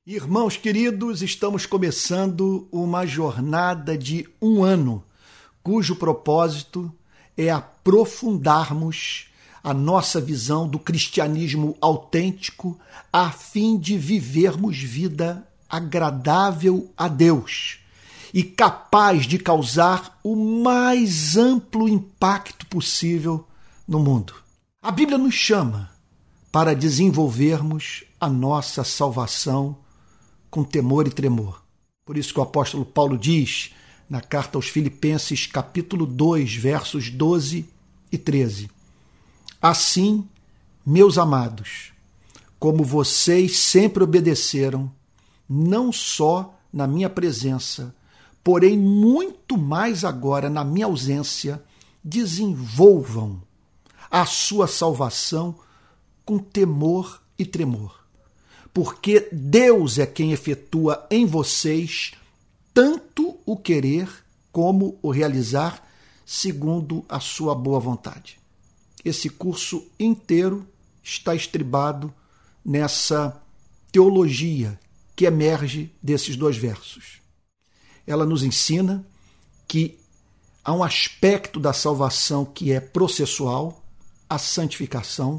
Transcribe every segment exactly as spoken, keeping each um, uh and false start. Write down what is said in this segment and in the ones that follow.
Irmãos queridos, estamos começando uma jornada de um ano, cujo propósito é aprofundarmos a nossa visão do cristianismo autêntico a fim de vivermos vida agradável a Deus e capaz de causar o mais amplo impacto possível no mundo. A Bíblia nos chama para desenvolvermos a nossa salvação com temor e tremor. Por isso que o apóstolo Paulo diz na carta aos Filipenses, capítulo dois, versos doze e treze. Assim, meus amados, como vocês sempre obedeceram, não só na minha presença, porém muito mais agora na minha ausência, desenvolvam a sua salvação com temor e tremor. Porque Deus é quem efetua em vocês tanto o querer como o realizar segundo a sua boa vontade. Esse curso inteiro está estribado nessa teologia que emerge desses dois versos. Ela nos ensina que há um aspecto da salvação que é processual, a santificação,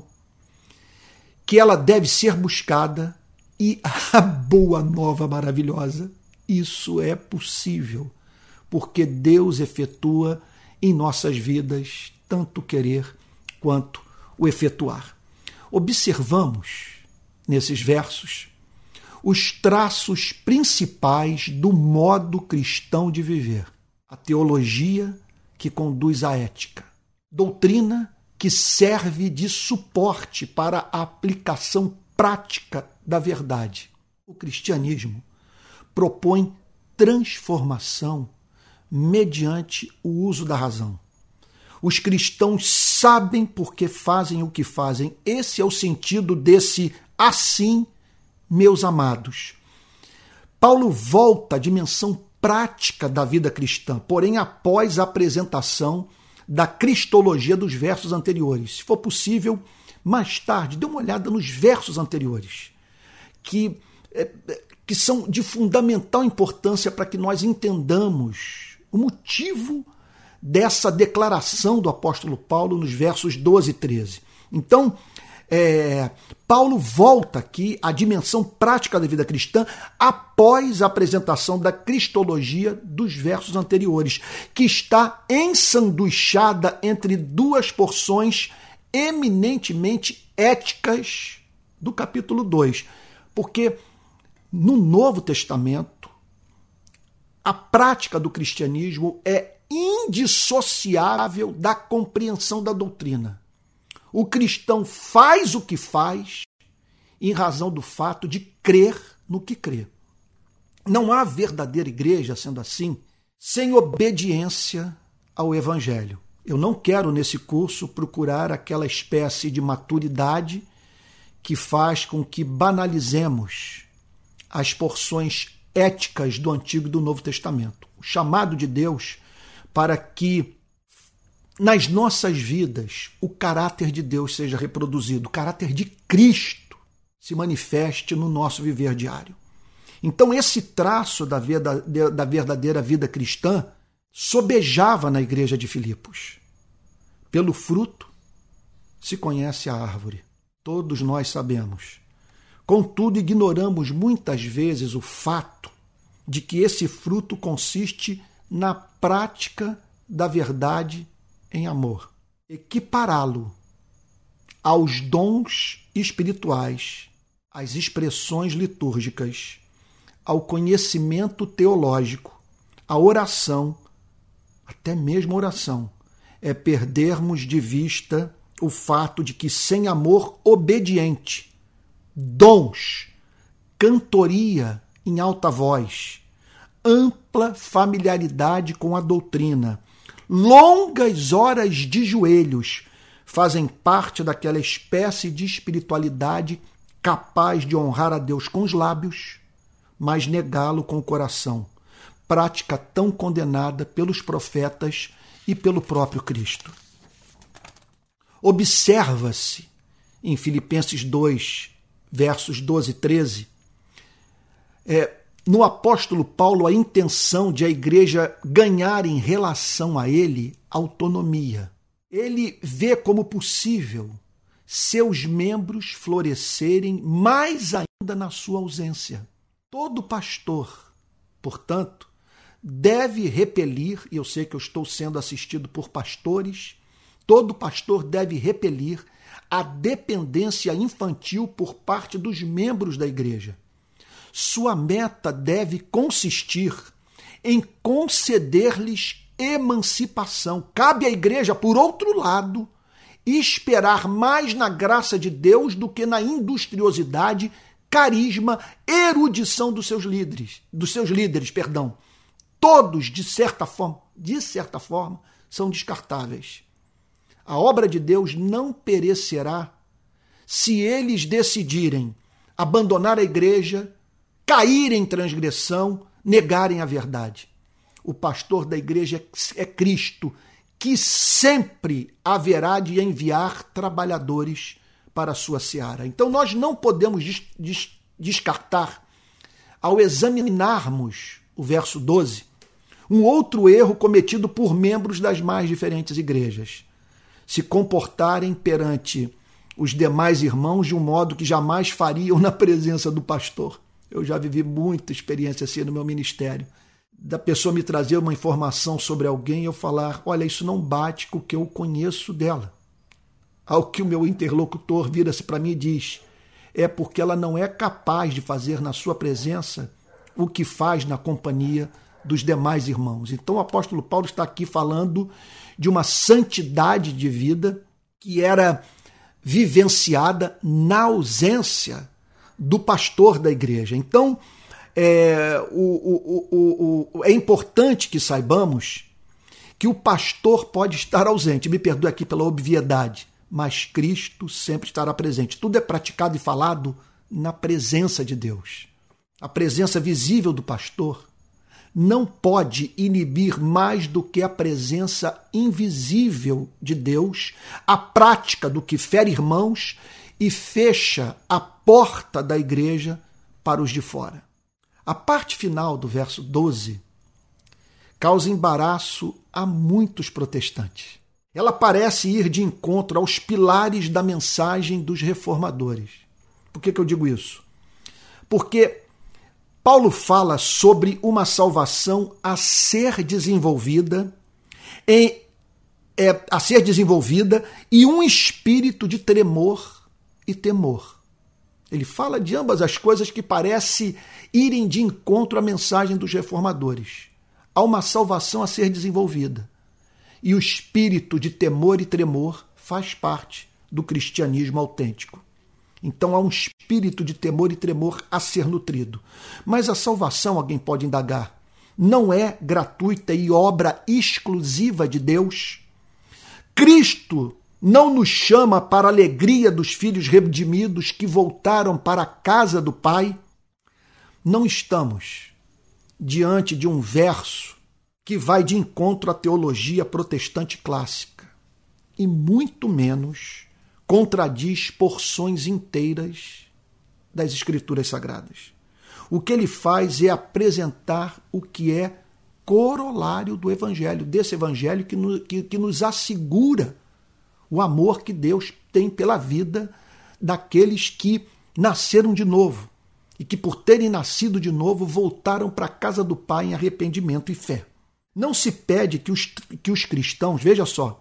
que ela deve ser buscada. E a boa nova maravilhosa, isso é possível, porque Deus efetua em nossas vidas tanto o querer quanto o efetuar. Observamos, nesses versos, os traços principais do modo cristão de viver. A teologia que conduz à ética. Doutrina que serve de suporte para a aplicação prática da verdade. O cristianismo propõe transformação mediante o uso da razão. Os cristãos sabem por que fazem o que fazem. Esse é o sentido desse assim, meus amados. Paulo volta à dimensão prática da vida cristã, porém após a apresentação da cristologia dos versos anteriores. Se for possível, mais tarde, dê uma olhada nos versos anteriores, que, que são de fundamental importância para que nós entendamos o motivo dessa declaração do apóstolo Paulo nos versos doze e treze. Então, é, Paulo volta aqui à dimensão prática da vida cristã após a apresentação da cristologia dos versos anteriores, que está ensanduichada entre duas porções eminentemente éticas do capítulo dois. Porque no Novo Testamento, a prática do cristianismo é indissociável da compreensão da doutrina. O cristão faz o que faz em razão do fato de crer no que crê. Não há verdadeira igreja, sendo assim, sem obediência ao Evangelho. Eu não quero, nesse curso, procurar aquela espécie de maturidade que faz com que banalizemos as porções éticas do Antigo e do Novo Testamento. O chamado de Deus para que nas nossas vidas o caráter de Deus seja reproduzido, o caráter de Cristo se manifeste no nosso viver diário. Então esse traço da verdadeira vida cristã sobejava na igreja de Filipos. Pelo fruto se conhece a árvore. Todos nós sabemos. Contudo, ignoramos muitas vezes o fato de que esse fruto consiste na prática da verdade em amor. Equipará-lo aos dons espirituais, às expressões litúrgicas, ao conhecimento teológico, à oração, até mesmo oração, é perdermos de vista o fato de que sem amor obediente, dons, cantoria em alta voz, ampla familiaridade com a doutrina, longas horas de joelhos fazem parte daquela espécie de espiritualidade capaz de honrar a Deus com os lábios, mas negá-lo com o coração. Prática tão condenada pelos profetas e pelo próprio Cristo. Observa-se, em Filipenses dois, versos doze e treze, é, no apóstolo Paulo a intenção de a igreja ganhar em relação a ele autonomia. Ele vê como possível seus membros florescerem mais ainda na sua ausência. Todo pastor, portanto, deve repelir, e eu sei que eu estou sendo assistido por pastores, todo pastor deve repelir a dependência infantil por parte dos membros da igreja. Sua meta deve consistir em conceder-lhes emancipação. Cabe à igreja, por outro lado, esperar mais na graça de Deus do que na industriosidade, carisma, erudição dos seus líderes, dos seus líderes, perdão. Todos, de certa forma, de certa forma, são descartáveis. A obra de Deus não perecerá se eles decidirem abandonar a igreja, caírem em transgressão, negarem a verdade. O pastor da igreja é Cristo, que sempre haverá de enviar trabalhadores para a sua seara. Então nós não podemos des- des- descartar, ao examinarmos o verso doze, um outro erro cometido por membros das mais diferentes igrejas. Se comportarem perante os demais irmãos de um modo que jamais fariam na presença do pastor. Eu já vivi muita experiência assim no meu ministério. Da pessoa me trazer uma informação sobre alguém e eu falar, olha, isso não bate com o que eu conheço dela. Ao que o meu interlocutor vira-se para mim e diz, é porque ela não é capaz de fazer na sua presença o que faz na companhia dos demais irmãos. Então o apóstolo Paulo está aqui falando de uma santidade de vida que era vivenciada na ausência do pastor da igreja. Então, é, o, o, o, o, é importante que saibamos que o pastor pode estar ausente, me perdoe aqui pela obviedade, mas Cristo sempre estará presente. Tudo é praticado e falado na presença de Deus. A presença visível do pastor não pode inibir mais do que a presença invisível de Deus, a prática do que fere irmãos e fecha a porta da igreja para os de fora. A parte final do verso doze causa embaraço a muitos protestantes. Ela parece ir de encontro aos pilares da mensagem dos reformadores. Por que que eu digo isso? Porque Paulo fala sobre uma salvação a ser desenvolvida, em, é, a ser desenvolvida e um espírito de tremor e temor. Ele fala de ambas as coisas que parece irem de encontro à mensagem dos reformadores. Há uma salvação a ser desenvolvida. E o espírito de temor e tremor faz parte do cristianismo autêntico. Então há um espírito de temor e tremor a ser nutrido. Mas a salvação, alguém pode indagar, não é gratuita e obra exclusiva de Deus? Cristo não nos chama para a alegria dos filhos redimidos que voltaram para a casa do Pai? Não estamos diante de um verso que vai de encontro à teologia protestante clássica, e muito menos contradiz porções inteiras das Escrituras Sagradas. O que ele faz é apresentar o que é corolário do Evangelho, desse Evangelho que, no, que, que nos assegura o amor que Deus tem pela vida daqueles que nasceram de novo e que, por terem nascido de novo, voltaram para a casa do Pai em arrependimento e fé. Não se pede que os, que os cristãos, veja só,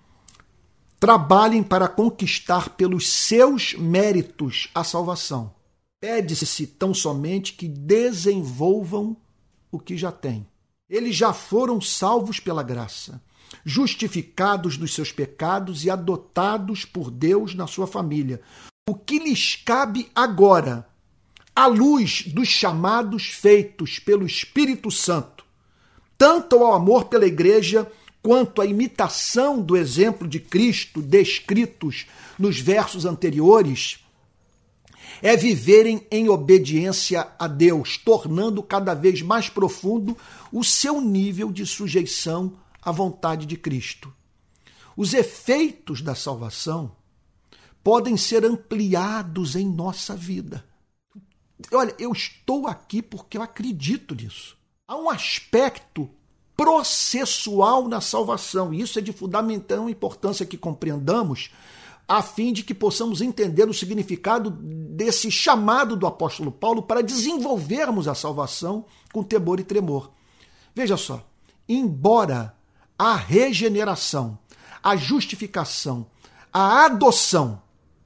trabalhem para conquistar pelos seus méritos a salvação. Pede-se tão somente que desenvolvam o que já têm. Eles já foram salvos pela graça, justificados dos seus pecados e adotados por Deus na sua família. O que lhes cabe agora, à luz dos chamados feitos pelo Espírito Santo, tanto ao amor pela igreja, quanto à imitação do exemplo de Cristo descritos nos versos anteriores, é viverem em obediência a Deus, tornando cada vez mais profundo o seu nível de sujeição à vontade de Cristo. Os efeitos da salvação podem ser ampliados em nossa vida. Olha, eu estou aqui porque eu acredito nisso. Há um aspecto processual na salvação, e isso é de fundamental importância que compreendamos, a fim de que possamos entender o significado desse chamado do apóstolo Paulo para desenvolvermos a salvação com temor e tremor. Veja só, embora a regeneração, a justificação, a adoção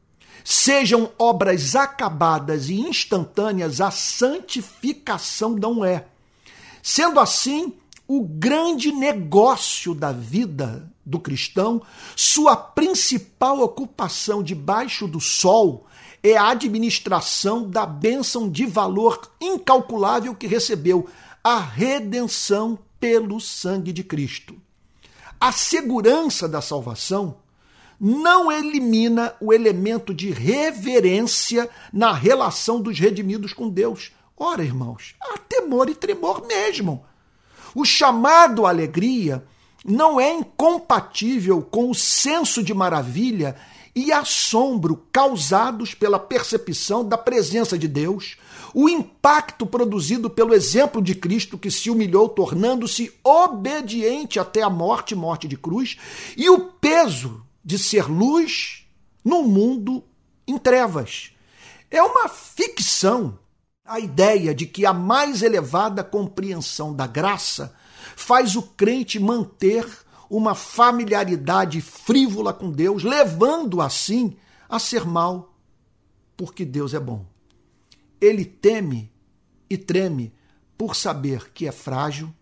sejam obras acabadas e instantâneas, a santificação não é. Sendo assim, o grande negócio da vida do cristão, sua principal ocupação debaixo do sol, é a administração da bênção de valor incalculável que recebeu, a redenção pelo sangue de Cristo. A segurança da salvação não elimina o elemento de reverência na relação dos redimidos com Deus. Ora, irmãos, há temor e tremor mesmo. O chamado à alegria não é incompatível com o senso de maravilha e assombro causados pela percepção da presença de Deus, o impacto produzido pelo exemplo de Cristo que se humilhou, tornando-se obediente até a morte, morte de cruz, e o peso de ser luz num mundo em trevas. É uma ficção a ideia de que a mais elevada compreensão da graça faz o crente manter uma familiaridade frívola com Deus, levando assim a ser mal, porque Deus é bom. Ele teme e treme por saber que é frágil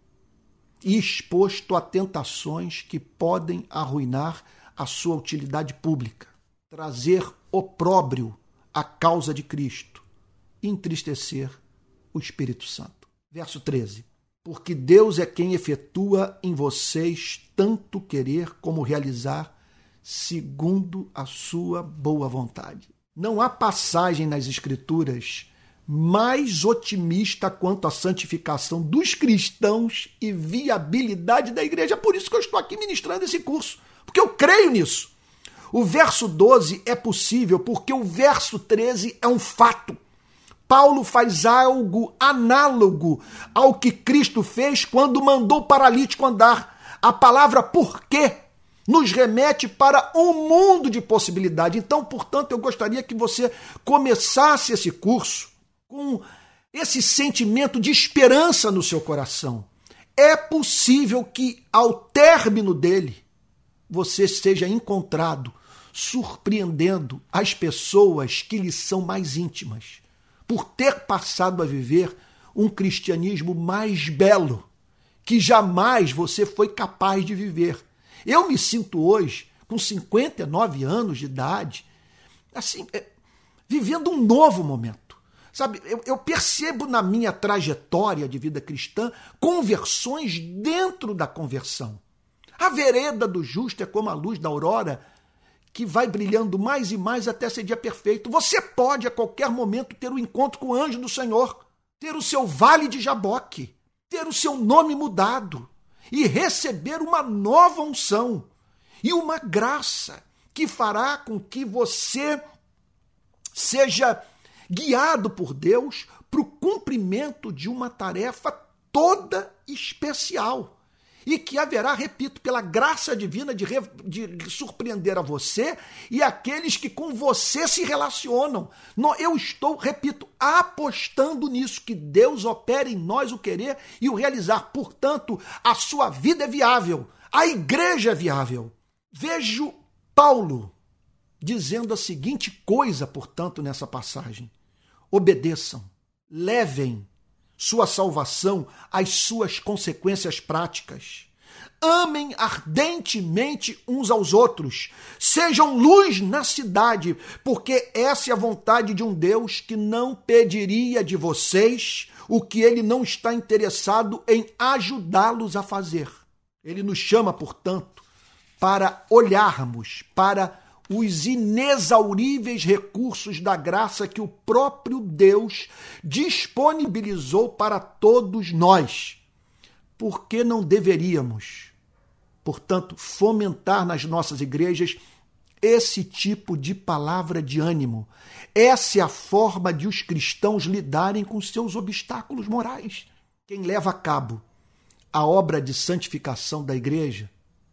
e exposto a tentações que podem arruinar a sua utilidade pública, trazer opróbrio à causa de Cristo, entristecer o Espírito Santo. Verso treze. Porque Deus é quem efetua em vocês tanto querer como realizar, segundo a sua boa vontade. Não há passagem nas Escrituras mais otimista quanto à santificação dos cristãos e viabilidade da igreja. É por isso que eu estou aqui ministrando esse curso, porque eu creio nisso. O verso doze é possível porque o verso treze é um fato. Paulo faz algo análogo ao que Cristo fez quando mandou o paralítico andar. A palavra porquê nos remete para um mundo de possibilidade. Então, portanto, eu gostaria que você começasse esse curso com esse sentimento de esperança no seu coração. É possível que, ao término dele, você seja encontrado surpreendendo as pessoas que lhe são mais íntimas, por ter passado a viver um cristianismo mais belo que jamais você foi capaz de viver. Eu me sinto hoje, com cinquenta e nove anos de idade, assim, é, vivendo um novo momento. Sabe, eu, eu percebo na minha trajetória de vida cristã conversões dentro da conversão. A vereda do justo é como a luz da aurora, que vai brilhando mais e mais até ser dia perfeito. Você pode, a qualquer momento, ter um encontro com o anjo do Senhor, ter o seu vale de Jaboque, ter o seu nome mudado e receber uma nova unção e uma graça que fará com que você seja guiado por Deus para o cumprimento de uma tarefa toda especial. E que haverá, repito, pela graça divina de, re, de surpreender a você e aqueles que com você se relacionam. Eu estou, repito, apostando nisso, que Deus opere em nós o querer e o realizar. Portanto, a sua vida é viável, a igreja é viável. Vejo Paulo dizendo a seguinte coisa, portanto, nessa passagem. Obedeçam, levem sua salvação às suas consequências práticas. Amem ardentemente uns aos outros. Sejam luz na cidade, porque essa é a vontade de um Deus que não pediria de vocês o que ele não está interessado em ajudá-los a fazer. Ele nos chama, portanto, para olharmos para os inexauríveis recursos da graça que o próprio Deus disponibilizou para todos nós. Por que não deveríamos, portanto, fomentar nas nossas igrejas esse tipo de palavra de ânimo. Essa é a forma de os cristãos lidarem com seus obstáculos morais. Quem leva a cabo a obra de santificação da igreja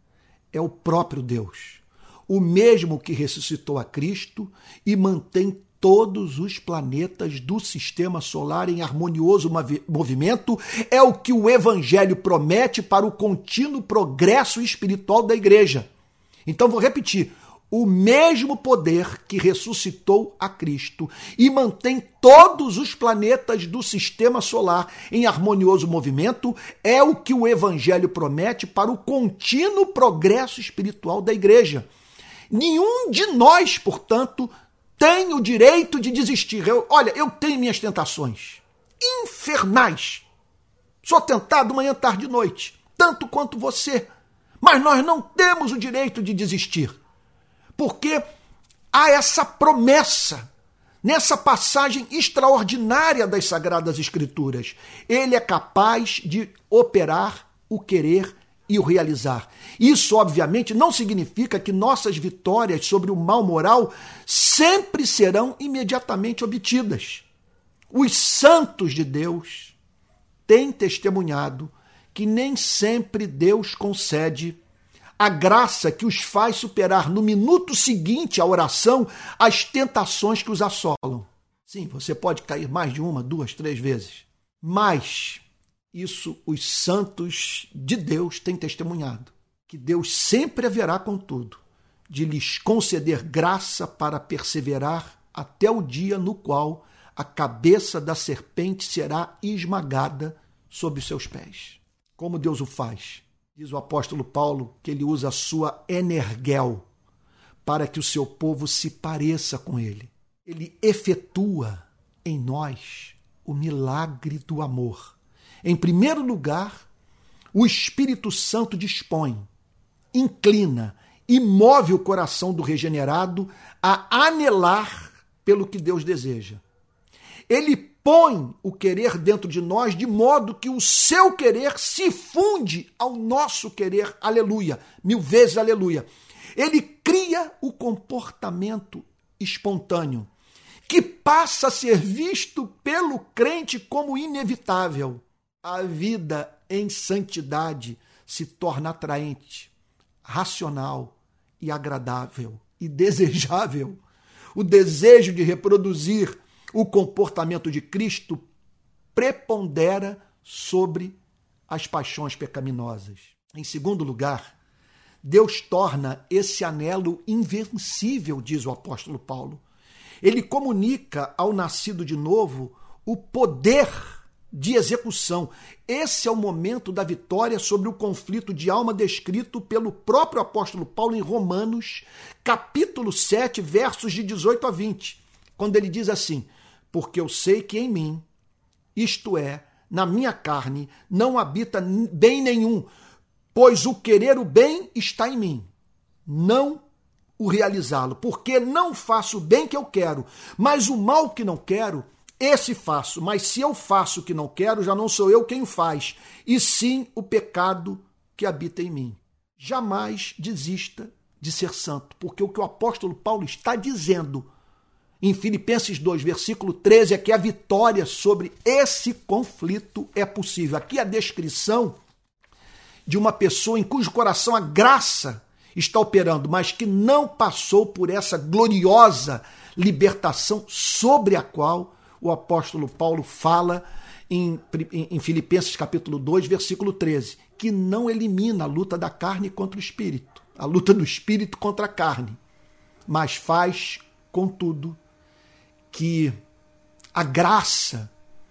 é o próprio Deus, o mesmo que ressuscitou a Cristo e mantém todos os planetas do sistema solar em harmonioso movimento, é o que o Evangelho promete para o contínuo progresso espiritual da igreja. Então, vou repetir, o mesmo poder que ressuscitou a Cristo e mantém todos os planetas do sistema solar em harmonioso movimento é o que o Evangelho promete para o contínuo progresso espiritual da igreja. Nenhum de nós, portanto, tem o direito de desistir. Eu, olha, eu tenho minhas tentações infernais. Sou tentado manhã, tarde e noite, tanto quanto você. Mas nós não temos o direito de desistir. Porque há essa promessa nessa passagem extraordinária das Sagradas Escrituras. Ele é capaz de operar o querer e o realizar. Isso, obviamente, não significa que nossas vitórias sobre o mal moral sempre serão imediatamente obtidas. Os santos de Deus têm testemunhado que nem sempre Deus concede a graça que os faz superar no minuto seguinte à oração as tentações que os assolam. Sim, você pode cair mais de uma, duas, três vezes, mas isso os santos de Deus têm testemunhado, que Deus sempre haverá, contudo, de lhes conceder graça para perseverar até o dia no qual a cabeça da serpente será esmagada sob os seus pés. Como Deus o faz? Diz o apóstolo Paulo que ele usa a sua energel para que o seu povo se pareça com ele. Ele efetua em nós o milagre do amor. Em primeiro lugar, o Espírito Santo dispõe, inclina e move o coração do regenerado a anelar pelo que Deus deseja. Ele põe o querer dentro de nós de modo que o seu querer se funde ao nosso querer, aleluia, mil vezes aleluia. Ele cria o comportamento espontâneo, que passa a ser visto pelo crente como inevitável. A vida em santidade se torna atraente, racional e agradável e desejável. O desejo de reproduzir o comportamento de Cristo prepondera sobre as paixões pecaminosas. Em segundo lugar, Deus torna esse anelo invencível, diz o apóstolo Paulo. Ele comunica ao nascido de novo o poder de execução. Esse é o momento da vitória sobre o conflito de alma descrito pelo próprio apóstolo Paulo em Romanos, capítulo sete, versos de dezoito a vinte, quando ele diz assim: porque eu sei que em mim, isto é, na minha carne, não habita bem nenhum, pois o querer o bem está em mim, não o realizá-lo, porque não faço o bem que eu quero, mas o mal que não quero, esse faço. Mas se eu faço o que não quero, já não sou eu quem o faz, e sim o pecado que habita em mim. Jamais desista de ser santo, porque o que o apóstolo Paulo está dizendo em Filipenses dois, versículo treze, é que a vitória sobre esse conflito é possível. Aqui a descrição de uma pessoa em cujo coração a graça está operando, mas que não passou por essa gloriosa libertação sobre a qual o apóstolo Paulo fala em, em Filipenses capítulo dois, versículo treze, que não elimina a luta da carne contra o espírito, a luta do espírito contra a carne, mas faz, contudo, que a graça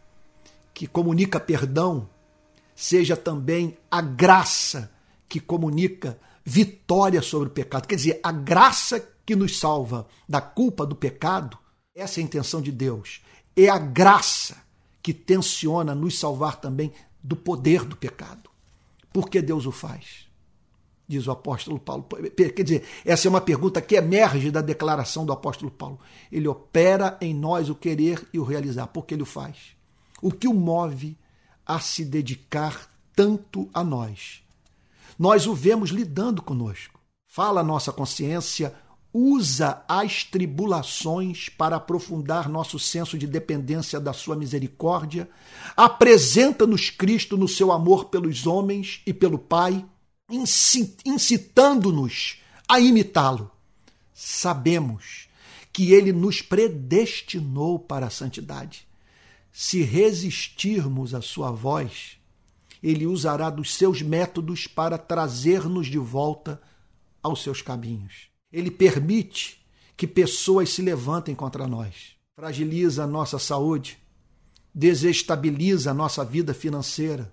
que comunica perdão seja também a graça que comunica vitória sobre o pecado. Quer dizer, a graça que nos salva da culpa do pecado, essa é a intenção de Deus. É a graça que tenciona nos salvar também do poder do pecado. Por que Deus o faz? Diz o apóstolo Paulo. Quer dizer, essa é uma pergunta que emerge da declaração do apóstolo Paulo. Ele opera em nós o querer e o realizar. Por que ele o faz? O que o move a se dedicar tanto a nós? Nós o vemos lidando conosco. Fala a nossa consciência usa as tribulações para aprofundar nosso senso de dependência da sua misericórdia, apresenta-nos Cristo no seu amor pelos homens e pelo Pai, incitando-nos a imitá-lo. Sabemos que ele nos predestinou para a santidade. Se resistirmos à sua voz, ele usará dos seus métodos para trazer-nos de volta aos seus caminhos. Ele permite que pessoas se levantem contra nós, fragiliza a nossa saúde, desestabiliza a nossa vida financeira,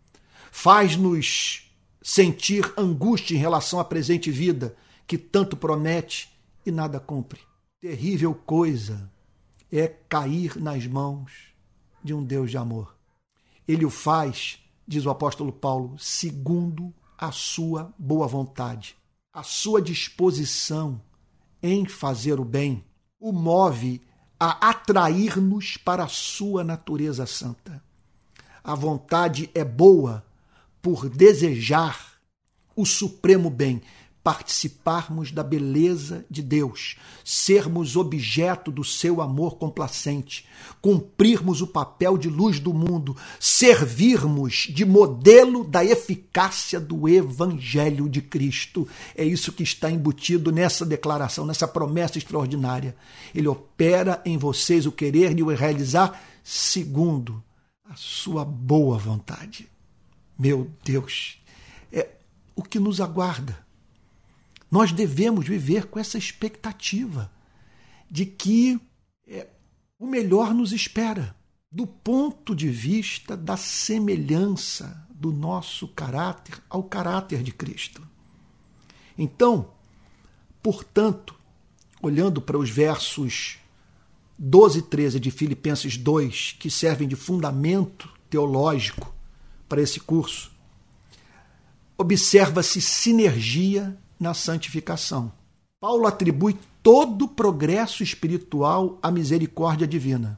faz-nos sentir angústia em relação à presente vida, que tanto promete e nada cumpre. Terrível coisa é cair nas mãos de um Deus de amor. Ele o faz, diz o apóstolo Paulo, segundo a sua boa vontade. A sua disposição em fazer o bem o move a atrair-nos para a sua natureza santa. A vontade é boa por desejar o supremo bem, participarmos da beleza de Deus, sermos objeto do seu amor complacente, cumprirmos o papel de luz do mundo, servirmos de modelo da eficácia do Evangelho de Cristo. É isso que está embutido nessa declaração, nessa promessa extraordinária. Ele opera em vocês o querer e o realizar segundo a sua boa vontade. Meu Deus, é o que nos aguarda. Nós devemos viver com essa expectativa de que é, o melhor nos espera, do ponto de vista da semelhança do nosso caráter ao caráter de Cristo. Então, portanto, olhando para os versos doze e treze de Filipenses dois, que servem de fundamento teológico para esse curso, observa-se sinergia na santificação. Paulo atribui todo o progresso espiritual à misericórdia divina.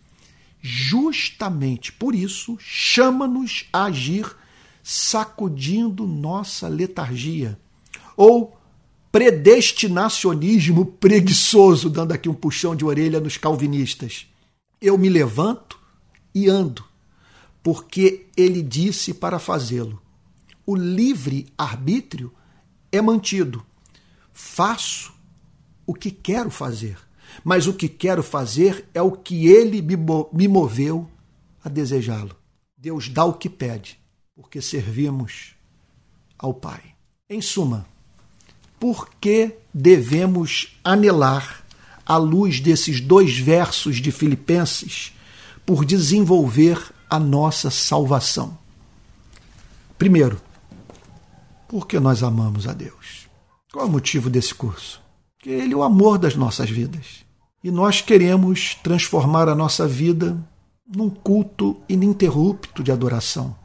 Justamente por isso, chama-nos a agir sacudindo nossa letargia, ou predestinacionismo preguiçoso, dando aqui um puxão de orelha nos calvinistas. Eu me levanto e ando, porque ele disse para fazê-lo. O livre-arbítrio é mantido. Faço o que quero fazer, mas o que quero fazer é o que ele me moveu a desejá-lo. Deus dá o que pede, porque servimos ao Pai. Em suma, por que devemos anelar, à luz desses dois versos de Filipenses, por desenvolver a nossa salvação? Primeiro, porque nós amamos a Deus. Qual é o motivo desse curso? Porque Ele é o amor das nossas vidas. E nós queremos transformar a nossa vida num culto ininterrupto de adoração.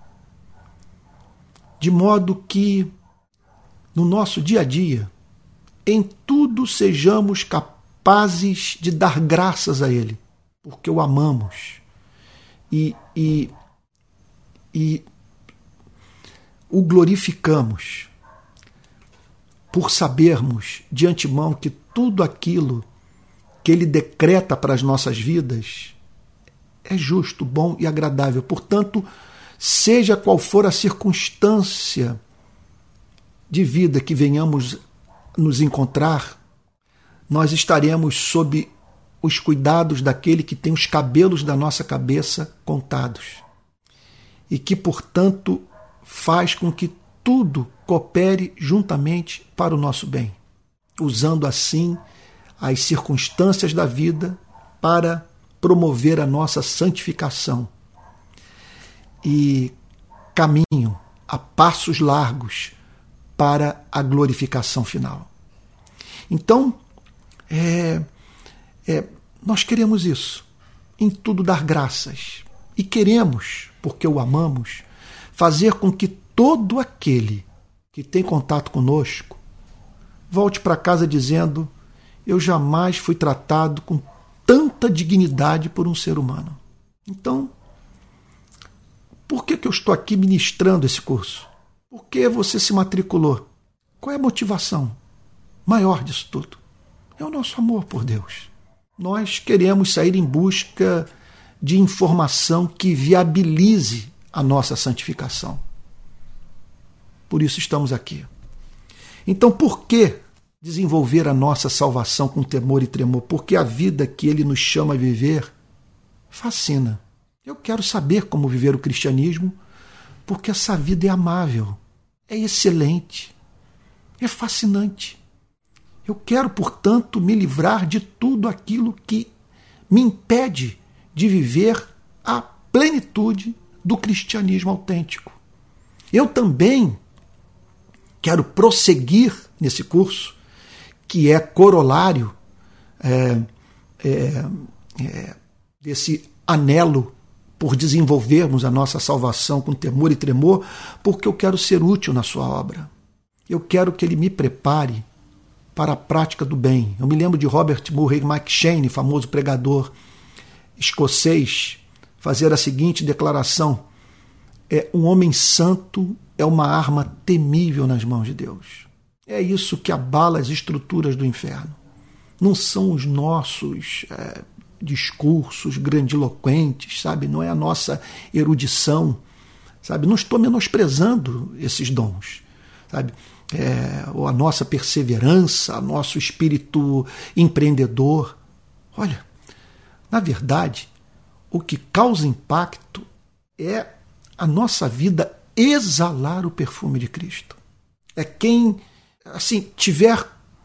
De modo que, no nosso dia a dia, em tudo sejamos capazes de dar graças a Ele, porque o amamos. E, e, e o glorificamos por sabermos de antemão que tudo aquilo que Ele decreta para as nossas vidas é justo, bom e agradável. Portanto, seja qual for a circunstância de vida que venhamos nos encontrar, nós estaremos sob os cuidados daquele que tem os cabelos da nossa cabeça contados e que, portanto, faz com que tudo coopere juntamente para o nosso bem, usando assim as circunstâncias da vida para promover a nossa santificação e caminho a passos largos para a glorificação final. Então, é, é, nós queremos isso, em tudo dar graças, e queremos, porque o amamos, fazer com que todo aquele que tem contato conosco volte para casa dizendo: eu jamais fui tratado com tanta dignidade por um ser humano. Então, por que, que eu estou aqui ministrando esse curso? Por que você se matriculou? Qual é a motivação maior disso tudo? é o nosso amor por Deus. Nós queremos sair em busca de informação que viabilize a nossa santificação. Por isso estamos aqui. Então, por que desenvolver a nossa salvação com temor e tremor? Porque a vida que Ele nos chama a viver fascina. Eu quero saber como viver o cristianismo, porque essa vida é amável, é excelente, é fascinante. Eu quero, portanto, me livrar de tudo aquilo que me impede de viver a plenitude do cristianismo autêntico. Eu também quero prosseguir nesse curso, que é corolário é, é, é, desse anelo por desenvolvermos a nossa salvação com temor e tremor, porque eu quero ser útil na sua obra. Eu quero que Ele me prepare para a prática do bem. Eu me lembro de Robert Murray McCheyne, famoso pregador escocês, fazer a seguinte declaração: é, um homem santo é uma arma temível nas mãos de Deus. É isso que abala as estruturas do inferno. Não são os nossos é, discursos grandiloquentes, sabe? Não é a nossa erudição, sabe? Não estou menosprezando esses dons, sabe? É, ou a nossa perseverança, o nosso espírito empreendedor. Olha, na verdade, o que causa impacto é a nossa vida exalar o perfume de Cristo. É quem, assim, tiver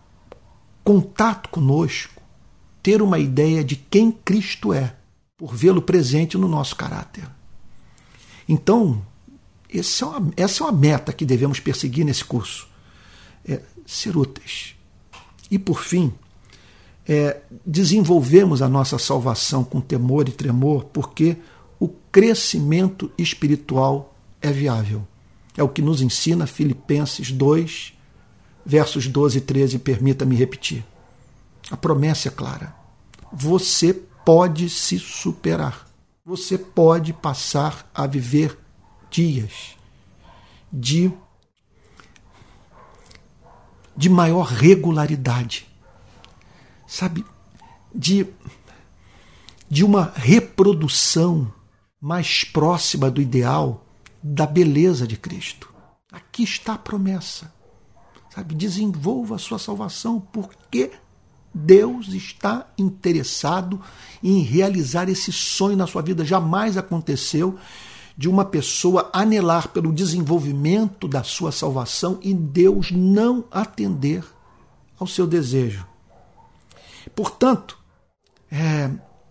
contato conosco, ter uma ideia de quem Cristo é, por vê-lo presente no nosso caráter. Então, essa é uma, essa é uma meta que devemos perseguir nesse curso. É ser úteis. E, por fim, é, desenvolvemos a nossa salvação com temor e tremor, porque o crescimento espiritual é viável. É o que nos ensina Filipenses dois, versos doze e treze, permita-me repetir. A promessa é clara. Você pode se superar. Você pode passar a viver dias de, de maior regularidade, sabe? De, de uma reprodução mais próxima do ideal da beleza de Cristo. Aqui está a promessa. Sabe? Desenvolva a sua salvação, porque Deus está interessado em realizar esse sonho na sua vida. Jamais aconteceu de uma pessoa anelar pelo desenvolvimento da sua salvação e Deus não atender ao seu desejo. Portanto, é,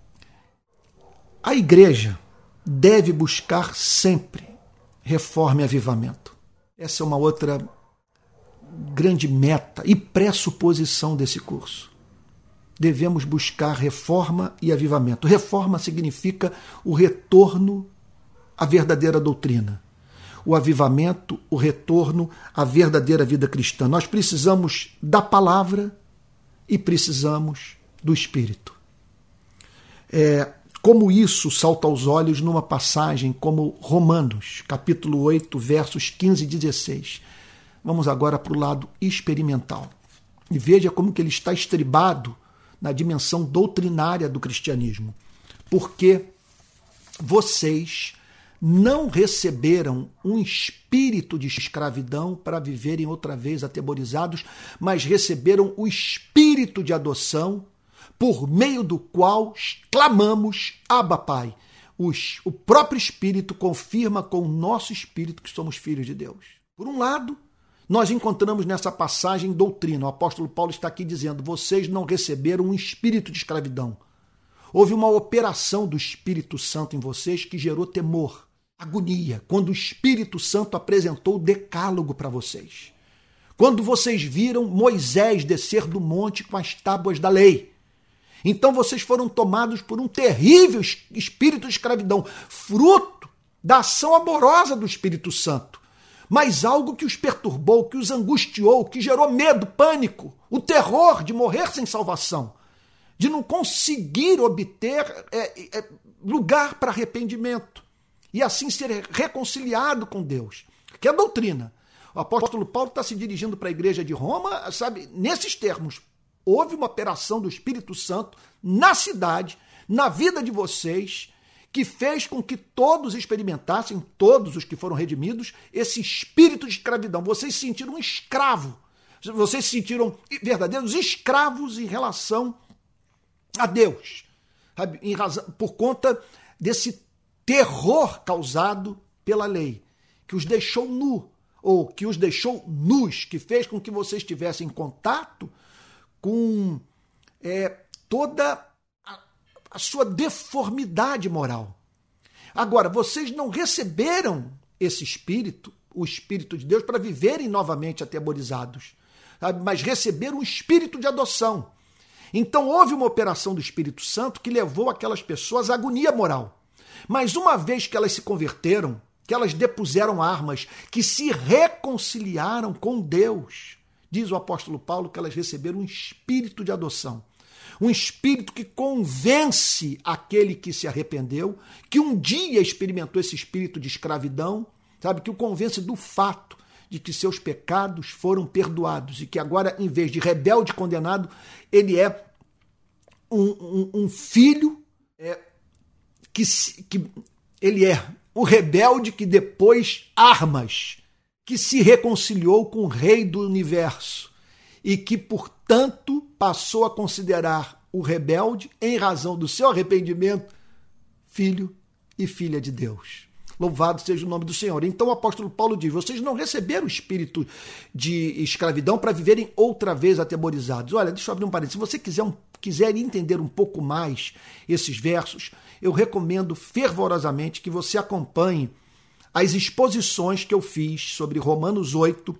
a igreja deve buscar sempre reforma e avivamento. Essa é uma outra grande meta e pressuposição desse curso. Devemos buscar reforma e avivamento. Reforma significa o retorno à verdadeira doutrina. O avivamento, o retorno à verdadeira vida cristã. Nós precisamos da palavra e precisamos do Espírito. É, como isso salta aos olhos numa passagem como Romanos, capítulo oito, versos quinze e dezesseis. Vamos agora para o lado experimental. E veja como que ele está estribado na dimensão doutrinária do cristianismo. Porque vocês não receberam um espírito de escravidão para viverem outra vez atemorizados, mas receberam o espírito de adoção, por meio do qual clamamos, Abba, Pai. Os, o próprio Espírito confirma com o nosso espírito que somos filhos de Deus. Por um lado, nós encontramos nessa passagem doutrina. O apóstolo Paulo está aqui dizendo: vocês não receberam um espírito de escravidão. Houve uma operação do Espírito Santo em vocês que gerou temor, agonia, quando o Espírito Santo apresentou o decálogo para vocês. Quando vocês viram Moisés descer do monte com as tábuas da lei. Então vocês foram tomados por um terrível espírito de escravidão, fruto da ação amorosa do Espírito Santo. Mas algo que os perturbou, que os angustiou, que gerou medo, pânico, o terror de morrer sem salvação, de não conseguir obter é, é, lugar para arrependimento e assim ser reconciliado com Deus, que é a doutrina. O apóstolo Paulo está se dirigindo para a igreja de Roma, sabe, nesses termos. Houve uma operação do Espírito Santo na cidade, na vida de vocês, que fez com que todos experimentassem, todos os que foram redimidos, esse espírito de escravidão. Vocês se sentiram um escravo. Vocês se sentiram verdadeiros escravos em relação a Deus. Sabe? Em razão, por conta desse terror causado pela lei, que os deixou nu, ou que os deixou nus, que fez com que vocês tivessem contato com é, toda a, a sua deformidade moral. Agora, vocês não receberam esse espírito, o Espírito de Deus, para viverem novamente atemorizados, sabe? Mas receberam um espírito de adoção. Então houve uma operação do Espírito Santo que levou aquelas pessoas à agonia moral. Mas uma vez que elas se converteram, que elas depuseram armas, que se reconciliaram com Deus, diz o apóstolo Paulo que elas receberam um espírito de adoção. Um espírito que convence aquele que se arrependeu, que um dia experimentou esse espírito de escravidão, sabe, que o convence do fato de que seus pecados foram perdoados e que agora, em vez de rebelde condenado, ele é um, um, um filho é, que, que ele é o rebelde que depois armas, que se reconciliou com o rei do universo e que, portanto, passou a considerar o rebelde, em razão do seu arrependimento, filho e filha de Deus. Louvado seja o nome do Senhor. Então o apóstolo Paulo diz, vocês não receberam o espírito de escravidão para viverem outra vez atemorizados. Olha, deixa eu abrir um parênteses. Se você quiser, um, quiser entender um pouco mais esses versos, eu recomendo fervorosamente que você acompanhe as exposições que eu fiz sobre Romanos oito,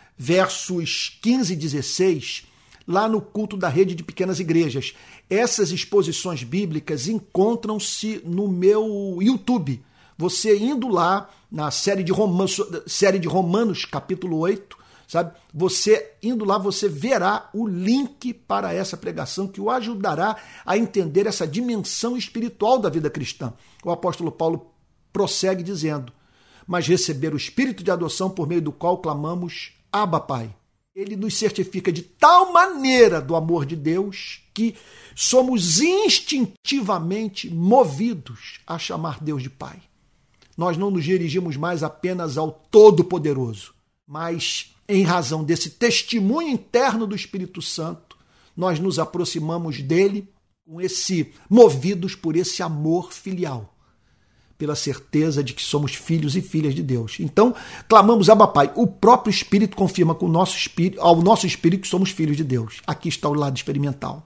versos quinze e dezesseis, lá no culto da rede de pequenas igrejas. Essas exposições bíblicas encontram-se no meu YouTube. Você indo lá na série de Romanos, série de Romanos capítulo oito, sabe? Você indo lá, você verá o link para essa pregação que o ajudará a entender essa dimensão espiritual da vida cristã. O apóstolo Paulo prossegue dizendo, mas receber o espírito de adoção por meio do qual clamamos, Abba, Pai. Ele nos certifica de tal maneira do amor de Deus que somos instintivamente movidos a chamar Deus de Pai. Nós não nos dirigimos mais apenas ao Todo-Poderoso, mas em razão desse testemunho interno do Espírito Santo, nós nos aproximamos dele com esse, movidos por esse amor filial, pela certeza de que somos filhos e filhas de Deus. Então, clamamos Abba Pai. O próprio Espírito confirma com o nosso espírito, ao nosso espírito que somos filhos de Deus. Aqui está o lado experimental.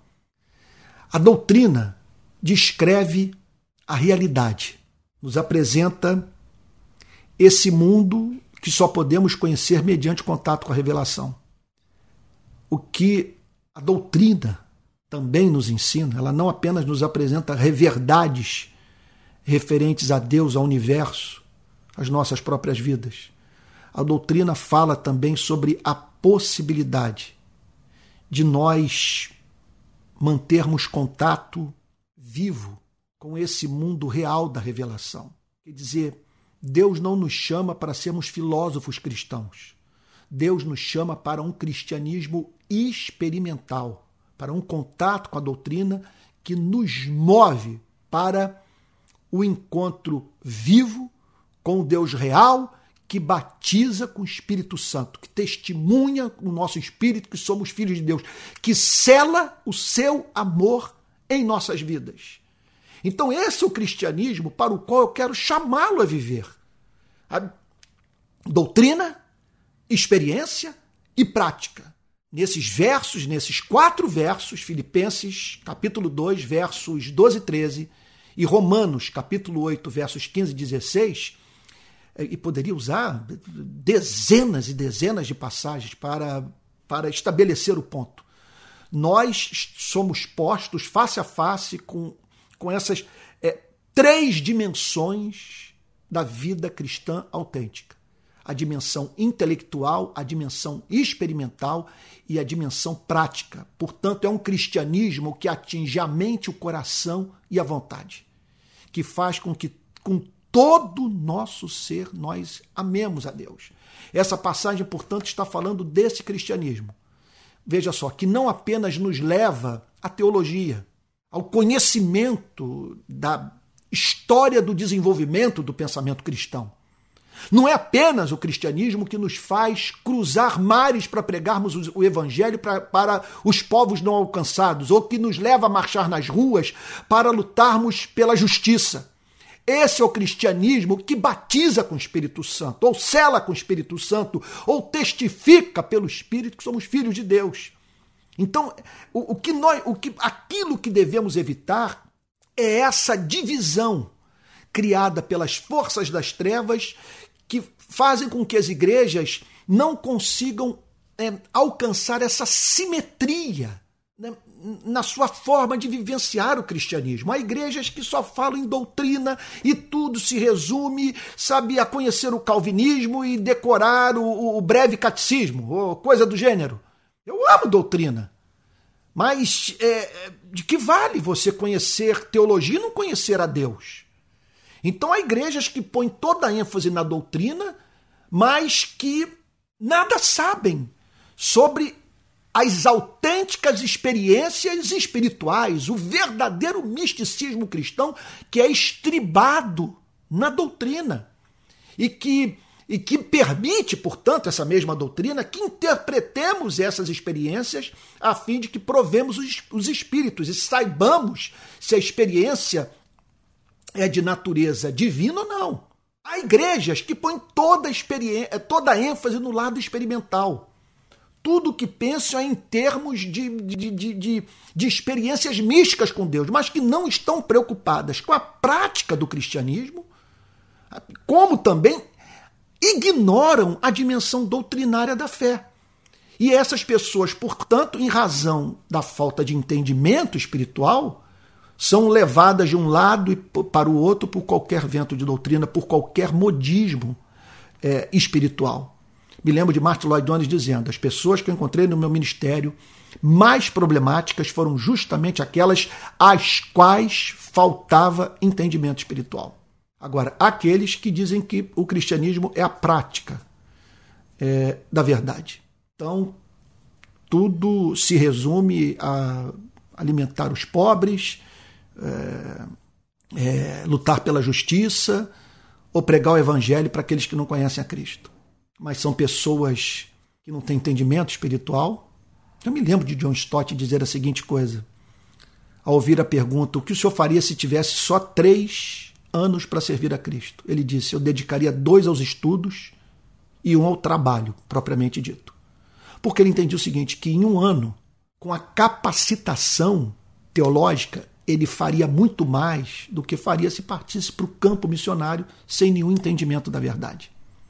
A doutrina descreve a realidade, nos apresenta esse mundo que só podemos conhecer mediante contato com a revelação. O que a doutrina também nos ensina, ela não apenas nos apresenta verdades referentes a Deus, ao universo, às nossas próprias vidas. A doutrina fala também sobre a possibilidade de nós mantermos contato vivo com esse mundo real da revelação. Quer dizer, Deus não nos chama para sermos filósofos cristãos. Deus nos chama para um cristianismo experimental, para um contato com a doutrina que nos move para o encontro vivo com o Deus real, que batiza com o Espírito Santo, que testemunha com o nosso espírito que somos filhos de Deus, que sela o seu amor em nossas vidas. Então esse é o cristianismo para o qual eu quero chamá-lo a viver. A doutrina, experiência e prática. Nesses versos, nesses quatro versos, Filipenses capítulo dois, versos doze e treze, e Romanos capítulo oito, versos quinze e dezesseis, e poderia usar dezenas e dezenas de passagens para, para estabelecer o ponto. Nós somos postos face a face com com essas é, três dimensões da vida cristã autêntica. A dimensão intelectual, a dimensão experimental e a dimensão prática. Portanto, é um cristianismo que atinge a mente, o coração e a vontade, que faz com que com todo o nosso ser nós amemos a Deus. Essa passagem, portanto, está falando desse cristianismo. veja só, que não apenas nos leva à teologia, ao conhecimento da história do desenvolvimento do pensamento cristão. Não é apenas o cristianismo que nos faz cruzar mares para pregarmos o evangelho para, para os povos não alcançados, ou que nos leva a marchar nas ruas para lutarmos pela justiça. Esse é o cristianismo que batiza com o Espírito Santo, ou sela com o Espírito Santo, ou testifica pelo Espírito que somos filhos de Deus. Então, o, o que nós, o que, aquilo que devemos evitar é essa divisão criada pelas forças das trevas que fazem com que as igrejas não consigam é, alcançar essa simetria, né, na sua forma de vivenciar o cristianismo. Há igrejas que só falam em doutrina e tudo se resume, sabe, a conhecer o calvinismo e decorar o, o breve catecismo, ou coisa do gênero. Eu amo doutrina, mas é, de que vale você conhecer teologia e não conhecer a Deus? Então há igrejas que põem toda a ênfase na doutrina, mas que nada sabem sobre as autênticas experiências espirituais, o verdadeiro misticismo cristão que é estribado na doutrina e que, e que permite, portanto, essa mesma doutrina, que interpretemos essas experiências a fim de que provemos os, os espíritos e saibamos se a experiência é de natureza divina ou não. Há igrejas que põem toda a, experiência, toda a ênfase no lado experimental. Tudo que pensam é em termos de, de, de, de, de experiências místicas com Deus, mas que não estão preocupadas com a prática do cristianismo, como também ignoram a dimensão doutrinária da fé. E essas pessoas, portanto, em razão da falta de entendimento espiritual, são levadas de um lado e para o outro por qualquer vento de doutrina, por qualquer modismo é, espiritual. Me lembro de Martin Lloyd Jones dizendo: as pessoas que eu encontrei no meu ministério mais problemáticas foram justamente aquelas às quais faltava entendimento espiritual. Agora, há aqueles que dizem que o cristianismo é a prática é, da verdade. Então, tudo se resume a alimentar os pobres, é, é, lutar pela justiça ou pregar o evangelho para aqueles que não conhecem a Cristo. Mas são pessoas que não têm entendimento espiritual. Eu me lembro de John Stott dizer a seguinte coisa, ao ouvir a pergunta: o que o senhor faria se tivesse só três anos para servir a Cristo? Ele disse: eu dedicaria dois aos estudos e um ao trabalho, propriamente dito. Porque ele entendia o seguinte, que em um ano, com a capacitação teológica, ele faria muito mais do que faria se partisse para o campo missionário sem nenhum entendimento da verdade.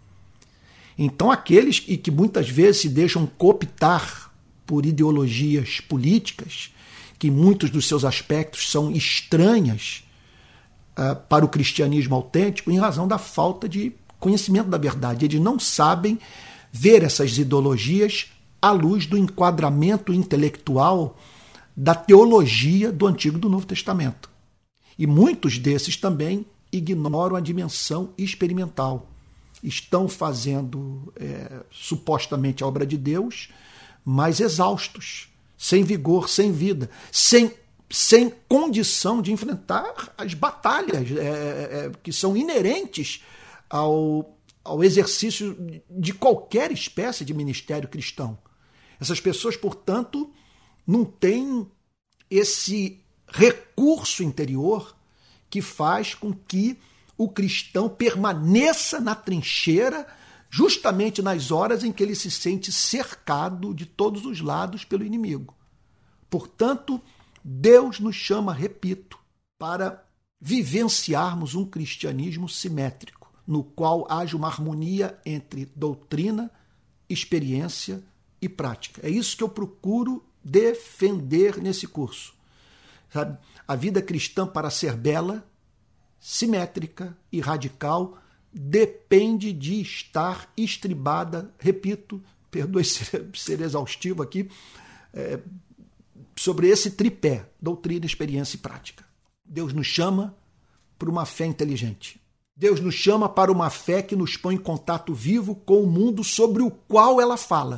Então aqueles que muitas vezes se deixam cooptar por ideologias políticas, que muitos dos seus aspectos são estranhas uh, para o cristianismo autêntico, em razão da falta de conhecimento da verdade. Eles não sabem ver essas ideologias à luz do enquadramento intelectual da teologia do Antigo e do Novo Testamento. E muitos desses também ignoram a dimensão experimental. Estão fazendo é, supostamente a obra de Deus, mas exaustos, sem vigor, sem vida, sem, sem condição de enfrentar as batalhas é, é, que são inerentes ao, ao exercício de qualquer espécie de ministério cristão. Essas pessoas, portanto, não têm esse recurso interior que faz com que o cristão permaneça na trincheira justamente nas horas em que ele se sente cercado de todos os lados pelo inimigo. Portanto, Deus nos chama, repito, para vivenciarmos um cristianismo simétrico, no qual haja uma harmonia entre doutrina, experiência e prática. É isso que eu procuro defender nesse curso. Sabe? A vida cristã, para ser bela, simétrica e radical, depende de estar estribada, repito, perdoe ser, ser exaustivo aqui, é, sobre esse tripé, doutrina, experiência e prática. Deus nos chama para uma fé inteligente. Deus nos chama para uma fé que nos põe em contato vivo com o mundo sobre o qual ela fala.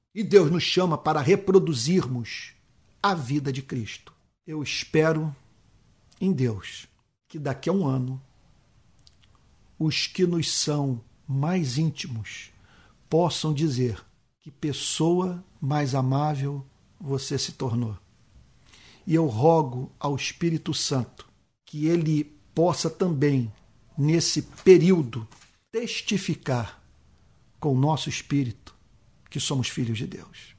E Deus nos chama para reproduzirmos a vida de Cristo. Eu espero em Deus que daqui a um ano os que nos são mais íntimos possam dizer que pessoa mais amável você se tornou. E eu rogo ao Espírito Santo que ele possa também, nesse período, testificar com o nosso espírito que somos filhos de Deus.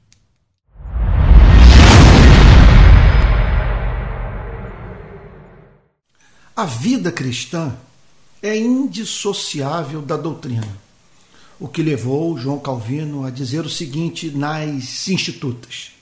A vida cristã é indissociável da doutrina, o que levou João Calvino a dizer o seguinte nas Institutas: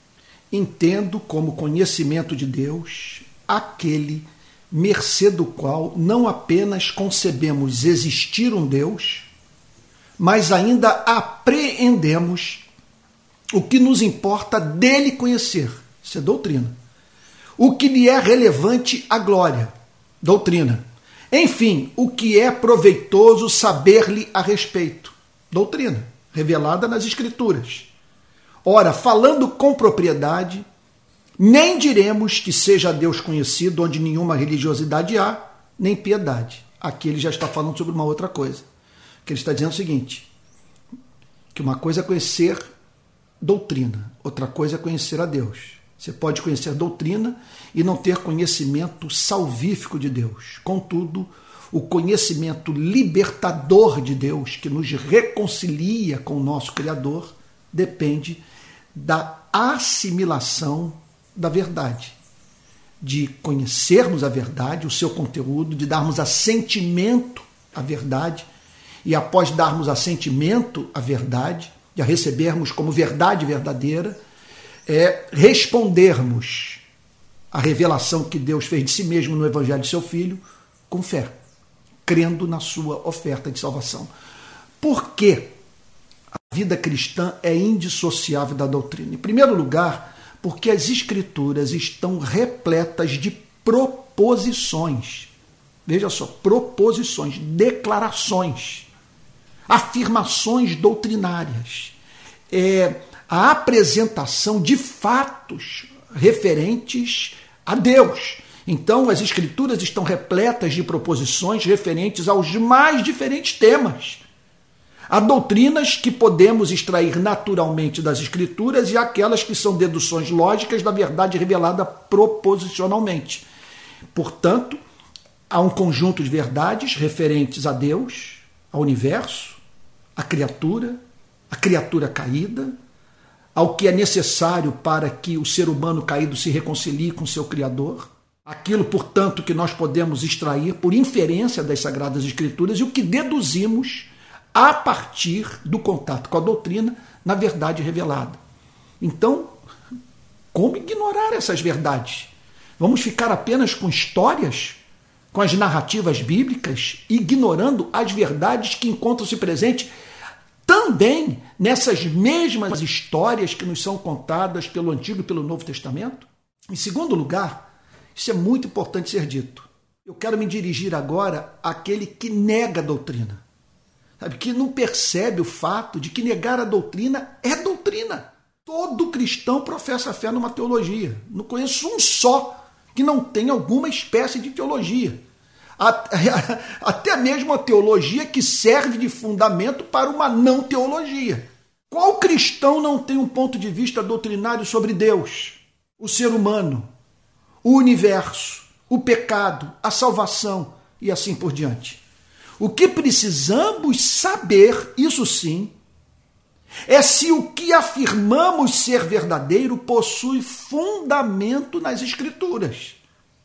entendo como conhecimento de Deus aquele mercê do qual não apenas concebemos existir um Deus, mas ainda apreendemos o que nos importa dele conhecer. Isso é doutrina. O que lhe é relevante à glória. Doutrina. Enfim, o que é proveitoso saber-lhe a respeito. Doutrina, revelada nas Escrituras. Ora, falando com propriedade, nem diremos que seja Deus conhecido onde nenhuma religiosidade há, nem piedade. Aqui ele já está falando sobre uma outra coisa. Que ele está dizendo o seguinte, que uma coisa é conhecer doutrina, outra coisa é conhecer a Deus. Você pode conhecer doutrina e não ter conhecimento salvífico de Deus. Contudo, o conhecimento libertador de Deus, que nos reconcilia com o nosso Criador, depende da assimilação da verdade. De conhecermos a verdade, o seu conteúdo, de darmos assentimento à verdade, e após darmos assentimento à verdade, de a recebermos como verdade verdadeira, é respondermos à revelação que Deus fez de si mesmo no Evangelho de seu Filho com fé, crendo na sua oferta de salvação. Por que a vida cristã é indissociável da doutrina? Em primeiro lugar, porque as Escrituras estão repletas de proposições. Veja só, proposições, declarações, afirmações doutrinárias, é, a apresentação de fatos referentes a Deus. Então, as Escrituras estão repletas de proposições referentes aos mais diferentes temas. Há doutrinas que podemos extrair naturalmente das Escrituras e aquelas que são deduções lógicas da verdade revelada proposicionalmente. Portanto, há um conjunto de verdades referentes a Deus, ao universo, à criatura, à criatura caída, ao que é necessário para que o ser humano caído se reconcilie com seu Criador, aquilo, portanto, que nós podemos extrair por inferência das Sagradas Escrituras e o que deduzimos a partir do contato com a doutrina na verdade revelada. Então, como ignorar essas verdades? Vamos ficar apenas com histórias, com as narrativas bíblicas, ignorando as verdades que encontram-se presentes também nessas mesmas histórias que nos são contadas pelo Antigo e pelo Novo Testamento? Em segundo lugar, isso é muito importante ser dito. Eu quero me dirigir agora àquele que nega a doutrina, sabe, que não percebe o fato de que negar a doutrina é doutrina. Todo cristão professa fé numa teologia. Não conheço um só que não tenha alguma espécie de teologia. Até mesmo a teologia que serve de fundamento para uma não teologia. Qual cristão não tem um ponto de vista doutrinário sobre Deus, o ser humano, o universo, o pecado, a salvação e assim por diante? O que precisamos saber, isso sim, é se o que afirmamos ser verdadeiro possui fundamento nas Escrituras.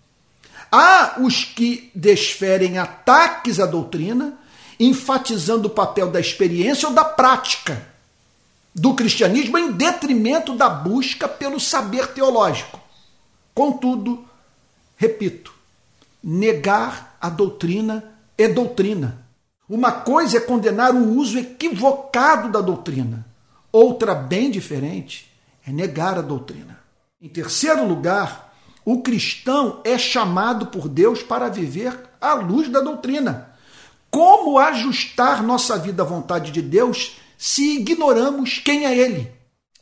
Há os que desferem ataques à doutrina, enfatizando o papel da experiência ou da prática do cristianismo em detrimento da busca pelo saber teológico. Contudo, repito, negar a doutrina é doutrina. Uma coisa é condenar o uso equivocado da doutrina. Outra, bem diferente, é negar a doutrina. Em terceiro lugar, o cristão é chamado por Deus para viver à luz da doutrina. Como ajustar nossa vida à vontade de Deus se ignoramos quem é Ele?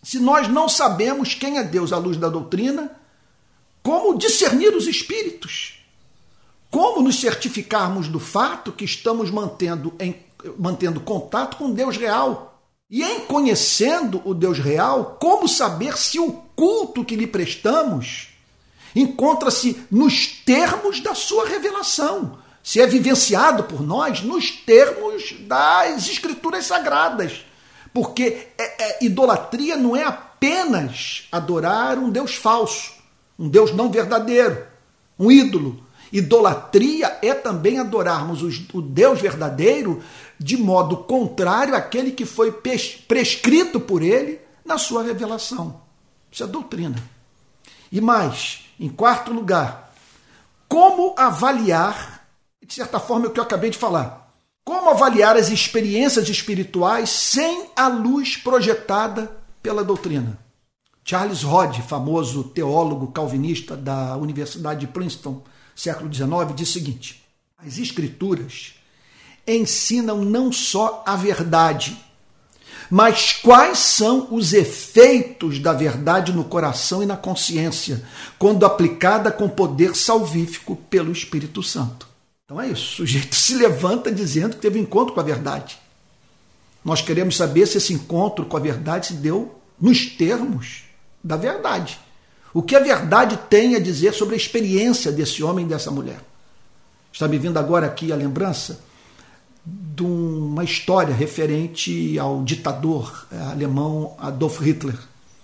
Se nós não sabemos quem é Deus à luz da doutrina, como discernir os espíritos? Como nos certificarmos do fato que estamos mantendo, em, mantendo contato com Deus real? E em conhecendo o Deus real, como saber se o culto que lhe prestamos encontra-se nos termos da sua revelação, se é vivenciado por nós nos termos das Escrituras Sagradas. Porque é, é, idolatria não é apenas adorar um Deus falso, um Deus não verdadeiro, um ídolo. Idolatria é também adorarmos o Deus verdadeiro de modo contrário àquele que foi prescrito por ele na sua revelação. Isso é doutrina. E mais, em quarto lugar, como avaliar, de certa forma, o que eu acabei de falar, como avaliar as experiências espirituais sem a luz projetada pela doutrina? Charles Hodge, famoso teólogo calvinista da Universidade de Princeton, século dezenove, diz o seguinte: as Escrituras ensinam não só a verdade, mas quais são os efeitos da verdade no coração e na consciência, quando aplicada com poder salvífico pelo Espírito Santo. Então é isso, o sujeito se levanta dizendo que teve um encontro com a verdade. Nós queremos saber se esse encontro com a verdade se deu nos termos da verdade. O que a verdade tem a dizer sobre a experiência desse homem e dessa mulher? Está me vindo agora aqui a lembrança de uma história referente ao ditador alemão Adolf Hitler.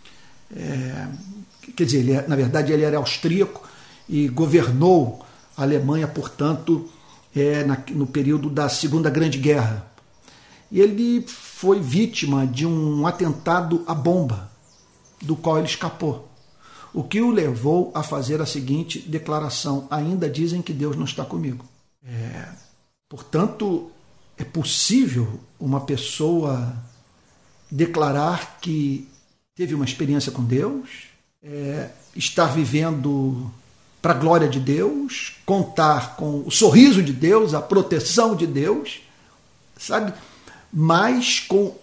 É, quer dizer, ele, na verdade ele era austríaco e governou a Alemanha, portanto, é, na, no período da Segunda Grande Guerra. E ele foi vítima de um atentado à bomba, do qual ele escapou. O que o levou a fazer a seguinte declaração: ainda dizem que Deus não está comigo. É, portanto, é possível uma pessoa declarar que teve uma experiência com Deus, é, estar vivendo para a glória de Deus, contar com o sorriso de Deus, a proteção de Deus, sabe? Mas com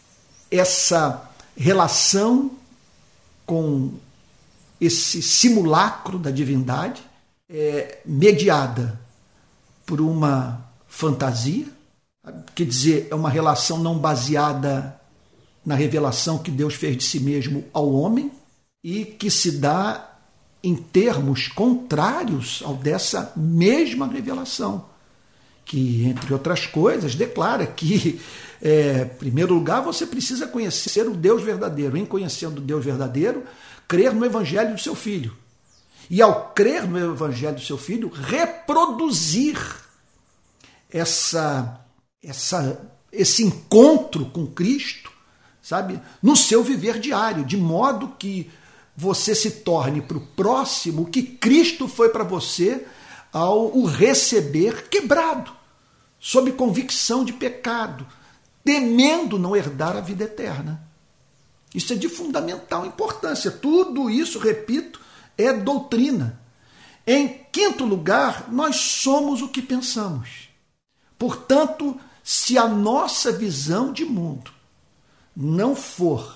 essa relação com esse simulacro da divindade, é, mediada por uma fantasia, quer dizer, é uma relação não baseada na revelação que Deus fez de si mesmo ao homem e que se dá em termos contrários ao dessa mesma revelação, que, entre outras coisas, declara que, é, em primeiro lugar, você precisa conhecer o Deus verdadeiro. Em conhecendo o Deus verdadeiro, crer no Evangelho do seu Filho. E, ao crer no Evangelho do seu Filho, reproduzir essa, essa, esse encontro com Cristo, sabe, no seu viver diário, de modo que você se torne para o próximo o que Cristo foi para você ao o receber quebrado, sob convicção de pecado, temendo não herdar a vida eterna. Isso é de fundamental importância. Tudo isso, repito, é doutrina. Em quinto lugar, nós somos o que pensamos. Portanto, se a nossa visão de mundo não for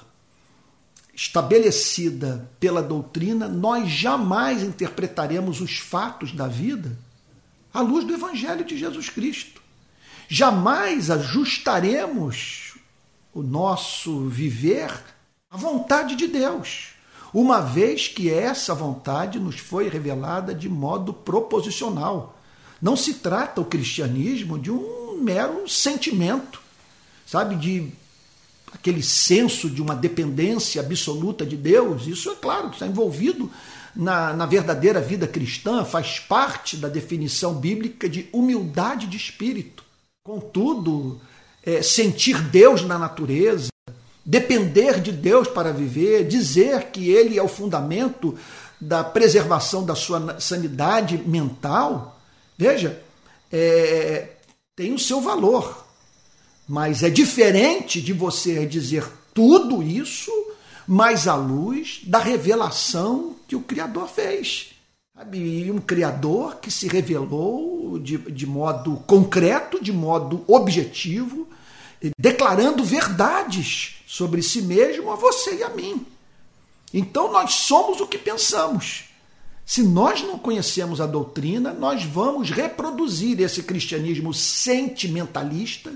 estabelecida pela doutrina, nós jamais interpretaremos os fatos da vida à luz do Evangelho de Jesus Cristo. Jamais ajustaremos o nosso viver à vontade de Deus, uma vez que essa vontade nos foi revelada de modo proposicional. Não se trata o cristianismo de um mero sentimento, sabe, de aquele senso de uma dependência absoluta de Deus. Isso é claro que está envolvido na, na verdadeira vida cristã, faz parte da definição bíblica de humildade de espírito. Contudo, é, sentir Deus na natureza, depender de Deus para viver, dizer que Ele é o fundamento da preservação da sua sanidade mental, veja, é, tem o seu valor. Mas é diferente de você dizer tudo isso, mas à luz da revelação que o Criador fez. Sabe? Um Criador que se revelou de, de modo concreto, de modo objetivo, declarando verdades sobre si mesmo a você e a mim. Então nós somos o que pensamos. Se nós não conhecemos a doutrina, nós vamos reproduzir esse cristianismo sentimentalista,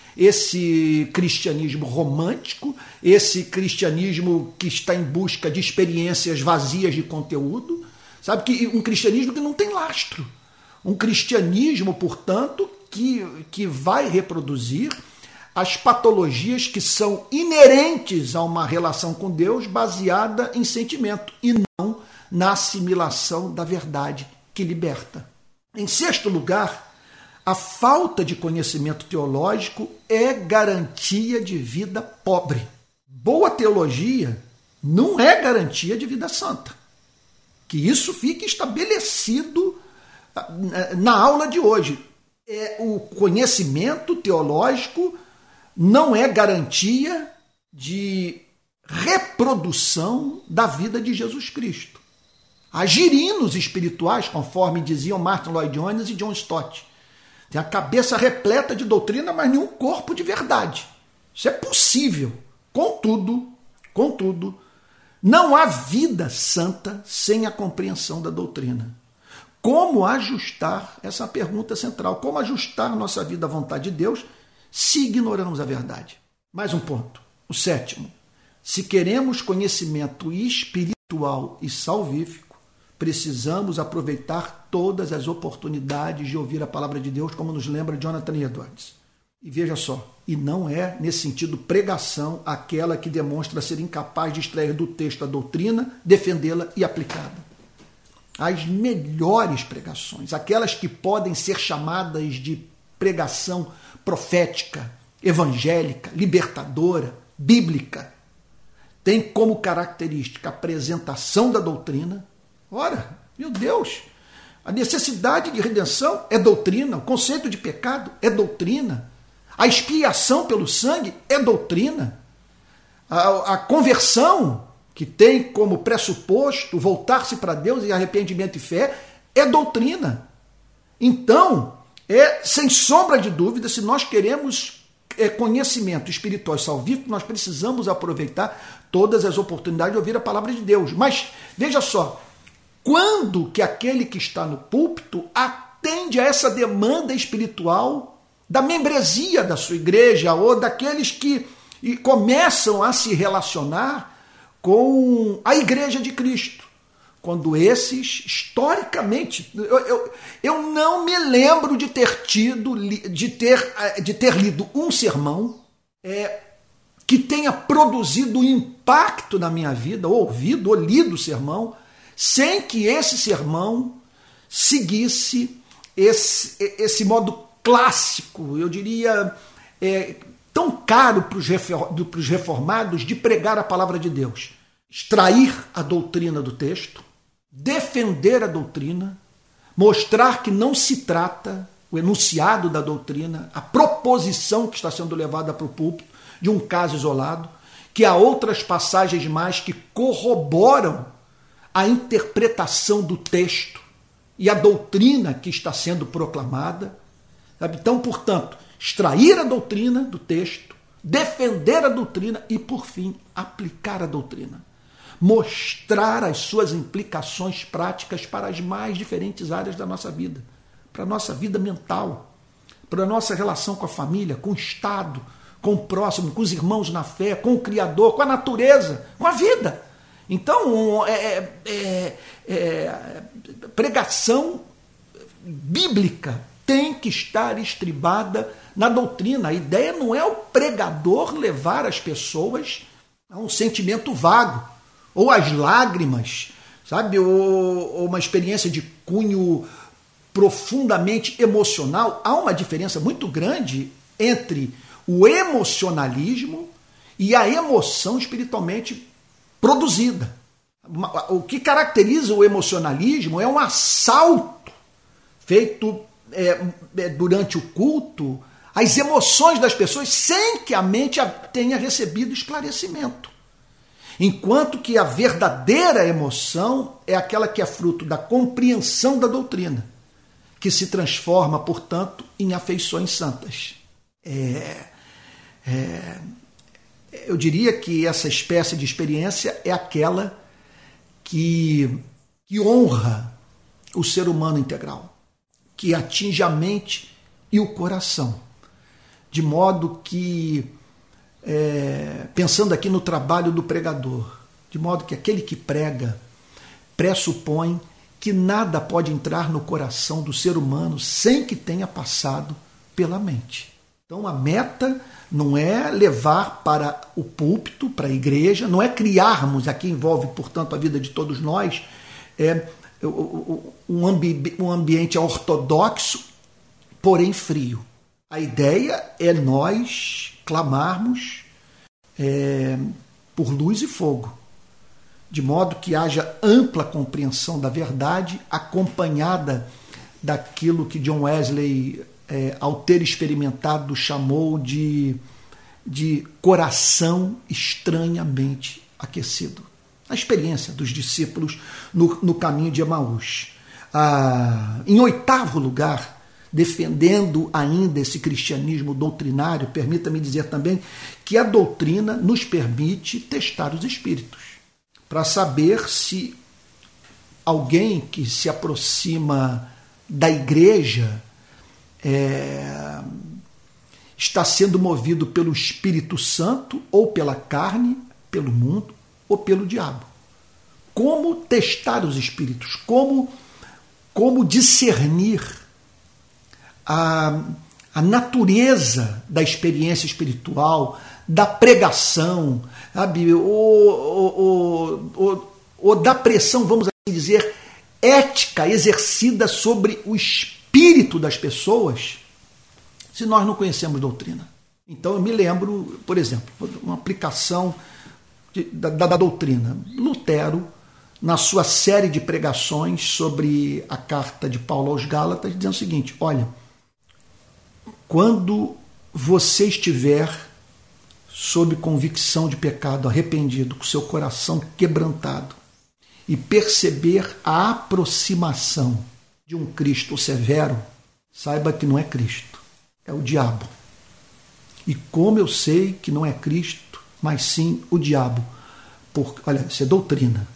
esse cristianismo romântico, esse cristianismo que está em busca de experiências vazias de conteúdo, sabe, que um cristianismo que não tem lastro. Um cristianismo, portanto, que, que vai reproduzir as patologias que são inerentes a uma relação com Deus baseada em sentimento e não na assimilação da verdade que liberta. Em sexto lugar, a falta de conhecimento teológico é garantia de vida pobre. Boa teologia não é garantia de vida santa. Que isso fique estabelecido na aula de hoje. É, o conhecimento teológico não é garantia de reprodução da vida de Jesus Cristo. Há girinos espirituais, conforme diziam Martin Lloyd-Jones e John Stott. Tem a cabeça repleta de doutrina, mas nenhum corpo de verdade. Isso é possível. Contudo, contudo, não há vida santa sem a compreensão da doutrina. Como ajustar essa pergunta central? Como ajustar nossa vida à vontade de Deus se ignoramos a verdade? Mais um ponto. O sétimo. Se queremos conhecimento espiritual e salvífico, precisamos aproveitar todas as oportunidades de ouvir a palavra de Deus, como nos lembra Jonathan Edwards. E veja só, e não é, nesse sentido, pregação aquela que demonstra ser incapaz de extrair do texto a doutrina, defendê-la e aplicá-la. As melhores pregações, aquelas que podem ser chamadas de pregação profética, evangélica, libertadora, bíblica, têm como característica a apresentação da doutrina. Ora, meu Deus, a necessidade de redenção é doutrina, o conceito de pecado é doutrina, a expiação pelo sangue é doutrina, a, a conversão, que tem como pressuposto voltar-se para Deus em arrependimento e fé, é doutrina. Então, é sem sombra de dúvida, se nós queremos é, conhecimento espiritual e salvífico, nós precisamos aproveitar todas as oportunidades de ouvir a palavra de Deus. Mas, veja só, quando que aquele que está no púlpito atende a essa demanda espiritual da membresia da sua igreja ou daqueles que começam a se relacionar com a igreja de Cristo? Quando esses, historicamente, eu, eu, eu não me lembro de ter tido, de ter, de ter lido um sermão é, que tenha produzido impacto na minha vida, ou ouvido, ou lido o sermão, sem que esse sermão seguisse esse, esse modo clássico, eu diria, é, tão caro para os reformados de pregar a palavra de Deus. Extrair a doutrina do texto, defender a doutrina, mostrar que não se trata, o enunciado da doutrina, a proposição que está sendo levada para o púlpito, de um caso isolado, que há outras passagens mais que corroboram a interpretação do texto e a doutrina que está sendo proclamada. Então, portanto, extrair a doutrina do texto, defender a doutrina e, por fim, aplicar a doutrina. Mostrar as suas implicações práticas para as mais diferentes áreas da nossa vida. Para a nossa vida mental, para a nossa relação com a família, com o Estado, com o próximo, com os irmãos na fé, com o Criador, com a natureza, com a vida. Então, é, é, é, pregação bíblica tem que estar estribada na doutrina. A ideia não é o pregador levar as pessoas a um sentimento vago, ou às lágrimas, sabe, ou, ou uma experiência de cunho profundamente emocional. Há uma diferença muito grande entre o emocionalismo e a emoção espiritualmente produzida. O que caracteriza o emocionalismo é um assalto feito é, durante o culto às emoções das pessoas sem que a mente tenha recebido esclarecimento. Enquanto que a verdadeira emoção é aquela que é fruto da compreensão da doutrina, que se transforma, portanto, em afeições santas. É... É, eu diria que essa espécie de experiência é aquela que, que honra o ser humano integral, que atinge a mente e o coração, de modo que, é, pensando aqui no trabalho do pregador, de modo que aquele que prega pressupõe que nada pode entrar no coração do ser humano sem que tenha passado pela mente. Então a meta não é levar para o púlpito, para a igreja, não é criarmos, aqui envolve, portanto, a vida de todos nós, é, um, ambi- um ambiente ortodoxo, porém frio. A ideia é nós clamarmos é, por luz e fogo, de modo que haja ampla compreensão da verdade, acompanhada daquilo que John Wesley, é, ao ter experimentado, chamou de, de coração estranhamente aquecido. A experiência dos discípulos no, no caminho de Emaús. Ah, em oitavo lugar, defendendo ainda esse cristianismo doutrinário, permita-me dizer também que a doutrina nos permite testar os espíritos, para saber se alguém que se aproxima da igreja é, está sendo movido pelo Espírito Santo ou pela carne, pelo mundo ou pelo diabo. Como testar os espíritos? Como, como discernir a, a natureza da experiência espiritual, da pregação, sabe? Ou, ou, ou, ou da pressão, vamos assim dizer, ética exercida sobre o espírito das pessoas, se nós não conhecemos doutrina. Então eu me lembro, por exemplo, uma aplicação de, da, da doutrina. Lutero, na sua série de pregações sobre a carta de Paulo aos Gálatas, dizendo o seguinte: olha, quando você estiver sob convicção de pecado, arrependido, com seu coração quebrantado, e perceber a aproximação de um Cristo severo, saiba que não é Cristo, é o diabo. E como eu sei que não é Cristo, mas sim o diabo? Porque, olha, isso é doutrina.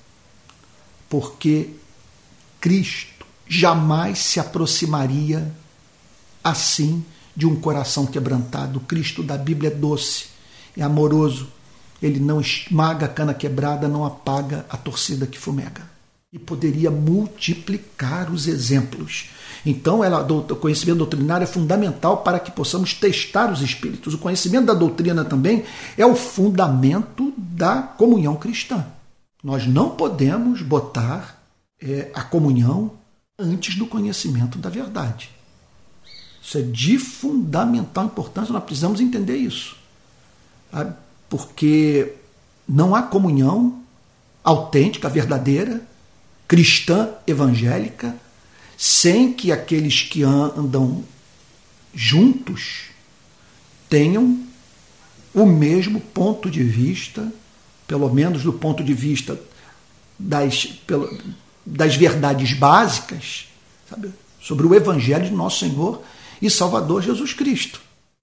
Porque Cristo jamais se aproximaria assim de um coração quebrantado. O Cristo da Bíblia é doce, é amoroso. Ele não esmaga a cana quebrada, não apaga a torcida que fumega. E poderia multiplicar os exemplos. Então, ela, o conhecimento doutrinário é fundamental para que possamos testar os espíritos. O conhecimento da doutrina também é o fundamento da comunhão cristã. Nós não podemos botar é, a comunhão antes do conhecimento da verdade. Isso é de fundamental importância, nós precisamos entender isso. Sabe? Porque não há comunhão autêntica, verdadeira, cristã, evangélica, sem que aqueles que andam juntos tenham o mesmo ponto de vista, pelo menos do ponto de vista das, das verdades básicas, sabe? Sobre o Evangelho de nosso Senhor e Salvador Jesus Cristo.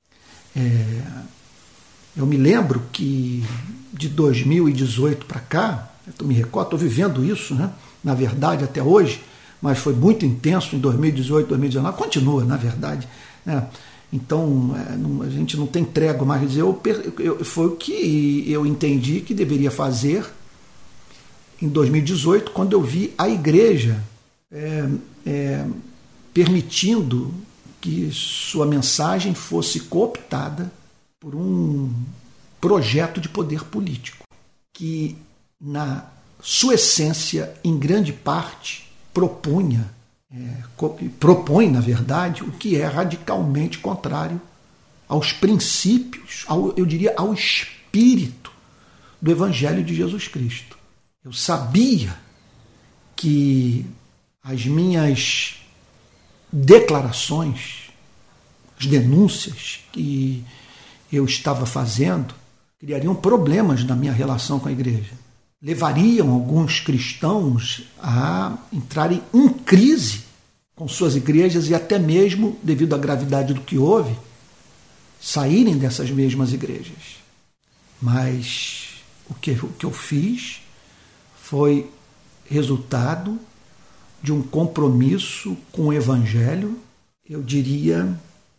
É, eu me lembro que de dois mil e dezoito para cá, eu me recordo, estou vivendo isso, né? Na verdade, até hoje, mas foi muito intenso em dois mil e dezoito, dois mil e dezenove, continua, na verdade. Né? Então, é, não, a gente não tem trégua mais. Quer dizer, eu, eu, foi o que eu entendi que deveria fazer em dois mil e dezoito, quando eu vi a igreja é, é, permitindo que sua mensagem fosse cooptada por um projeto de poder político, que na sua essência, em grande parte, propunha, é, propõe, na verdade, o que é radicalmente contrário aos princípios, ao, eu diria, ao espírito do Evangelho de Jesus Cristo. Eu sabia que as minhas declarações, as denúncias que eu estava fazendo, criariam problemas na minha relação com a igreja. Levariam alguns cristãos a entrarem em crise com suas igrejas e até mesmo, devido à gravidade do que houve, saírem dessas mesmas igrejas. Mas o que, o que eu fiz foi resultado de um compromisso com o Evangelho, eu diria,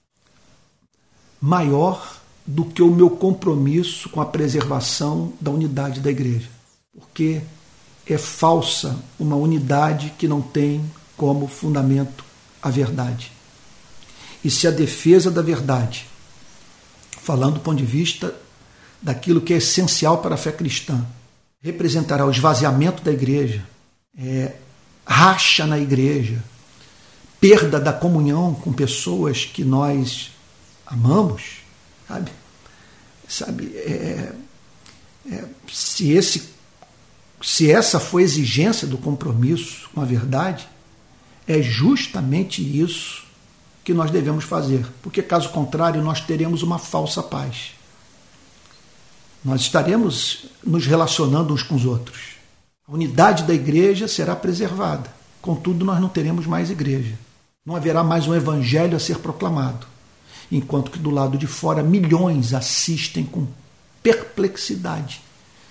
maior do que o meu compromisso com a preservação da unidade da igreja. Porque é falsa uma unidade que não tem como fundamento a verdade. E se a defesa da verdade, falando do ponto de vista daquilo que é essencial para a fé cristã, representará o esvaziamento da igreja, é, racha na igreja, perda da comunhão com pessoas que nós amamos, sabe? Sabe, é, é, se, esse, se essa foi a exigência do compromisso com a verdade, é justamente isso que nós devemos fazer, porque caso contrário nós teremos uma falsa paz. Nós estaremos nos relacionando uns com os outros. A unidade da igreja será preservada, contudo nós não teremos mais igreja. Não haverá mais um evangelho a ser proclamado, enquanto que do lado de fora milhões assistem com perplexidade.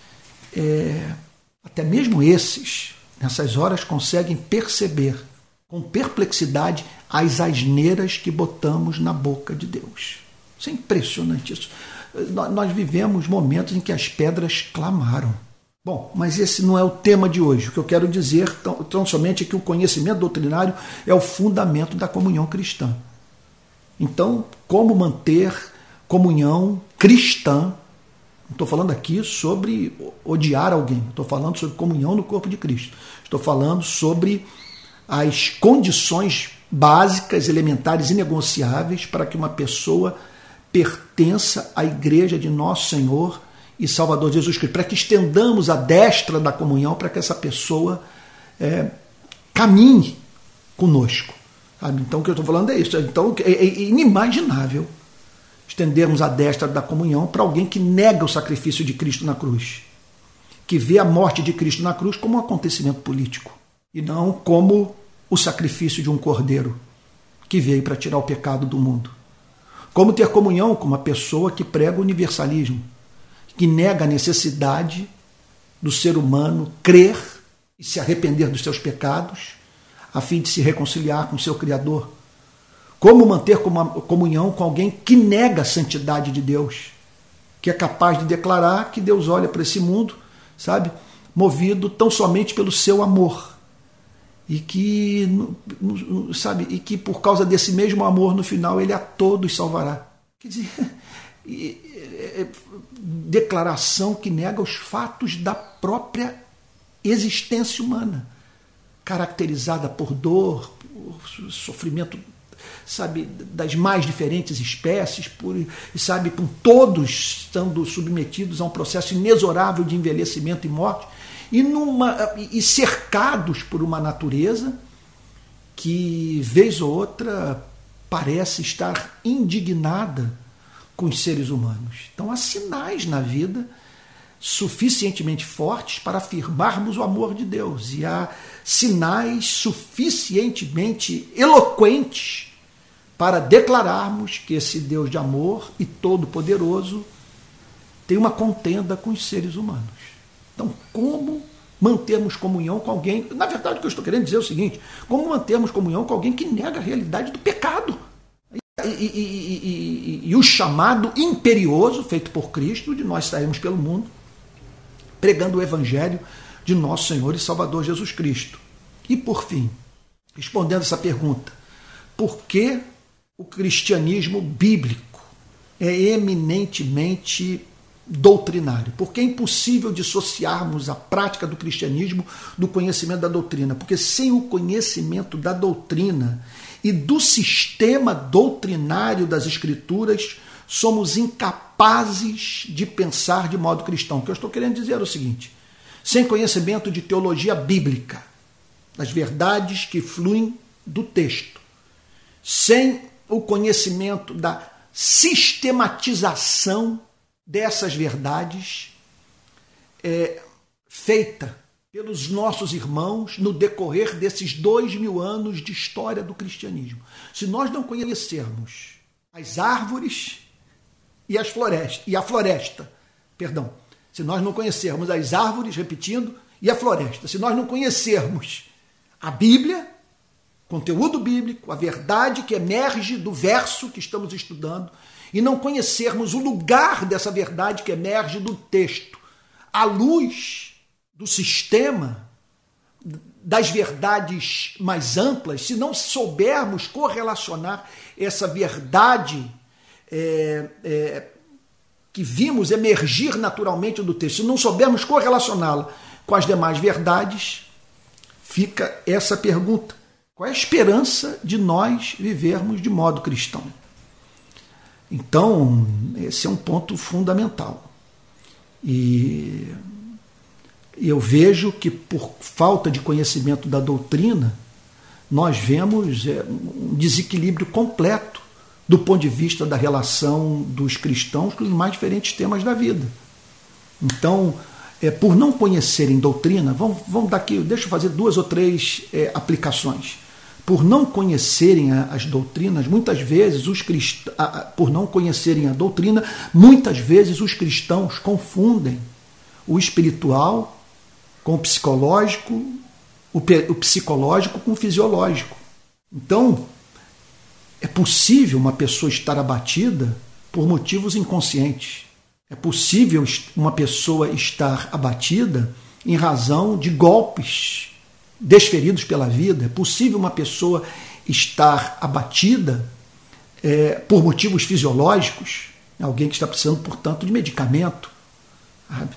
É, até mesmo esses, nessas horas, conseguem perceber com perplexidade as asneiras que botamos na boca de Deus. Isso é impressionante isso. Nós vivemos momentos em que as pedras clamaram. Bom, mas esse não é o tema de hoje. O que eu quero dizer tão, tão somente é que o conhecimento doutrinário é o fundamento da comunhão cristã. Então, como manter comunhão cristã? Não estou falando aqui sobre odiar alguém, estou falando sobre comunhão no corpo de Cristo. Estou falando sobre as condições básicas, elementares e negociáveis para que uma pessoa pertença à igreja de nosso Senhor e Salvador Jesus Cristo, para que estendamos a destra da comunhão, para que essa pessoa é, caminhe conosco. Sabe? Então o que eu estou falando é isso. Então é, é inimaginável estendermos a destra da comunhão para alguém que nega o sacrifício de Cristo na cruz, que vê a morte de Cristo na cruz como um acontecimento político e não como o sacrifício de um cordeiro que veio para tirar o pecado do mundo. Como ter comunhão com uma pessoa que prega o universalismo, que nega a necessidade do ser humano crer e se arrepender dos seus pecados, a fim de se reconciliar com o seu Criador. Como manter comunhão com alguém que nega a santidade de Deus, que é capaz de declarar que Deus olha para esse mundo, sabe, movido tão somente pelo seu amor, e que, sabe, e que por causa desse mesmo amor, no final, ele a todos salvará. Quer dizer, declaração que nega os fatos da própria existência humana, caracterizada por dor, por sofrimento, sabe, das mais diferentes espécies, por, sabe, com todos estando submetidos a um processo inexorável de envelhecimento e morte, e, numa, e cercados por uma natureza que, vez ou outra, parece estar indignada com os seres humanos. Então há sinais na vida suficientemente fortes para afirmarmos o amor de Deus, e há sinais suficientemente eloquentes para declararmos que esse Deus de amor e todo-poderoso tem uma contenda com os seres humanos. Então, como mantermos comunhão com alguém... Na verdade, o que eu estou querendo dizer é o seguinte: como mantermos comunhão com alguém que nega a realidade do pecado? E, e, e, e, e o chamado imperioso, feito por Cristo, de nós sairmos pelo mundo, pregando o Evangelho de nosso Senhor e Salvador Jesus Cristo. E, por fim, respondendo essa pergunta, por que o cristianismo bíblico é eminentemente doutrinário? Porque é impossível dissociarmos a prática do cristianismo do conhecimento da doutrina, porque sem o conhecimento da doutrina e do sistema doutrinário das Escrituras, somos incapazes de pensar de modo cristão. O que eu estou querendo dizer é o seguinte: sem conhecimento de teologia bíblica, das verdades que fluem do texto, sem o conhecimento da sistematização dessas verdades é, feita pelos nossos irmãos no decorrer desses dois mil anos de história do cristianismo. Se nós não conhecermos as árvores e, as florestas, e a floresta. Perdão. Se nós não conhecermos as árvores, repetindo, e a floresta. Se nós não conhecermos a Bíblia, conteúdo bíblico, a verdade que emerge do verso que estamos estudando, e não conhecermos o lugar dessa verdade que emerge do texto, à luz do sistema, das verdades mais amplas, se não soubermos correlacionar essa verdade é, é, que vimos emergir naturalmente do texto, se não soubermos correlacioná-la com as demais verdades, fica essa pergunta: qual é a esperança de nós vivermos de modo cristão? Então, esse é um ponto fundamental. E eu vejo que, por falta de conhecimento da doutrina, nós vemos um desequilíbrio completo do ponto de vista da relação dos cristãos com os mais diferentes temas da vida. Então, é, por não conhecerem doutrina, vamos, vamos dar aqui, deixa eu fazer duas ou três é, aplicações. Por não conhecerem as doutrinas, muitas vezes os cristãos, por não conhecerem a doutrina, muitas vezes os cristãos confundem o espiritual com o psicológico, o, o psicológico com o fisiológico. Então, é possível uma pessoa estar abatida por motivos inconscientes. É possível uma pessoa estar abatida em razão de golpes desferidos pela vida. É possível uma pessoa estar abatida é, por motivos fisiológicos, alguém que está precisando, portanto, de medicamento. Sabe?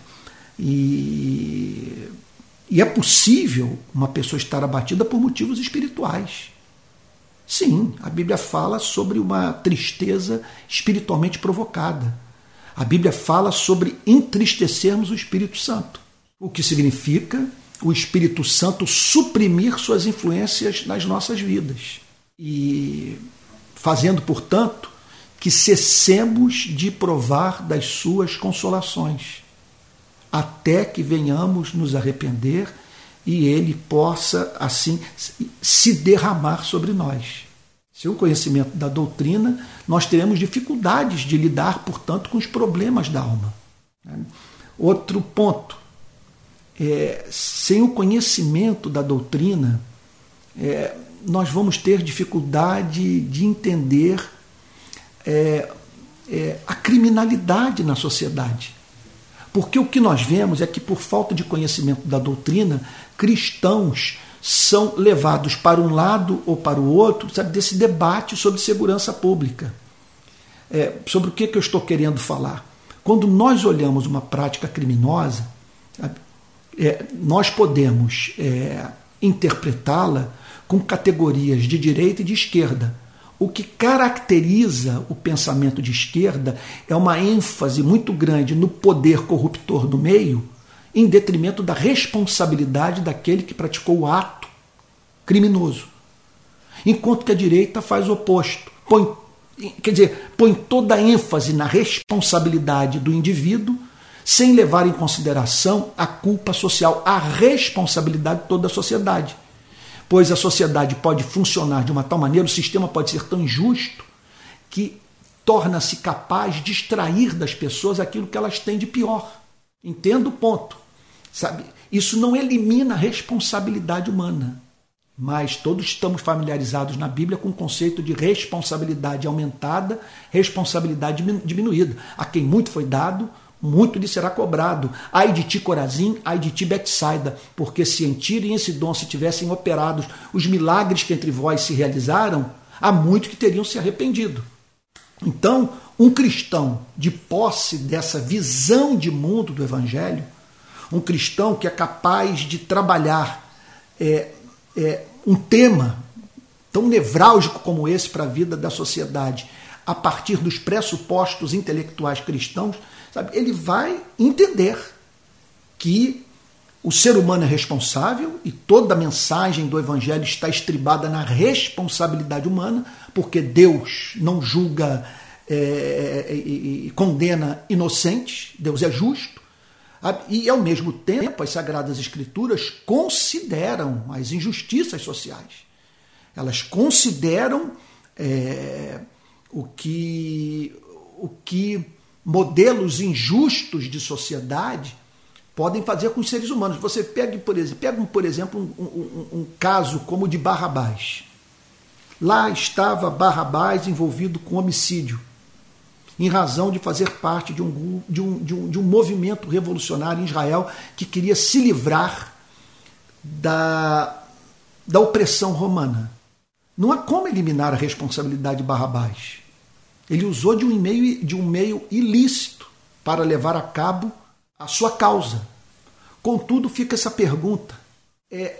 E, e é possível uma pessoa estar abatida por motivos espirituais. Sim, a Bíblia fala sobre uma tristeza espiritualmente provocada. A Bíblia fala sobre entristecermos o Espírito Santo, o que significa o Espírito Santo suprimir suas influências nas nossas vidas. E fazendo, portanto, que cessemos de provar das suas consolações, até que venhamos nos arrepender e ele possa, assim, se derramar sobre nós. Sem o conhecimento da doutrina, nós teremos dificuldades de lidar, portanto, com os problemas da alma. Outro ponto, é, sem o conhecimento da doutrina, é, nós vamos ter dificuldade de entender é, é, a criminalidade na sociedade. Porque o que nós vemos é que, por falta de conhecimento da doutrina, cristãos são levados para um lado ou para o outro, sabe, desse debate sobre segurança pública. É, sobre o que, que eu estou querendo falar? Quando nós olhamos uma prática criminosa, sabe, é, nós podemos é, interpretá-la com categorias de direita e de esquerda. O que caracteriza o pensamento de esquerda é uma ênfase muito grande no poder corruptor do meio, em detrimento da responsabilidade daquele que praticou o ato criminoso. Enquanto que a direita faz o oposto. Põe, quer dizer, põe toda a ênfase na responsabilidade do indivíduo, sem levar em consideração a culpa social, a responsabilidade de toda a sociedade. Pois a sociedade pode funcionar de uma tal maneira, o sistema pode ser tão injusto, que torna-se capaz de extrair das pessoas aquilo que elas têm de pior. Entenda o ponto. Sabe? Isso não elimina a responsabilidade humana, mas todos estamos familiarizados na Bíblia com o conceito de responsabilidade aumentada, responsabilidade diminuída. A quem muito foi dado, muito lhe será cobrado. Ai de ti, Corazim, ai de ti, Betsaida, porque se em Tiro e em Sidom se tivessem operado os milagres que entre vós se realizaram, há muito que teriam se arrependido. Então, um cristão de posse dessa visão de mundo do Evangelho, um cristão que é capaz de trabalhar é, é, um tema tão nevrálgico como esse para a vida da sociedade, a partir dos pressupostos intelectuais cristãos, sabe, ele vai entender que o ser humano é responsável e toda a mensagem do Evangelho está estribada na responsabilidade humana, porque Deus não julga é, e, e condena inocentes, Deus é justo. E, ao mesmo tempo, as Sagradas Escrituras consideram as injustiças sociais. Elas consideram é, o que, o que modelos injustos de sociedade podem fazer com os seres humanos. Você pega, por exemplo, pega, por exemplo um, um, um caso como o de Barrabás. Lá estava Barrabás envolvido com homicídio, em razão de fazer parte de um, de, um, de, um, de um movimento revolucionário em Israel que queria se livrar da, da opressão romana. Não há como eliminar a responsabilidade de Barrabás. Ele usou de um meio, de um meio ilícito para levar a cabo a sua causa. Contudo, fica essa pergunta. É,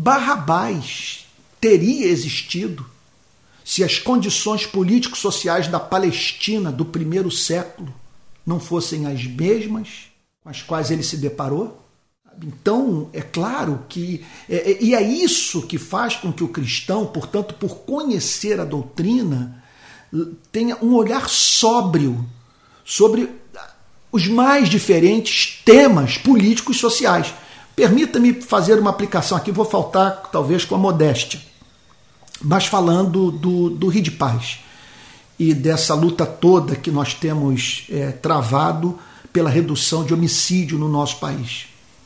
Barrabás teria existido se as condições político-sociais da Palestina do primeiro século não fossem as mesmas com as quais ele se deparou? Então, é claro que... É, é, e é isso que faz com que o cristão, portanto, por conhecer a doutrina, tenha um olhar sóbrio sobre os mais diferentes temas políticos e sociais. Permita-me fazer uma aplicação aqui, vou faltar talvez com a modéstia, mas falando do, do Rio de Paz e dessa luta toda que nós temos é, travado pela redução de homicídio no nosso país.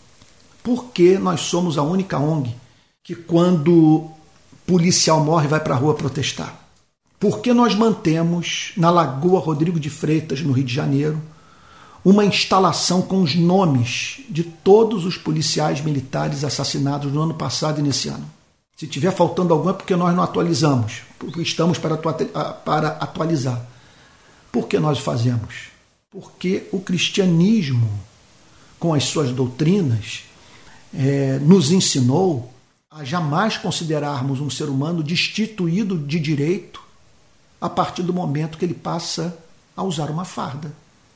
Porque nós somos a única O N G que, quando policial morre, vai para a rua protestar. Porque nós mantemos na Lagoa Rodrigo de Freitas, no Rio de Janeiro, uma instalação com os nomes de todos os policiais militares assassinados no ano passado e nesse ano. Se tiver faltando algum é porque nós não atualizamos, porque estamos para, para atualizar. Por que nós o fazemos? Porque o cristianismo, com as suas doutrinas, é, nos ensinou a jamais considerarmos um ser humano destituído de direito a partir do momento que ele passa a usar uma farda.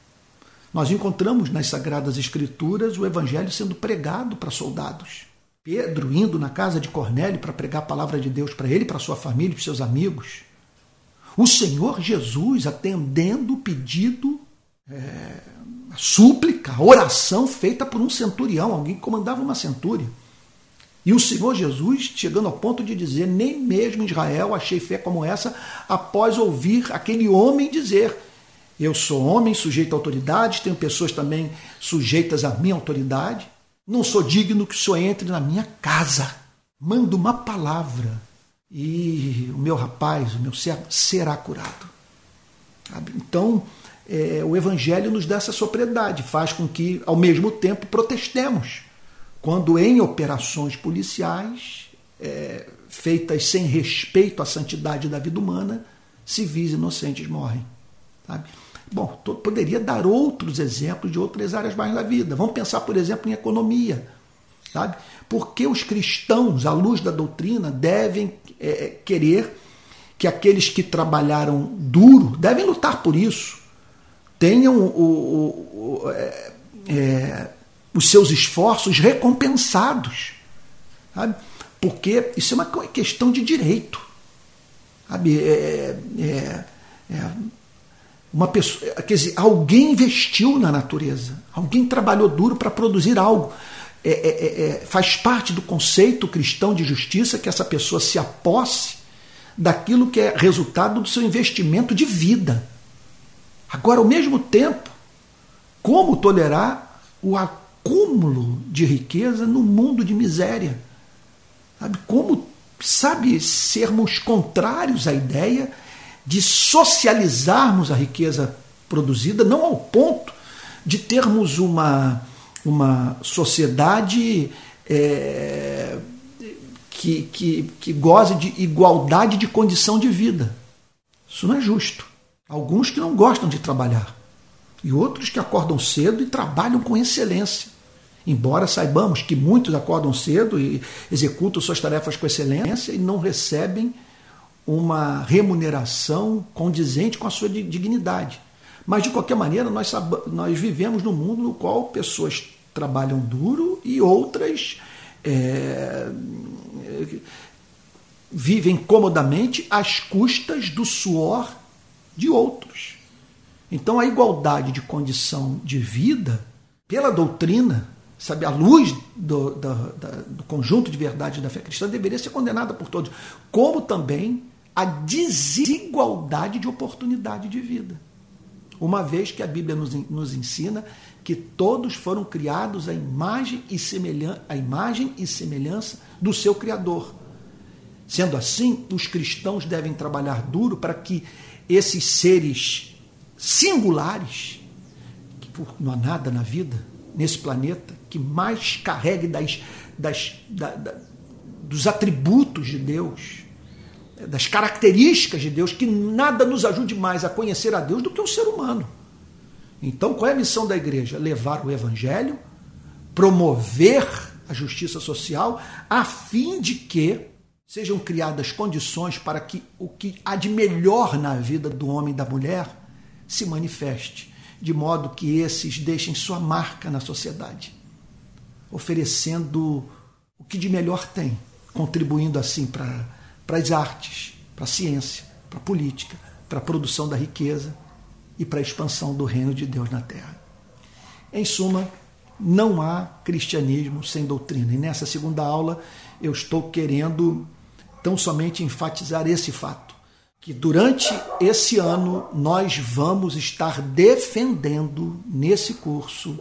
Nós encontramos nas Sagradas Escrituras o Evangelho sendo pregado para soldados. Pedro indo na casa de Cornélio para pregar a palavra de Deus para ele, para sua família e para seus amigos. O Senhor Jesus atendendo o pedido, é, a súplica, a oração feita por um centurião, alguém que comandava uma centúria. E o Senhor Jesus chegando ao ponto de dizer, nem mesmo em Israel achei fé como essa, após ouvir aquele homem dizer, eu sou homem sujeito à autoridade, tenho pessoas também sujeitas à minha autoridade, não sou digno que o Senhor entre na minha casa. Manda uma palavra e o meu rapaz, o meu servo, será curado. Então, é, o Evangelho nos dá essa sobriedade, faz com que, ao mesmo tempo, protestemos. Quando em operações policiais, é, feitas sem respeito à santidade da vida humana, civis inocentes morrem. Sabe? Bom, poderia dar outros exemplos de outras áreas mais da vida. Vamos pensar, por exemplo, em economia. Sabe? Porque os cristãos, à luz da doutrina, devem é, querer que aqueles que trabalharam duro, devem lutar por isso, tenham o, o, o, é, é, os seus esforços recompensados. Sabe? Porque isso é uma questão de direito. Sabe? É, é, é, Uma pessoa, quer dizer, alguém investiu na natureza, alguém trabalhou duro para produzir algo. É, é, é, faz parte do conceito cristão de justiça que essa pessoa se aposse daquilo que é resultado do seu investimento de vida. Agora, ao mesmo tempo, como tolerar o acúmulo de riqueza no mundo de miséria? Sabe? Como, sabe, sermos contrários à ideia de socializarmos a riqueza produzida, não ao ponto de termos uma, uma sociedade é, que, que, que goze de igualdade de condição de vida. Isso não é justo. Alguns que não gostam de trabalhar e outros que acordam cedo e trabalham com excelência. Embora saibamos que muitos acordam cedo e executam suas tarefas com excelência e não recebem uma remuneração condizente com a sua dignidade. Mas, de qualquer maneira, nós, nós vivemos num mundo no qual pessoas trabalham duro e outras é, vivem comodamente às custas do suor de outros. Então, a igualdade de condição de vida, pela doutrina, sabe, à luz do, do, do conjunto de verdades da fé cristã, deveria ser condenada por todos, como também a desigualdade de oportunidade de vida. uma vez que a Bíblia nos, nos ensina que todos foram criados à imagem e semelhança, à imagem e semelhança do seu Criador. Sendo assim, os cristãos devem trabalhar duro para que esses seres singulares, que não há nada na vida, nesse planeta, que mais carregue das, das, da, da, dos atributos de Deus, das características de Deus, que nada nos ajude mais a conhecer a Deus do que um ser humano. Então, qual é a missão da igreja? Levar o evangelho, promover a justiça social, a fim de que sejam criadas condições para que o que há de melhor na vida do homem e da mulher se manifeste, de modo que esses deixem sua marca na sociedade, oferecendo o que de melhor tem, contribuindo assim para, para as artes, para a ciência, para a política, para a produção da riqueza e para a expansão do reino de Deus na terra. Em suma, não há cristianismo sem doutrina. E nessa segunda aula eu estou querendo tão somente enfatizar esse fato, que durante esse ano nós vamos estar defendendo nesse curso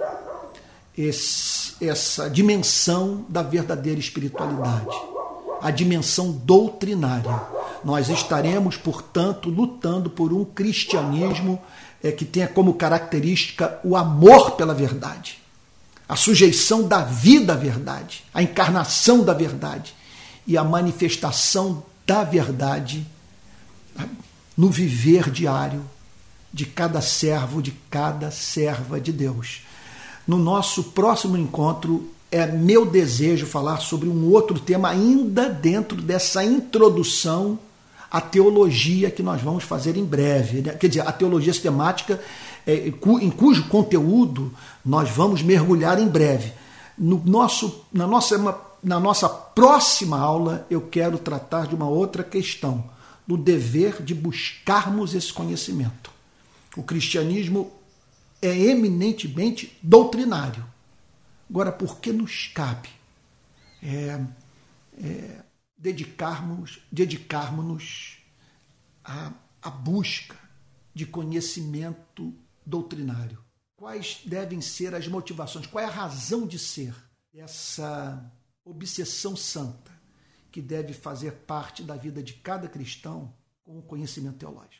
esse, essa dimensão da verdadeira espiritualidade, a dimensão doutrinária. Nós estaremos, portanto, lutando por um cristianismo é, que tenha como característica o amor pela verdade, a sujeição da vida à verdade, a encarnação da verdade e a manifestação da verdade no viver diário de cada servo, de cada serva de Deus. No nosso próximo encontro, é meu desejo falar sobre um outro tema ainda dentro dessa introdução à teologia que nós vamos fazer em breve. Quer dizer, a teologia sistemática, é, em cujo conteúdo nós vamos mergulhar em breve. No nosso, na, nossa, na nossa próxima aula, eu quero tratar de uma outra questão, do dever de buscarmos esse conhecimento. O cristianismo é eminentemente doutrinário. Agora, por que nos cabe é, é, dedicarmos, dedicarmos-nos à, à busca de conhecimento doutrinário? Quais devem ser as motivações? Qual é a razão de ser dessa obsessão santa que deve fazer parte da vida de cada cristão com o conhecimento teológico?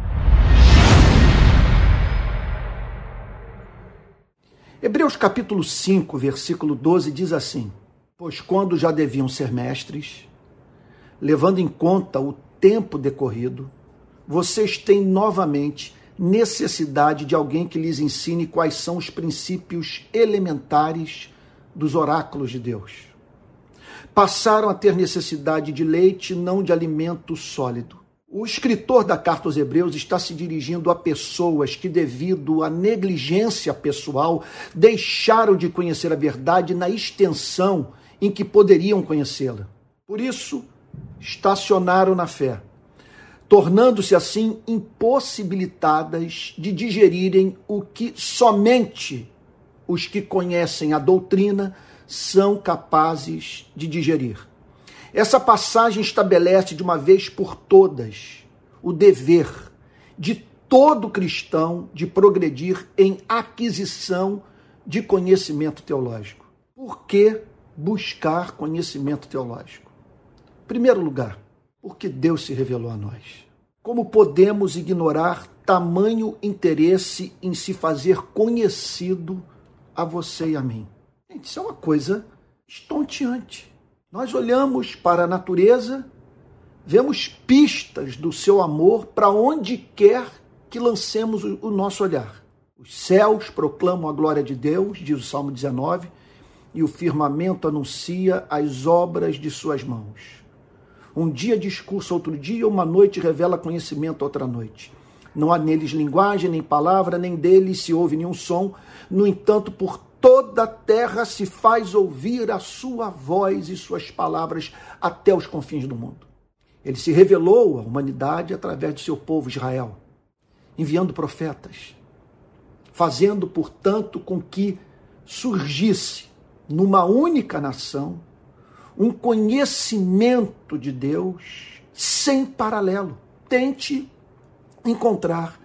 Hebreus capítulo cinco, versículo doze diz assim: pois quando já deviam ser mestres, levando em conta o tempo decorrido, vocês têm novamente necessidade de alguém que lhes ensine quais são os princípios elementares dos oráculos de Deus. Passaram a ter necessidade de leite, não de alimento sólido. O escritor da carta aos Hebreus está se dirigindo a pessoas que, devido à negligência pessoal, deixaram de conhecer a verdade na extensão em que poderiam conhecê-la. Por isso, estacionaram na fé, tornando-se assim impossibilitadas de digerirem o que somente os que conhecem a doutrina são capazes de digerir. Essa passagem estabelece de uma vez por todas o dever de todo cristão de progredir em aquisição de conhecimento teológico. Por que buscar conhecimento teológico? Em primeiro lugar, porque Deus se revelou a nós. Como podemos ignorar tamanho interesse em se fazer conhecido a você e a mim? Gente, isso é uma coisa estonteante. Nós olhamos para a natureza, vemos pistas do seu amor para onde quer que lancemos o nosso olhar. Os céus proclamam a glória de Deus, diz o Salmo dezenove, e o firmamento anuncia as obras de suas mãos. Um dia discurso outro dia, uma noite revela conhecimento outra noite. Não há neles linguagem, nem palavra, nem deles se ouve nenhum som. No entanto, por toda a terra se faz ouvir a sua voz e suas palavras até os confins do mundo. Ele se revelou à humanidade através do seu povo Israel, enviando profetas, fazendo, portanto, com que surgisse numa única nação um conhecimento de Deus sem paralelo. Tente encontrar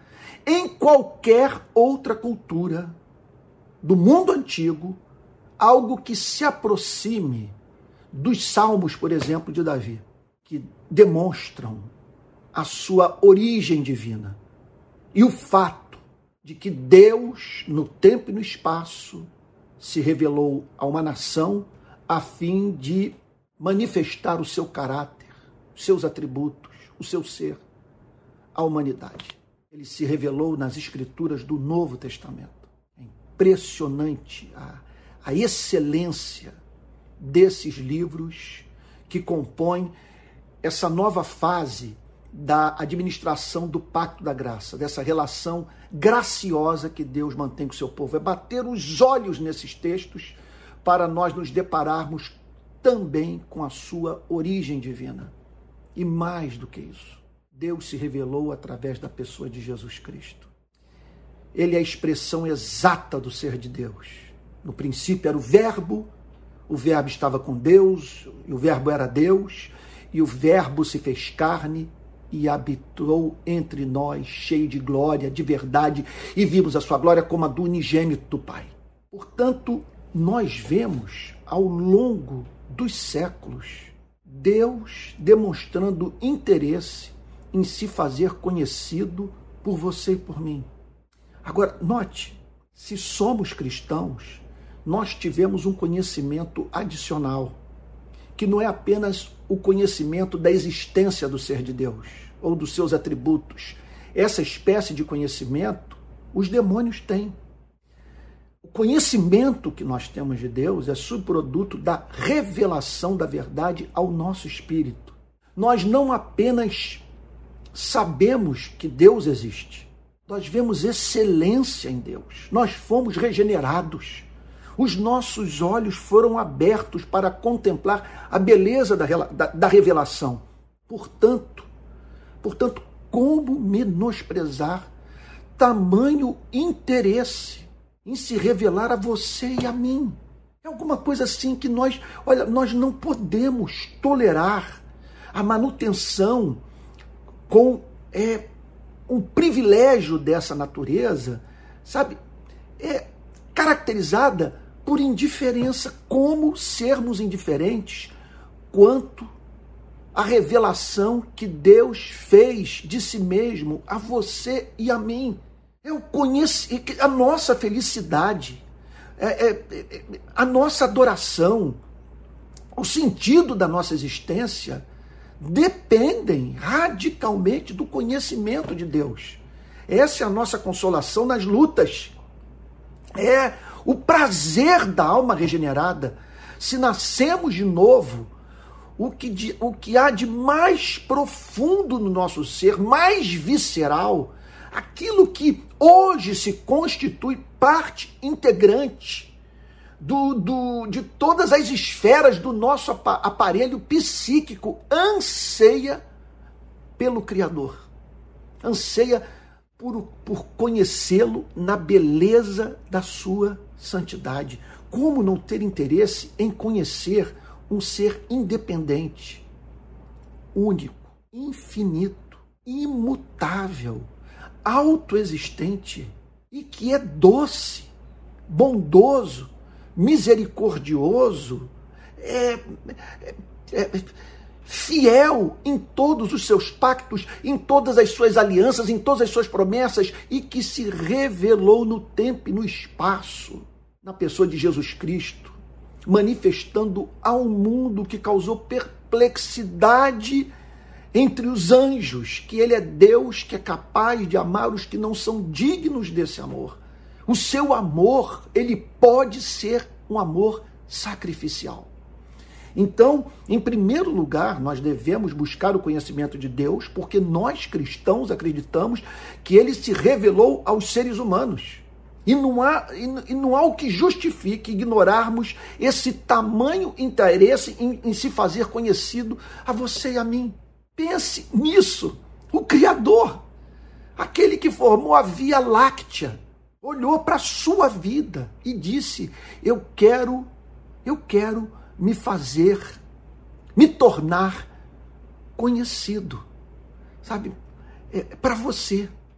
em qualquer outra cultura do mundo antigo algo que se aproxime dos salmos, por exemplo, de Davi, que demonstram a sua origem divina e o fato de que Deus, no tempo e no espaço, se revelou a uma nação a fim de manifestar o seu caráter, os seus atributos, o seu ser à humanidade. Ele se revelou nas escrituras do Novo Testamento. É impressionante a, a excelência desses livros que compõem essa nova fase da administração do Pacto da Graça, dessa relação graciosa que Deus mantém com o seu povo. É bater os olhos nesses textos para nós nos depararmos também com a sua origem divina. E mais do que isso, Deus se revelou através da pessoa de Jesus Cristo. Ele é a expressão exata do ser de Deus. No princípio era o Verbo, o Verbo estava com Deus, e o Verbo era Deus, e o Verbo se fez carne e habitou entre nós, cheio de glória, de verdade, e vimos a sua glória como a do unigênito do Pai. Portanto, nós vemos ao longo dos séculos Deus demonstrando interesse em se fazer conhecido por você e por mim. Agora, note, se somos cristãos, nós tivemos um conhecimento adicional, que não é apenas o conhecimento da existência do ser de Deus, ou dos seus atributos. Essa espécie de conhecimento, os demônios têm. O conhecimento que nós temos de Deus é subproduto da revelação da verdade ao nosso espírito. Nós não apenas sabemos que Deus existe, nós vemos excelência em Deus. Nós fomos regenerados. Os nossos olhos foram abertos para contemplar a beleza da, da, da revelação. Portanto, portanto, como menosprezar tamanho interesse em se revelar a você e a mim? É alguma coisa assim que nós, olha, nós não podemos tolerar a manutenção com é, um privilégio dessa natureza, sabe, é caracterizada por indiferença. Como sermos indiferentes quanto à revelação que Deus fez de si mesmo a você e a mim? Eu conheço a nossa felicidade, é, é, é, a nossa adoração, o sentido da nossa existência dependem radicalmente do conhecimento de Deus. Essa é a nossa consolação nas lutas. É o prazer da alma regenerada. Se nascemos de novo, o que, de, o que há de mais profundo no nosso ser, mais visceral, aquilo que hoje se constitui parte integrante do, do, de todas as esferas do nosso aparelho psíquico, anseia pelo Criador, anseia por, por conhecê-lo na beleza da sua santidade. Como não ter interesse em conhecer um ser independente, único, infinito, imutável, autoexistente e que é doce, bondoso, misericordioso, é, é, é, fiel em todos os seus pactos, em todas as suas alianças, em todas as suas promessas, e que se revelou no tempo e no espaço, na pessoa de Jesus Cristo, manifestando ao mundo que causou perplexidade entre os anjos, que ele é Deus que é capaz de amar os que não são dignos desse amor. O seu amor, ele pode ser um amor sacrificial. Então, em primeiro lugar, nós devemos buscar o conhecimento de Deus, porque nós cristãos acreditamos que ele se revelou aos seres humanos. E não há, e não há o que justifique ignorarmos esse tamanho interesse em, em se fazer conhecido a você e a mim. Pense nisso. O Criador, aquele que formou a Via Láctea, olhou para a sua vida e disse: eu quero, eu quero me fazer, me tornar conhecido. Sabe, é, para você.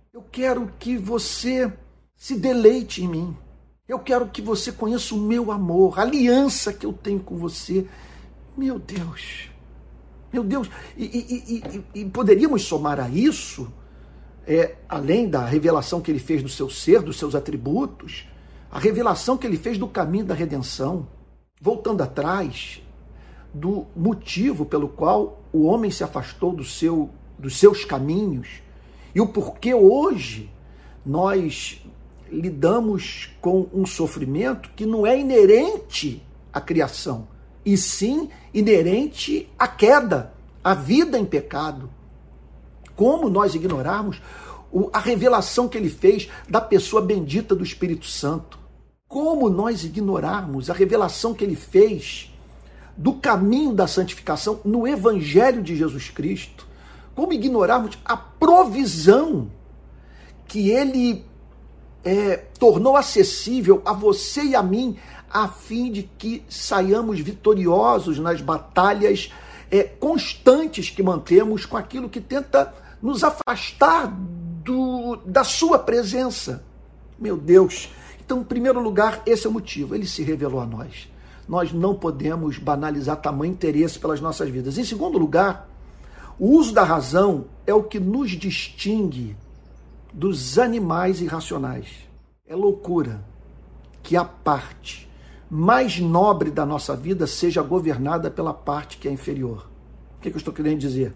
Eu quero que você se deleite em mim. Eu quero que você conheça o meu amor, a aliança que eu tenho com você. Meu Deus, meu Deus. E, e, e, e poderíamos somar a isso, é, além da revelação que ele fez do seu ser, dos seus atributos, a revelação que ele fez do caminho da redenção. Voltando atrás, do motivo pelo qual o homem se afastou do seu, dos seus caminhos e o porquê hoje nós lidamos com um sofrimento que não é inerente à criação, e sim inerente à queda, à vida em pecado. Como nós ignorarmos a revelação que ele fez da pessoa bendita do Espírito Santo? Como nós ignorarmos a revelação que ele fez do caminho da santificação no Evangelho de Jesus Cristo? Como ignorarmos a provisão que ele é, tornou acessível a você e a mim, a fim de que saiamos vitoriosos nas batalhas é, constantes que mantemos com aquilo que tenta nos afastar do, da sua presença. Meu Deus! Então, em primeiro lugar, esse é o motivo. Ele se revelou a nós. Nós não podemos banalizar tamanho interesse pelas nossas vidas. Em segundo lugar, o uso da razão é o que nos distingue dos animais irracionais. É loucura que a parte mais nobre da nossa vida seja governada pela parte que é inferior. O que eu estou querendo dizer?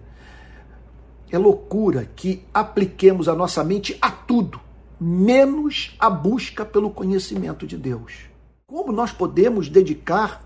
É loucura que apliquemos a nossa mente a tudo, menos a busca pelo conhecimento de Deus. Como nós podemos dedicar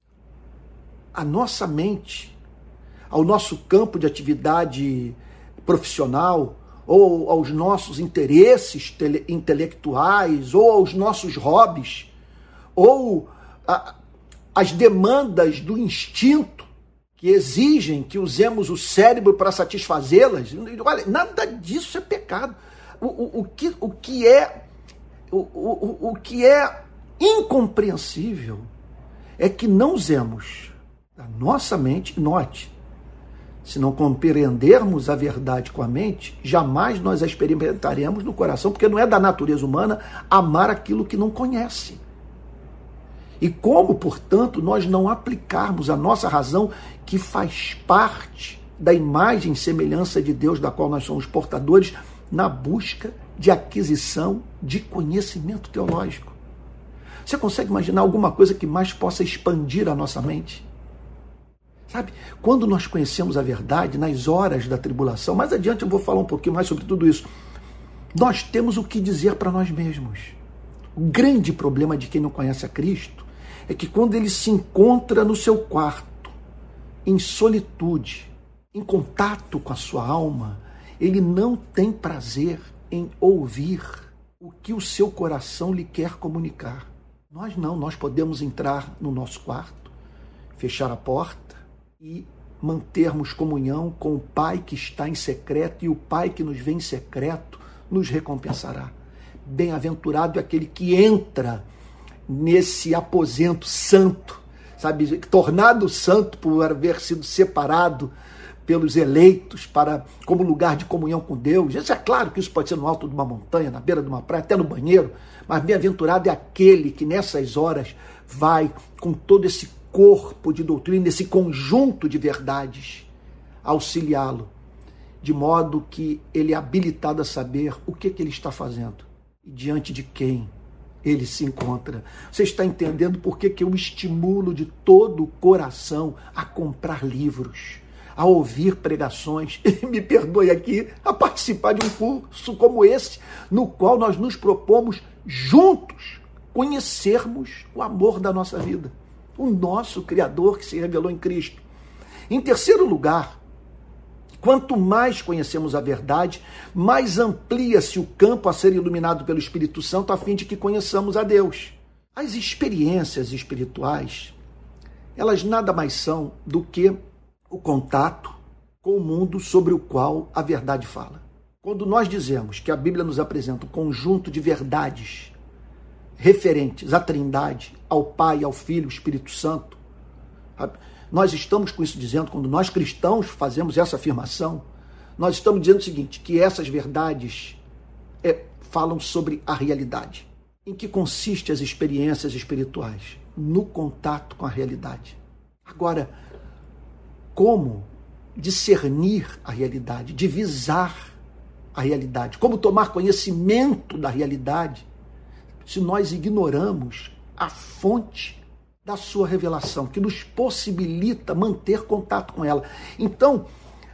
a nossa mente ao nosso campo de atividade profissional, ou aos nossos interesses tele- intelectuais, ou aos nossos hobbies, ou a, as demandas do instinto que exigem que usemos o cérebro para satisfazê-las? Olha, nada disso é pecado. O, o, o, que, o, que, é, o, o, o que é incompreensível é que não usemos a nossa mente. Note, se não compreendermos a verdade com a mente, jamais nós a experimentaremos no coração, porque não é da natureza humana amar aquilo que não conhece. E como, portanto, nós não aplicarmos a nossa razão, que faz parte da imagem e semelhança de Deus, da qual nós somos portadores, na busca de aquisição de conhecimento teológico? Você consegue imaginar alguma coisa que mais possa expandir a nossa mente? Sabe, quando nós conhecemos a verdade nas horas da tribulação, mais adiante eu vou falar um pouquinho mais sobre tudo isso, nós temos o que dizer para nós mesmos. O grande problema de quem não conhece a Cristo é que quando ele se encontra no seu quarto, em solitude, em contato com a sua alma, ele não tem prazer em ouvir o que o seu coração lhe quer comunicar. Nós não, nós podemos entrar no nosso quarto, fechar a porta e mantermos comunhão com o Pai que está em secreto, e o Pai que nos vê em secreto nos recompensará. Bem-aventurado é aquele que entra nesse aposento santo, sabe, tornado santo por haver sido separado pelos eleitos para, como lugar de comunhão com Deus. Isso é claro que isso pode ser no alto de uma montanha, na beira de uma praia, até no banheiro, mas bem-aventurado é aquele que nessas horas vai com todo esse corpo de doutrina, esse conjunto de verdades, auxiliá-lo, de modo que ele é habilitado a saber o que, que ele está fazendo e diante de quem ele se encontra. Você está entendendo por que, que eu estimulo de todo o coração a comprar livros, a ouvir pregações, e me perdoe aqui, a participar de um curso como esse, no qual nós nos propomos juntos conhecermos o amor da nossa vida, o nosso Criador que se revelou em Cristo. Em terceiro lugar, quanto mais conhecemos a verdade, mais amplia-se o campo a ser iluminado pelo Espírito Santo, a fim de que conheçamos a Deus. As experiências espirituais, elas nada mais são do que o contato com o mundo sobre o qual a verdade fala. Quando nós dizemos que a Bíblia nos apresenta um conjunto de verdades referentes à Trindade, ao Pai, ao Filho, ao Espírito Santo, nós estamos com isso dizendo, quando nós cristãos fazemos essa afirmação, nós estamos dizendo o seguinte, que essas verdades é, falam sobre a realidade. Em que consistem as experiências espirituais? No contato com a realidade. Agora, como discernir a realidade, divisar a realidade, como tomar conhecimento da realidade, se nós ignoramos a fonte da sua revelação, que nos possibilita manter contato com ela. Então,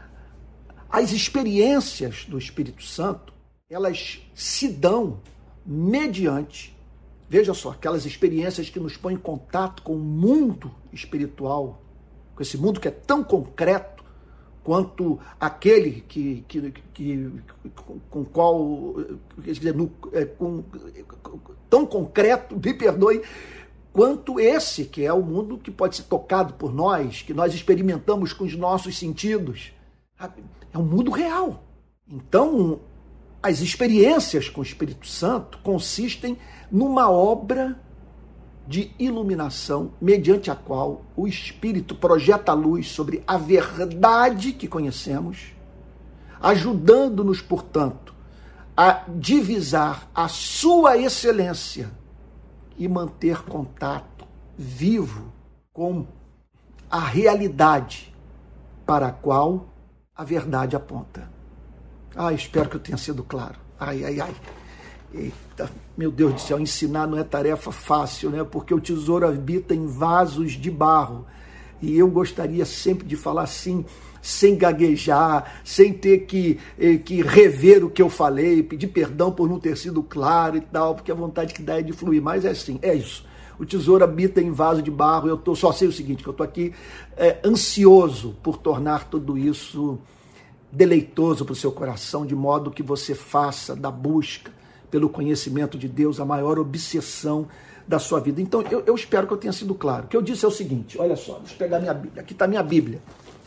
as experiências do Espírito Santo, elas se dão mediante, veja só, aquelas experiências que nos põem em contato com o mundo espiritual, com esse mundo que é tão concreto quanto aquele que, que, que, com qual, quer dizer, no, é, com, tão concreto, me perdoe, quanto esse, que é o mundo que pode ser tocado por nós, que nós experimentamos com os nossos sentidos. É um mundo real. Então, as experiências com o Espírito Santo consistem numa obra de iluminação mediante a qual o Espírito projeta a luz sobre a verdade que conhecemos, ajudando-nos, portanto, a divisar a sua excelência e manter contato vivo com a realidade para a qual a verdade aponta. Ah, espero que eu tenha sido claro. Ai, ai, ai. Eita, meu Deus do céu, ensinar não é tarefa fácil, né? Porque o tesouro habita em vasos de barro. E eu gostaria sempre de falar assim, sem gaguejar, sem ter que, que rever o que eu falei, pedir perdão por não ter sido claro e tal, porque a vontade que dá é de fluir. Mas é assim, é isso. O tesouro habita em vaso de barro. Eu tô, só sei o seguinte, que eu estou aqui é, ansioso por tornar tudo isso deleitoso para o seu coração, de modo que você faça da busca pelo conhecimento de Deus a maior obsessão da sua vida. Então, eu, eu espero que eu tenha sido claro. O que eu disse é o seguinte, olha só, deixa eu pegar minha Bíblia. Aqui está minha Bíblia.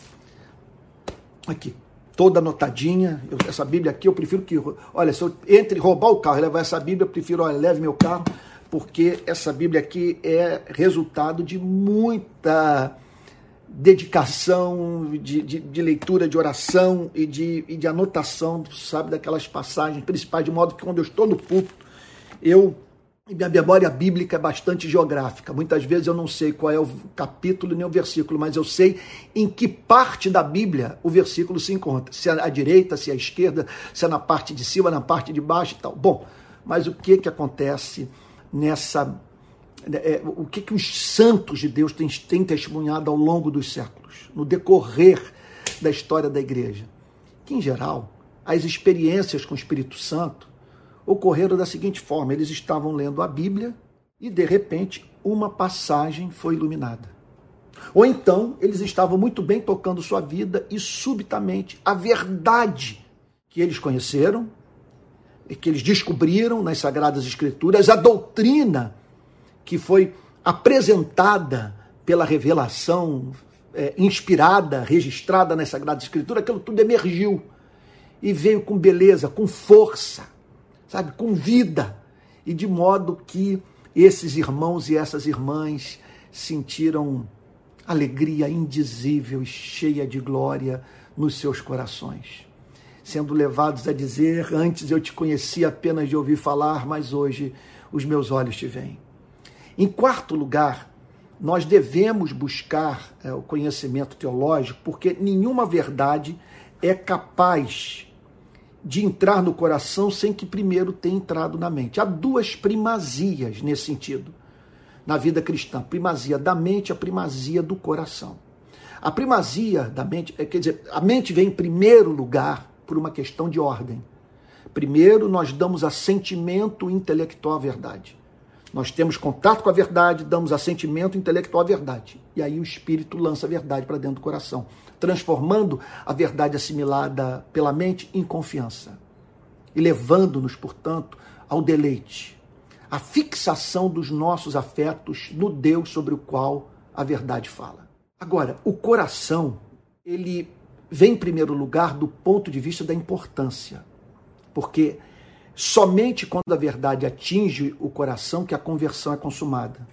Aqui, toda anotadinha. Eu, essa Bíblia aqui, eu prefiro que... Olha, se eu entre roubar o carro e levar essa Bíblia, eu prefiro, olha, leve meu carro, porque essa Bíblia aqui é resultado de muita dedicação, de, de, de leitura, de oração e de, e de anotação, sabe, daquelas passagens principais, de modo que quando eu estou no púlpito, eu, minha memória bíblica é bastante geográfica. Muitas vezes eu não sei qual é o capítulo nem o versículo, mas eu sei em que parte da Bíblia o versículo se encontra. Se é à direita, se é à esquerda, se é na parte de cima, na parte de baixo e tal. Bom, mas o que que acontece nessa... É, o que, que os santos de Deus têm, têm testemunhado ao longo dos séculos, no decorrer da história da igreja? Que, em geral, as experiências com o Espírito Santo ocorreram da seguinte forma: eles estavam lendo a Bíblia e, de repente, uma passagem foi iluminada. Ou então, eles estavam muito bem tocando sua vida e, subitamente, a verdade que eles conheceram, que eles descobriram nas Sagradas Escrituras, a doutrina que foi apresentada pela revelação é, inspirada, registrada nas Sagradas Escrituras, aquilo tudo emergiu e veio com beleza, com força, sabe, com vida, e de modo que esses irmãos e essas irmãs sentiram alegria indizível e cheia de glória nos seus corações, sendo levados a dizer: antes eu te conhecia apenas de ouvir falar, mas hoje os meus olhos te veem. Em quarto lugar, nós devemos buscar é, o conhecimento teológico, porque nenhuma verdade é capaz de entrar no coração sem que primeiro tenha entrado na mente. Há duas primazias nesse sentido na vida cristã: a primazia da mente e a primazia do coração. A primazia da mente, quer dizer, a mente vem em primeiro lugar por uma questão de ordem. Primeiro, nós damos assentimento intelectual à verdade. Nós temos contato com a verdade, damos assentimento intelectual à verdade. E aí o Espírito lança a verdade para dentro do coração, transformando a verdade assimilada pela mente em confiança. E levando-nos, portanto, ao deleite, à fixação dos nossos afetos no Deus sobre o qual a verdade fala. Agora, o coração, ele vem em primeiro lugar do ponto de vista da importância. Porque somente quando a verdade atinge o coração que a conversão é consumada.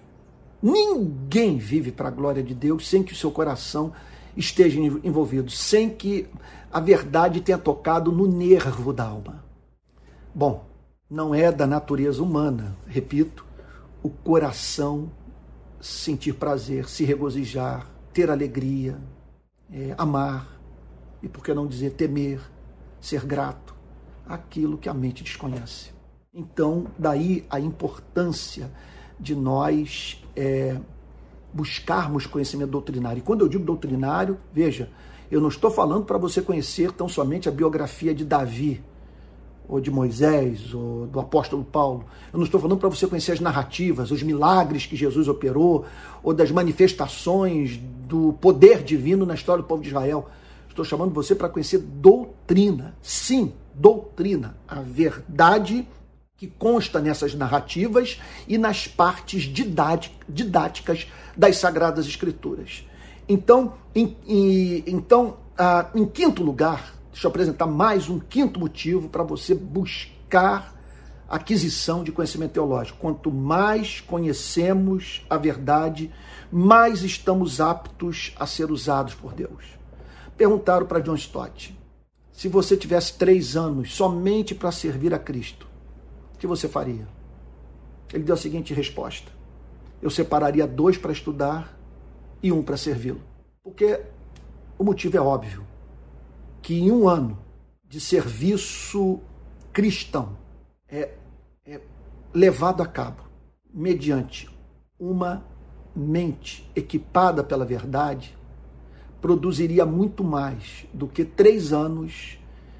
Ninguém vive para a glória de Deus sem que o seu coração esteja envolvido, sem que a verdade tenha tocado no nervo da alma. Bom, Não é da natureza humana, repito, o coração sentir prazer, se regozijar, ter alegria, é, amar e, por que não dizer, temer, ser grato, aquilo que a mente desconhece. Então, daí a importância de nós é, buscarmos conhecimento doutrinário. E quando eu digo doutrinário, veja, eu não estou falando para você conhecer tão somente a biografia de Davi, ou de Moisés, ou do apóstolo Paulo. Eu não estou falando para você conhecer as narrativas, os milagres que Jesus operou, ou das manifestações do poder divino na história do povo de Israel. Estou chamando você para conhecer doutrina. Sim, doutrina. A verdade que consta nessas narrativas e nas partes didáticas das Sagradas Escrituras. Então, em, em, então ah, em quinto lugar, deixa eu apresentar mais um quinto motivo para você buscar aquisição de conhecimento teológico. Quanto mais conhecemos a verdade, mais estamos aptos a ser usados por Deus. Perguntaram para John Stott, se você tivesse três anos somente para servir a Cristo, o que você faria? Ele deu a seguinte resposta: eu separaria dois para estudar e um para servi-lo. Porque o motivo é óbvio, que em um ano de serviço cristão é, é levado a cabo mediante uma mente equipada pela verdade, produziria muito mais do que três anos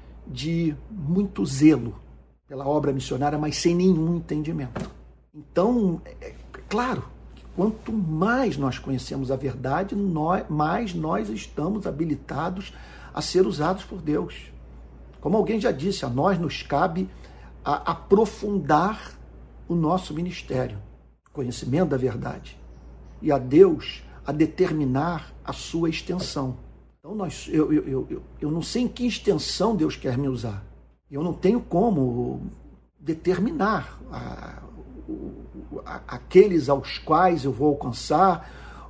de muito zelo pela obra missionária, mas sem nenhum entendimento. Então, é claro que quanto mais nós conhecemos a verdade, nós, mais nós estamos habilitados a ser usados por Deus. Como alguém já disse, a nós nos cabe a aprofundar o nosso ministério, conhecimento da verdade, e a Deus a determinar a sua extensão. Então, nós, eu, eu, eu, eu não sei em que extensão Deus quer me usar. Eu não tenho como determinar a, a, aqueles aos quais eu vou alcançar,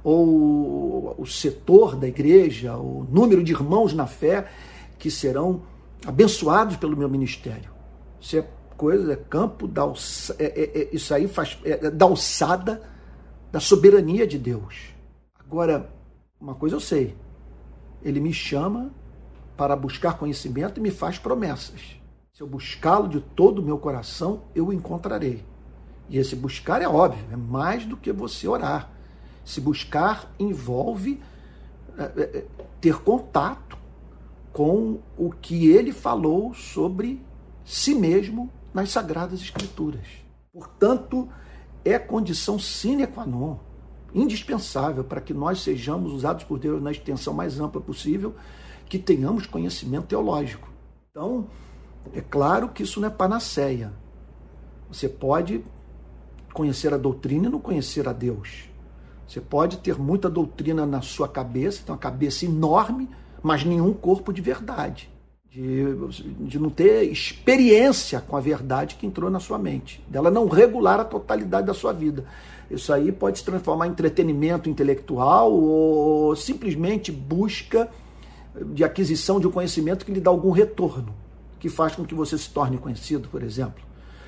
ou o setor da igreja, o número de irmãos na fé que serão abençoados pelo meu ministério. Isso é coisa, é campo da alça, é, é, é, isso aí faz é, da alçada da soberania de Deus. Agora, uma coisa eu sei, ele me chama para buscar conhecimento e me faz promessas. Se eu buscá-lo de todo o meu coração, eu o encontrarei. E esse buscar é óbvio, é mais do que você orar. Se buscar envolve é, é, ter contato com o que ele falou sobre si mesmo nas Sagradas Escrituras. Portanto, é condição sine qua non, indispensável para que nós sejamos usados por Deus na extensão mais ampla possível, que tenhamos conhecimento teológico. Então, é claro que isso não é panaceia. Você pode conhecer a doutrina e não conhecer a Deus. Você pode ter muita doutrina na sua cabeça, ter uma cabeça enorme, mas nenhum corpo de verdade. De, de não ter experiência com a verdade que entrou na sua mente. Dela não regular a totalidade da sua vida. Isso aí pode se transformar em entretenimento intelectual ou simplesmente busca de aquisição de um conhecimento que lhe dá algum retorno, que faz com que você se torne conhecido, por exemplo.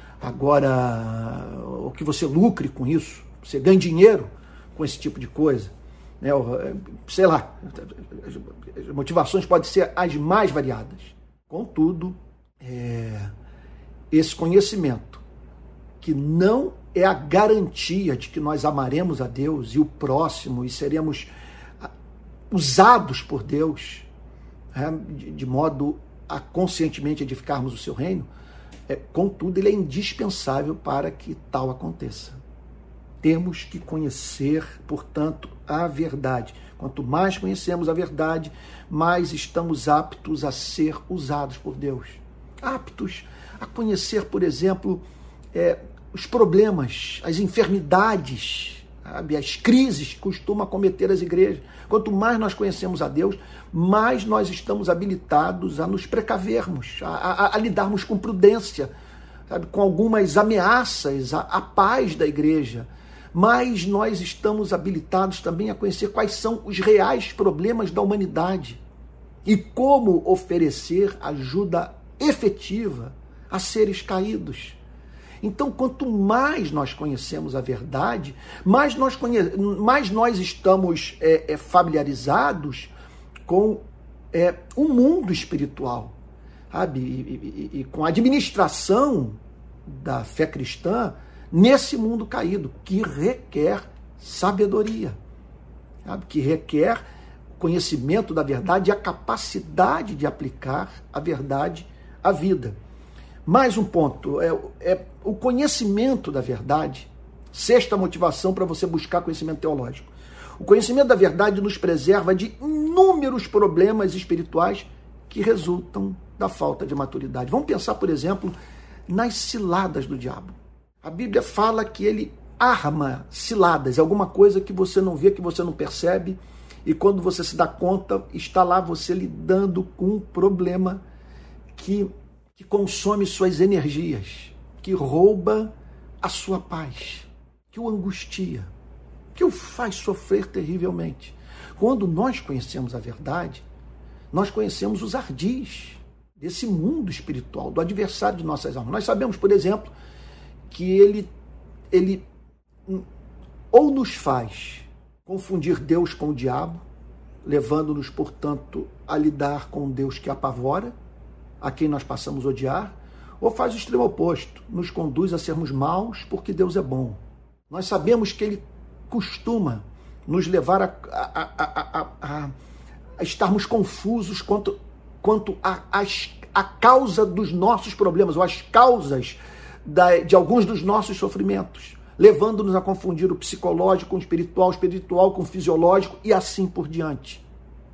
Agora, ou que você lucre com isso, você ganhe dinheiro com esse tipo de coisa, né? Sei lá, as motivações podem ser as mais variadas. Contudo, é, esse conhecimento, que não é a garantia de que nós amaremos a Deus e o próximo e seremos usados por Deus, é, de, de modo a conscientemente edificarmos o seu reino, é, contudo, ele é indispensável para que tal aconteça. Temos que conhecer, portanto, a verdade. Quanto mais conhecemos a verdade, mais estamos aptos a ser usados por Deus. Aptos a conhecer, por exemplo, é, os problemas, as enfermidades, sabe, as crises que costumam acometer as igrejas. Quanto mais nós conhecemos a Deus, mais nós estamos habilitados a nos precavermos, a, a, a lidarmos com prudência, sabe, com algumas ameaças à, à paz da igreja. Mas nós estamos habilitados também a conhecer quais são os reais problemas da humanidade e como oferecer ajuda efetiva a seres caídos, Então, quanto mais nós conhecemos a verdade, mais nós, conhe... mais nós estamos é, é, familiarizados com é, o mundo espiritual, sabe? E, e, e com a administração da fé cristã nesse mundo caído, que requer sabedoria, sabe? Que requer conhecimento da verdade e a capacidade de aplicar a verdade à vida. Mais um ponto, é, é o conhecimento da verdade, sexta motivação para você buscar conhecimento teológico. O conhecimento da verdade nos preserva de inúmeros problemas espirituais que resultam da falta de maturidade. Vamos pensar, por exemplo, nas ciladas do diabo. A Bíblia fala que ele arma ciladas, é alguma coisa que você não vê, que você não percebe, e quando você se dá conta, está lá você lidando com um problema que, que consome suas energias, que rouba a sua paz, que o angustia, que o faz sofrer terrivelmente. Quando nós conhecemos a verdade, nós conhecemos os ardis desse mundo espiritual, do adversário de nossas almas. Nós sabemos, por exemplo, que ele, ele ou nos faz confundir Deus com o diabo, levando-nos, portanto, a lidar com um Deus que apavora, a quem nós passamos a odiar, ou faz o extremo oposto, nos conduz a sermos maus porque Deus é bom. Nós sabemos que ele costuma nos levar a, a, a, a, a, a estarmos confusos quanto, quanto a, a, a causa dos nossos problemas, ou as causas da, de alguns dos nossos sofrimentos, levando-nos a confundir o psicológico com o espiritual, o espiritual com o fisiológico e assim por diante.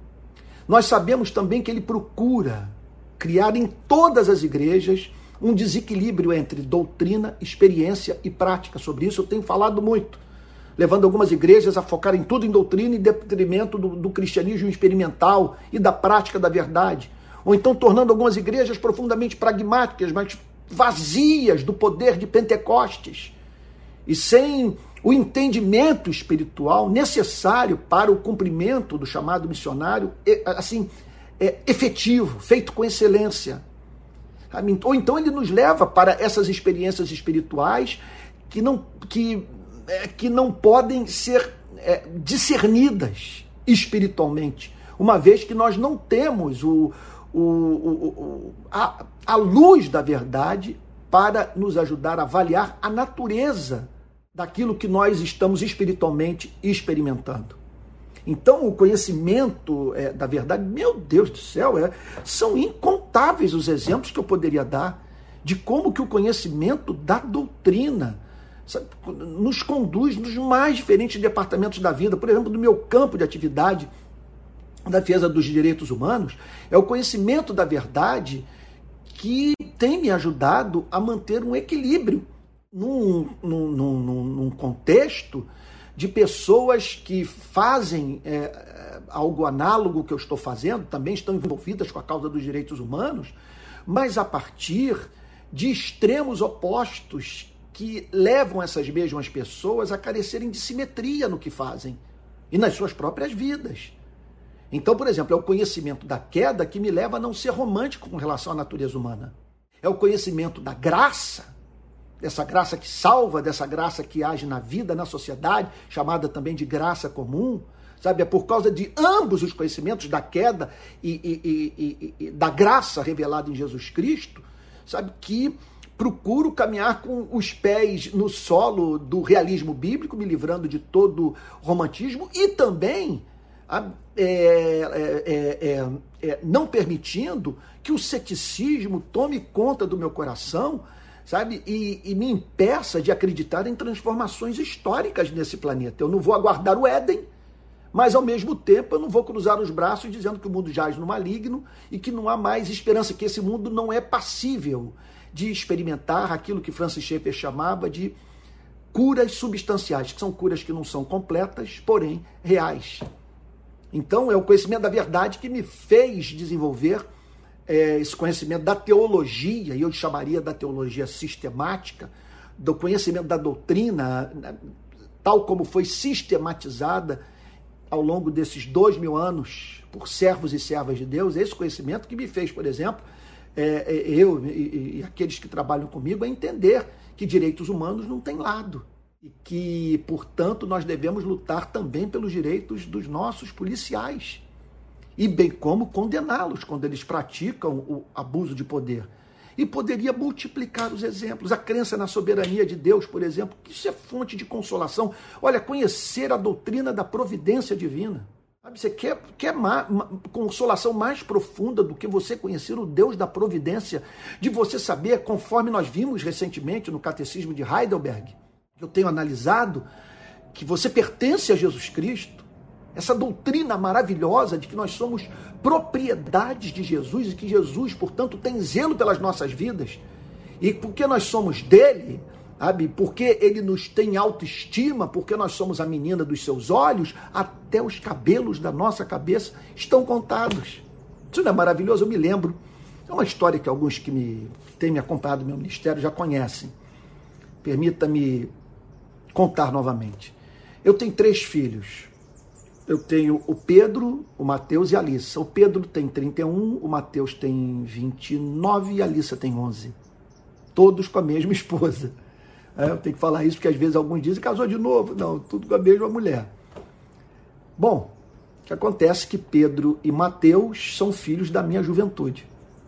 Nós sabemos também que ele procura criar em todas as igrejas um desequilíbrio entre doutrina, experiência e prática. Sobre isso eu tenho falado muito, levando algumas igrejas a focarem tudo em doutrina em detrimento do, do cristianismo experimental e da prática da verdade. Ou então tornando algumas igrejas profundamente pragmáticas, mas vazias do poder de Pentecostes e sem o entendimento espiritual necessário para o cumprimento do chamado missionário, assim, é, efetivo, feito com excelência. Ou então ele nos leva para essas experiências espirituais que não, que, é, que não podem ser é, discernidas espiritualmente, uma vez que nós não temos o, o, o, o, a, a luz da verdade para nos ajudar a avaliar a natureza daquilo que nós estamos espiritualmente experimentando. Então, o conhecimento é, da verdade, meu Deus do céu, é, são incontáveis os exemplos que eu poderia dar de como que o conhecimento da doutrina, sabe, nos conduz nos mais diferentes departamentos da vida. Por exemplo, no meu campo de atividade da defesa dos direitos humanos, é o conhecimento da verdade que tem me ajudado a manter um equilíbrio num, num, num, num contexto de pessoas que fazem é, algo análogo que eu estou fazendo, também estão envolvidas com a causa dos direitos humanos, mas a partir de extremos opostos que levam essas mesmas pessoas a carecerem de simetria no que fazem e nas suas próprias vidas. Então, por exemplo, é o conhecimento da queda que me leva a não ser romântico com relação à natureza humana. É o conhecimento da graça, dessa graça que salva, dessa graça que age na vida, na sociedade, chamada também de graça comum, sabe? É por causa de ambos os conhecimentos da queda e, e, e, e, e da graça revelada em Jesus Cristo, sabe? Que procuro caminhar com os pés no solo do realismo bíblico, me livrando de todo romantismo e também é, é, é, é, não permitindo que o ceticismo tome conta do meu coração, sabe, e, e me impeça de acreditar em transformações históricas nesse planeta. Eu não vou aguardar o Éden, mas ao mesmo tempo eu não vou cruzar os braços dizendo que o mundo jaz no maligno e que não há mais esperança, que esse mundo não é passível de experimentar aquilo que Francis Schaeffer chamava de curas substanciais, que são curas que não são completas, porém reais. Então é o conhecimento da verdade que me fez desenvolver É, esse conhecimento da teologia, e eu chamaria da teologia sistemática, do conhecimento da doutrina, tal como foi sistematizada ao longo desses dois mil anos por servos e servas de Deus, esse conhecimento que me fez, por exemplo, é, é, eu e, e aqueles que trabalham comigo, é entender que direitos humanos não tem lado. E que, portanto, nós devemos lutar também pelos direitos dos nossos policiais. E bem como condená-los quando eles praticam o abuso de poder. E poderia multiplicar os exemplos. A crença na soberania de Deus, por exemplo, que isso é fonte de consolação. Olha, conhecer a doutrina da providência divina. Sabe, você quer, quer ma, ma, consolação mais profunda do que você conhecer o Deus da providência, de você saber, conforme nós vimos recentemente no Catecismo de Heidelberg, eu tenho analisado, que você pertence a Jesus Cristo, essa doutrina maravilhosa de que nós somos propriedades de Jesus e que Jesus, portanto, tem zelo pelas nossas vidas. E porque nós somos dele, sabe? Porque ele nos tem autoestima, porque nós somos a menina dos seus olhos, até os cabelos da nossa cabeça estão contados. Isso não é maravilhoso? Eu me lembro. É uma história que alguns que, me, que têm me acompanhado no meu ministério já conhecem. Permita-me contar novamente. Eu tenho três filhos. Eu tenho o Pedro, o Mateus e a Alissa. O Pedro tem trinta e um, o Mateus tem vinte e nove e a Alissa tem onze. Todos com a mesma esposa. É, eu tenho que falar isso porque às vezes alguns dizem que casou de novo. Não, tudo com a mesma mulher. Bom, o que acontece é que Pedro e Mateus são filhos da minha juventude.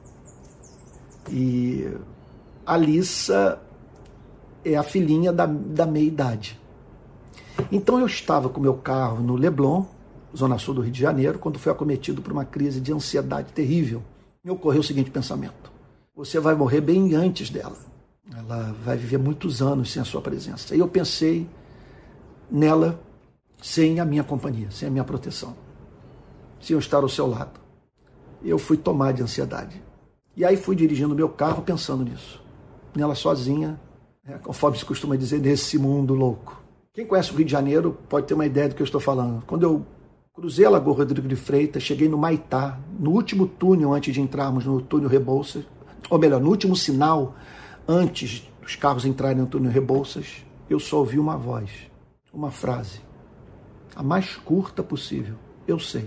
E a Alissa é a filhinha da, da meia-idade. Então eu estava com o meu carro no Leblon, zona sul do Rio de Janeiro, quando fui acometido por uma crise de ansiedade terrível. Me ocorreu o seguinte pensamento: você vai morrer bem antes dela. Ela vai viver muitos anos sem a sua presença. E eu pensei nela sem a minha companhia, sem a minha proteção, sem eu estar ao seu lado. Eu fui tomar de ansiedade. E aí fui dirigindo o meu carro pensando nisso. Nela sozinha, é, conforme se costuma dizer, nesse mundo louco. Quem conhece o Rio de Janeiro pode ter uma ideia do que eu estou falando. Quando eu cruzei a Lagoa Rodrigo de Freitas, cheguei no Maitá, no último túnel antes de entrarmos no túnel Rebouças, ou melhor, no último sinal antes dos carros entrarem no túnel Rebouças, eu só ouvi uma voz, uma frase, a mais curta possível: eu sei.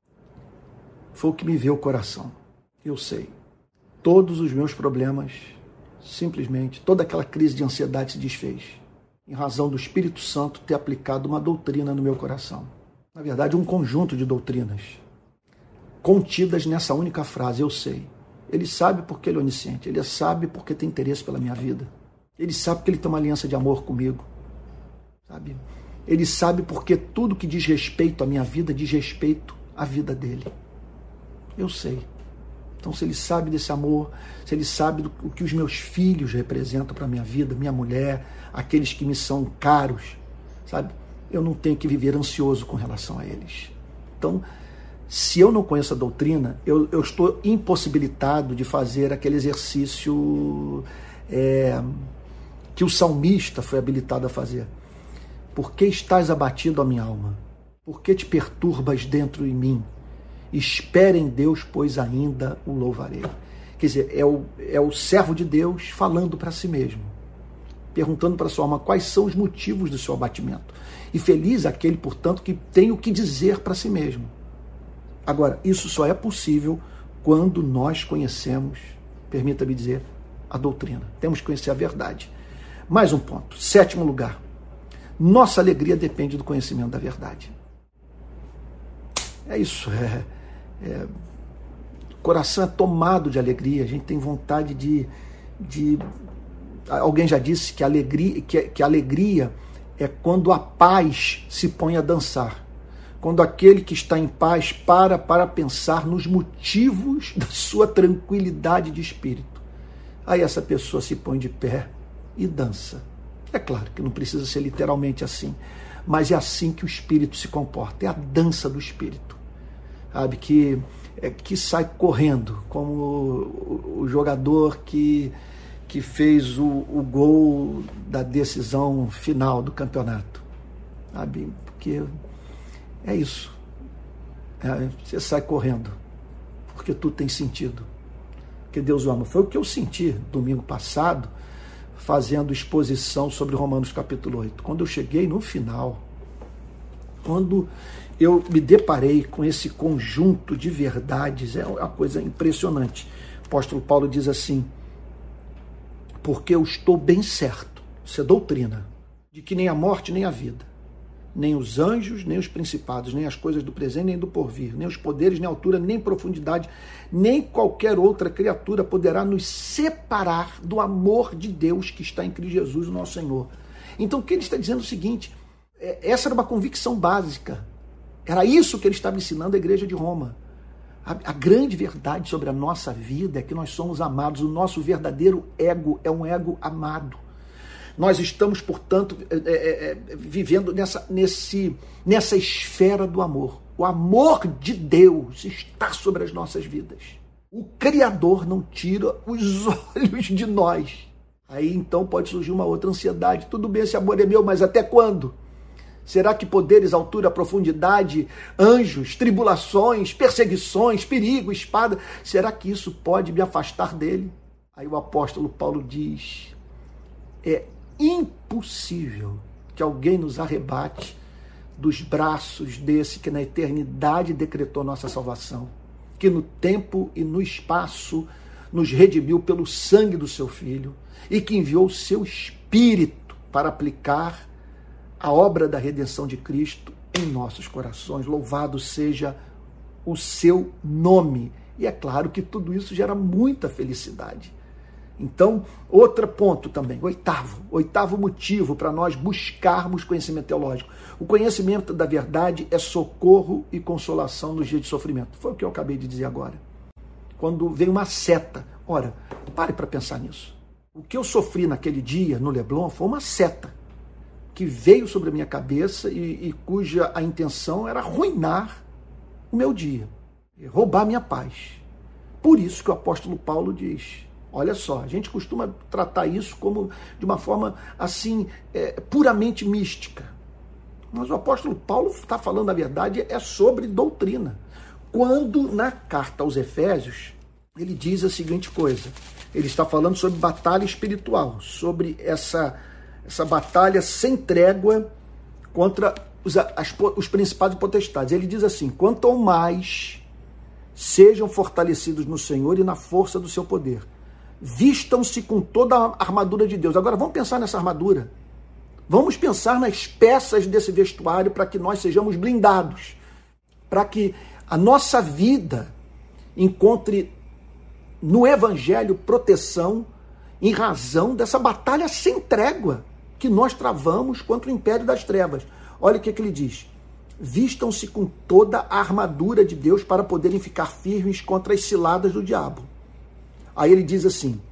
Foi o que me veio ao coração. Eu sei. Todos os meus problemas, simplesmente, toda aquela crise de ansiedade se desfez, em razão do Espírito Santo ter aplicado uma doutrina no meu coração. Na verdade, um conjunto de doutrinas contidas nessa única frase: eu sei. Ele sabe porque ele é onisciente, ele sabe porque tem interesse pela minha vida, ele sabe porque ele tem uma aliança de amor comigo, sabe? Ele sabe porque tudo que diz respeito à minha vida diz respeito à vida dele. Eu sei. Então, se ele sabe desse amor, se ele sabe do que os meus filhos representam para a minha vida, minha mulher, aqueles que me são caros, sabe? Eu não tenho que viver ansioso com relação a eles. Então, se eu não conheço a doutrina, eu, eu estou impossibilitado de fazer aquele exercício é, que o salmista foi habilitado a fazer. Por que estás abatido, ó minha alma? Por que te perturbas dentro em mim? Espere em Deus, pois ainda o louvarei. Quer dizer, é o, é o servo de Deus falando para si mesmo, perguntando para a sua alma quais são os motivos do seu abatimento. E feliz aquele, portanto, que tem o que dizer para si mesmo. Agora, isso só é possível quando nós conhecemos, permita-me dizer, a doutrina. Temos que conhecer a verdade. Mais um ponto. Sétimo lugar. Nossa alegria depende do conhecimento da verdade. É isso. É, é, o coração é tomado de alegria. A gente tem vontade de... de alguém já disse que a alegria, que, que a alegria é quando a paz se põe a dançar. Quando aquele que está em paz para para pensar nos motivos da sua tranquilidade de espírito. Aí essa pessoa se põe de pé e dança. É claro que não precisa ser literalmente assim, mas é assim que o espírito se comporta, é a dança do espírito, sabe? Que, é, que sai correndo, como o, o jogador que, que fez o, o gol da decisão final do campeonato, sabe? Porque é isso. É, você sai correndo, porque tudo tem sentido. Porque Deus o ama. Foi o que eu senti domingo passado, fazendo exposição sobre Romanos capítulo oito. Quando eu cheguei no final, quando eu me deparei com esse conjunto de verdades, é uma coisa impressionante. apóstolo Paulo diz assim: porque eu estou bem certo, isso é doutrina, de que nem a morte nem a vida, nem os anjos, nem os principados, nem as coisas do presente, nem do porvir, nem os poderes, nem altura, nem profundidade, nem qualquer outra criatura poderá nos separar do amor de Deus que está em Cristo Jesus, o nosso Senhor. Então o que ele está dizendo é o seguinte: essa era uma convicção básica, era isso que ele estava ensinando à igreja de Roma. A, a grande verdade sobre a nossa vida é que nós somos amados, o nosso verdadeiro ego é um ego amado. Nós estamos, portanto, é, é, é, vivendo nessa, nesse, nessa esfera do amor. O amor de Deus está sobre as nossas vidas. O Criador não tira os olhos de nós. Aí então pode surgir uma outra ansiedade. Tudo bem, esse amor é meu, mas até quando? Será que poderes, altura, profundidade, anjos, tribulações, perseguições, perigo, espada, será que isso pode me afastar dele? Aí o apóstolo Paulo diz: é impossível que alguém nos arrebate dos braços desse que na eternidade decretou nossa salvação, que no tempo e no espaço nos redimiu pelo sangue do seu Filho e que enviou o seu Espírito para aplicar a obra da redenção de Cristo em nossos corações. Louvado seja o seu nome. E é claro que tudo isso gera muita felicidade. Então, outro ponto também, oitavo, oitavo motivo para nós buscarmos conhecimento teológico. O conhecimento da verdade é socorro e consolação nos dias de sofrimento. Foi o que eu acabei de dizer agora. Quando vem uma seta, ora, pare para pensar nisso. O que eu sofri naquele dia no Leblon foi uma seta que veio sobre a minha cabeça e, e cuja a intenção era arruinar o meu dia, roubar a minha paz. Por isso que o apóstolo Paulo diz: olha só, a gente costuma tratar isso como de uma forma assim, é, puramente mística. Mas o apóstolo Paulo está falando, na verdade, é sobre doutrina. Quando na carta aos Efésios, ele diz a seguinte coisa: ele está falando sobre batalha espiritual, sobre essa, essa batalha sem trégua contra os, as, os principados e potestades. Ele diz assim: quanto ao mais sejam fortalecidos no Senhor e na força do seu poder. Vistam-se com toda a armadura de Deus. Agora vamos pensar nessa armadura. Vamos pensar nas peças desse vestuário para que nós sejamos blindados, para que a nossa vida encontre no Evangelho proteção em razão dessa batalha sem trégua que nós travamos contra o império das trevas. Olha o que, que ele diz: vistam-se com toda a armadura de Deus para poderem ficar firmes contra as ciladas do diabo. Aí ele diz assim: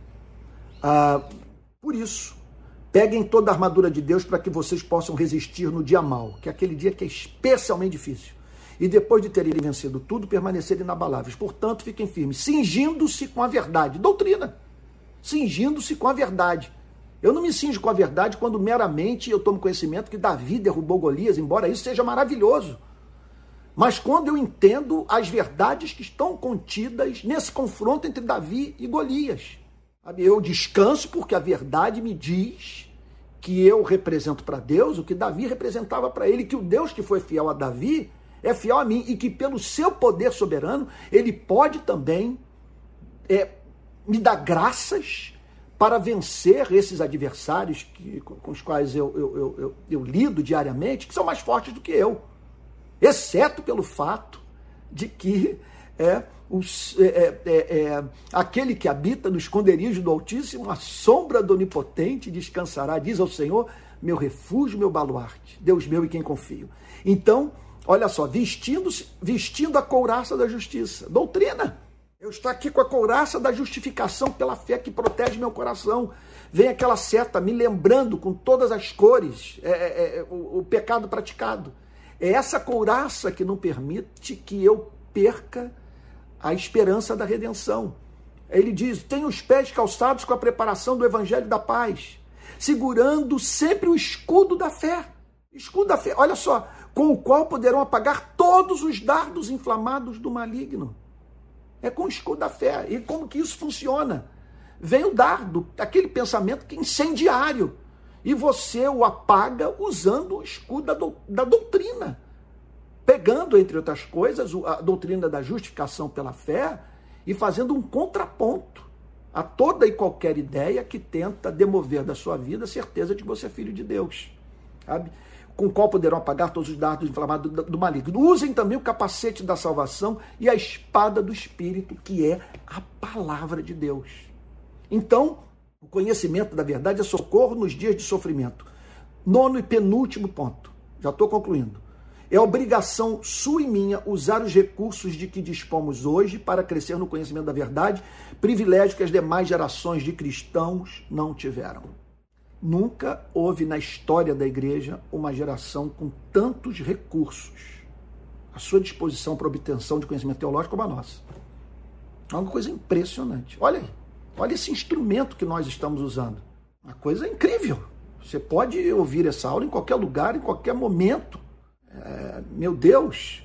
ah, por isso, peguem toda a armadura de Deus para que vocês possam resistir no dia mau, que é aquele dia que é especialmente difícil. E depois de terem vencido tudo, permanecerem inabaláveis. Portanto, fiquem firmes, cingindo-se com a verdade. Doutrina. Cingindo-se com a verdade. Eu não me cinjo com a verdade quando meramente eu tomo conhecimento que Davi derrubou Golias, embora isso seja maravilhoso. Mas quando eu entendo as verdades que estão contidas nesse confronto entre Davi e Golias. Eu descanso porque a verdade me diz que eu represento para Deus o que Davi representava para ele, que o Deus que foi fiel a Davi é fiel a mim e que pelo seu poder soberano ele pode também é, me dar graças para vencer esses adversários que, com os quais eu, eu, eu, eu, eu lido diariamente, que são mais fortes do que eu. Exceto pelo fato de que é, os, é, é, é, aquele que habita no esconderijo do Altíssimo, a sombra do Onipotente descansará, diz ao Senhor, meu refúgio, meu baluarte, Deus meu em quem confio. Então, olha só, vestindo, vestindo a couraça da justiça, doutrina. Eu estou aqui com a couraça da justificação pela fé que protege meu coração. Vem aquela seta me lembrando com todas as cores é, é, o, o pecado praticado. É essa couraça que não permite que eu perca a esperança da redenção. Ele diz: tenho os pés calçados com a preparação do evangelho da paz, segurando sempre o escudo da fé. Escudo da fé, olha só, com o qual poderão apagar todos os dardos inflamados do maligno. É com o escudo da fé. E como que isso funciona? Vem o dardo, aquele pensamento que é incendiário. E você o apaga usando o escudo da, do, da doutrina. Pegando, entre outras coisas, a doutrina da justificação pela fé e fazendo um contraponto a toda e qualquer ideia que tenta demover da sua vida a certeza de que você é filho de Deus, sabe? Com o qual poderão apagar todos os dardos inflamados do, do maligno. Usem também o capacete da salvação e a espada do Espírito, que é a palavra de Deus. Então, o conhecimento da verdade é socorro nos dias de sofrimento. Nono e penúltimo ponto, já estou concluindo. É obrigação sua e minha usar os recursos de que dispomos hoje para crescer no conhecimento da verdade, privilégio que as demais gerações de cristãos não tiveram. Nunca houve na história da igreja uma geração com tantos recursos à sua disposição para obtenção de conhecimento teológico como a nossa. É uma coisa impressionante. Olha aí, olha esse instrumento que nós estamos usando. Uma coisa incrível. Você pode ouvir essa aula em qualquer lugar, em qualquer momento. É, meu Deus,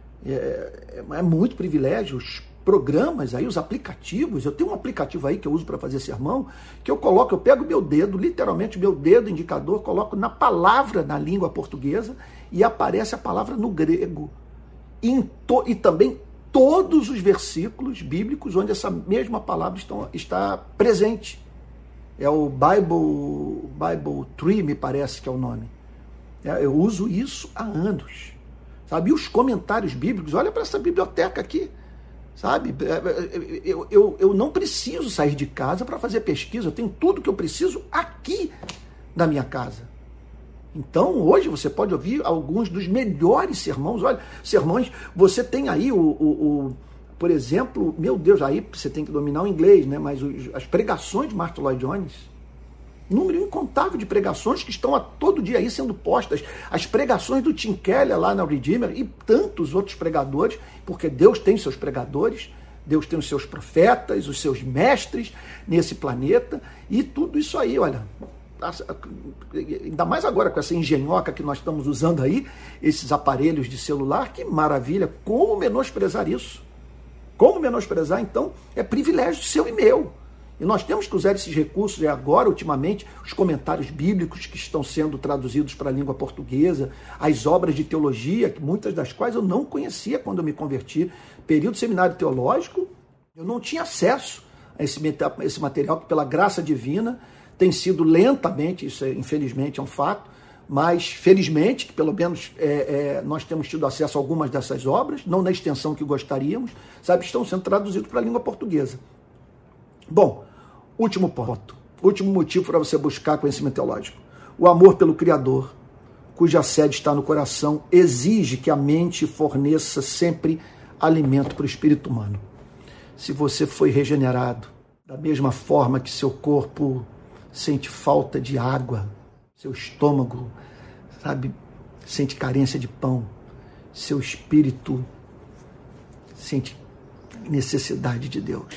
é, é muito privilégio. Os programas aí, os aplicativos, eu tenho um aplicativo aí que eu uso para fazer sermão, que eu coloco, eu pego meu dedo, literalmente meu dedo indicador, coloco na palavra na língua portuguesa e aparece a palavra no grego. E, em to, e também todos os versículos bíblicos onde essa mesma palavra está, está presente. É o Bible, Bible Tree, me parece que é o nome. É, eu uso isso há anos. Sabe? E os comentários bíblicos, olha para essa biblioteca aqui. Sabe? Eu, eu, eu não preciso sair de casa para fazer pesquisa, eu tenho tudo que eu preciso aqui na minha casa. Então, hoje você pode ouvir alguns dos melhores sermões. Olha, sermões, você tem aí o, o, o por exemplo, meu Deus, aí você tem que dominar o inglês, né? Mas os, as pregações de Martyn Lloyd-Jones, número incontável de pregações que estão a todo dia aí sendo postas, as pregações do Tim Keller lá na Redeemer e tantos outros pregadores, porque Deus tem seus pregadores, Deus tem os seus profetas, os seus mestres nesse planeta, e tudo isso aí, olha, ainda mais agora com essa engenhoca que nós estamos usando aí, esses aparelhos de celular, que maravilha, como menosprezar isso? Como menosprezar? Então, é privilégio seu e meu. E nós temos que usar esses recursos, e agora, ultimamente, os comentários bíblicos que estão sendo traduzidos para a língua portuguesa, as obras de teologia, muitas das quais eu não conhecia quando eu me converti. Período seminário teológico, eu não tinha acesso a esse, esse material que, pela graça divina, tem sido lentamente, isso é, infelizmente é um fato, mas felizmente, que pelo menos é, é, nós temos tido acesso a algumas dessas obras, não na extensão que gostaríamos, sabe, estão sendo traduzidos para a língua portuguesa. Bom, último ponto, último motivo para você buscar conhecimento teológico. O amor pelo Criador, cuja sede está no coração, exige que a mente forneça sempre alimento para o espírito humano. Se você foi regenerado, da mesma forma que seu corpo sente falta de água, seu estômago, sabe, sente carência de pão, seu espírito sente necessidade de Deus.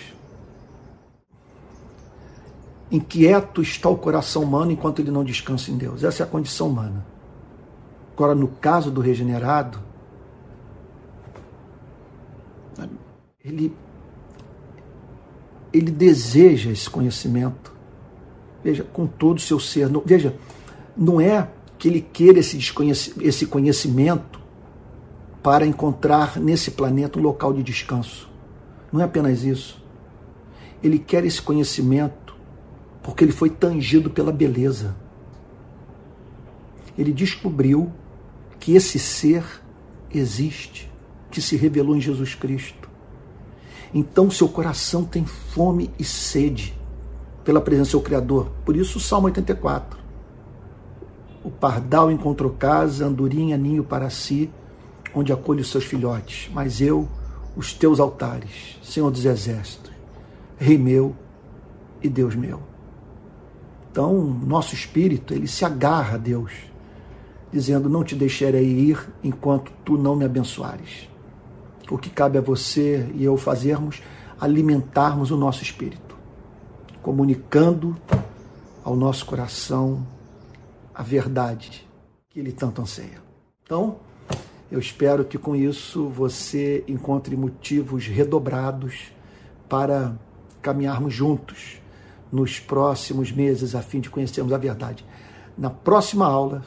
Inquieto está o coração humano enquanto ele não descansa em Deus. Essa é a condição humana. Agora, no caso do regenerado, ele, ele deseja esse conhecimento. Veja, com todo o seu ser. Veja, não é que ele queira esse, esse conhecimento para encontrar nesse planeta um local de descanso. Não é apenas isso. Ele quer esse conhecimento porque ele foi tangido pela beleza. Ele descobriu que esse ser existe, que se revelou em Jesus Cristo. Então seu coração tem fome e sede pela presença do seu Criador. Por isso o Salmo oitenta e quatro. O pardal encontrou casa, andorinha, ninho para si, onde acolhe os seus filhotes. Mas eu, os teus altares, Senhor dos exércitos, Rei meu e Deus meu. Então, nosso espírito, ele se agarra a Deus, dizendo, não te deixarei ir enquanto tu não me abençoares. O que cabe a você e eu fazermos, alimentarmos o nosso espírito, comunicando ao nosso coração a verdade que ele tanto anseia. Então, eu espero que com isso você encontre motivos redobrados para caminharmos juntos nos próximos meses a fim de conhecermos a verdade. Na próxima aula,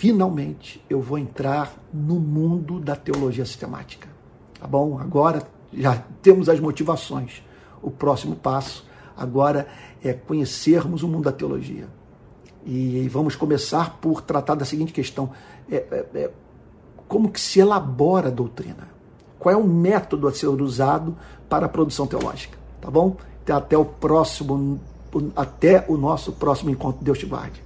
finalmente, eu vou entrar no mundo da teologia sistemática. Tá bom? Agora já temos as motivações. O próximo passo agora é conhecermos o mundo da teologia. E vamos começar por tratar da seguinte questão. É, é, é, como que se elabora a doutrina? Qual é o método a ser usado para a produção teológica? Tá bom? Então, até o próximo, até o nosso próximo encontro. Deus te guarde.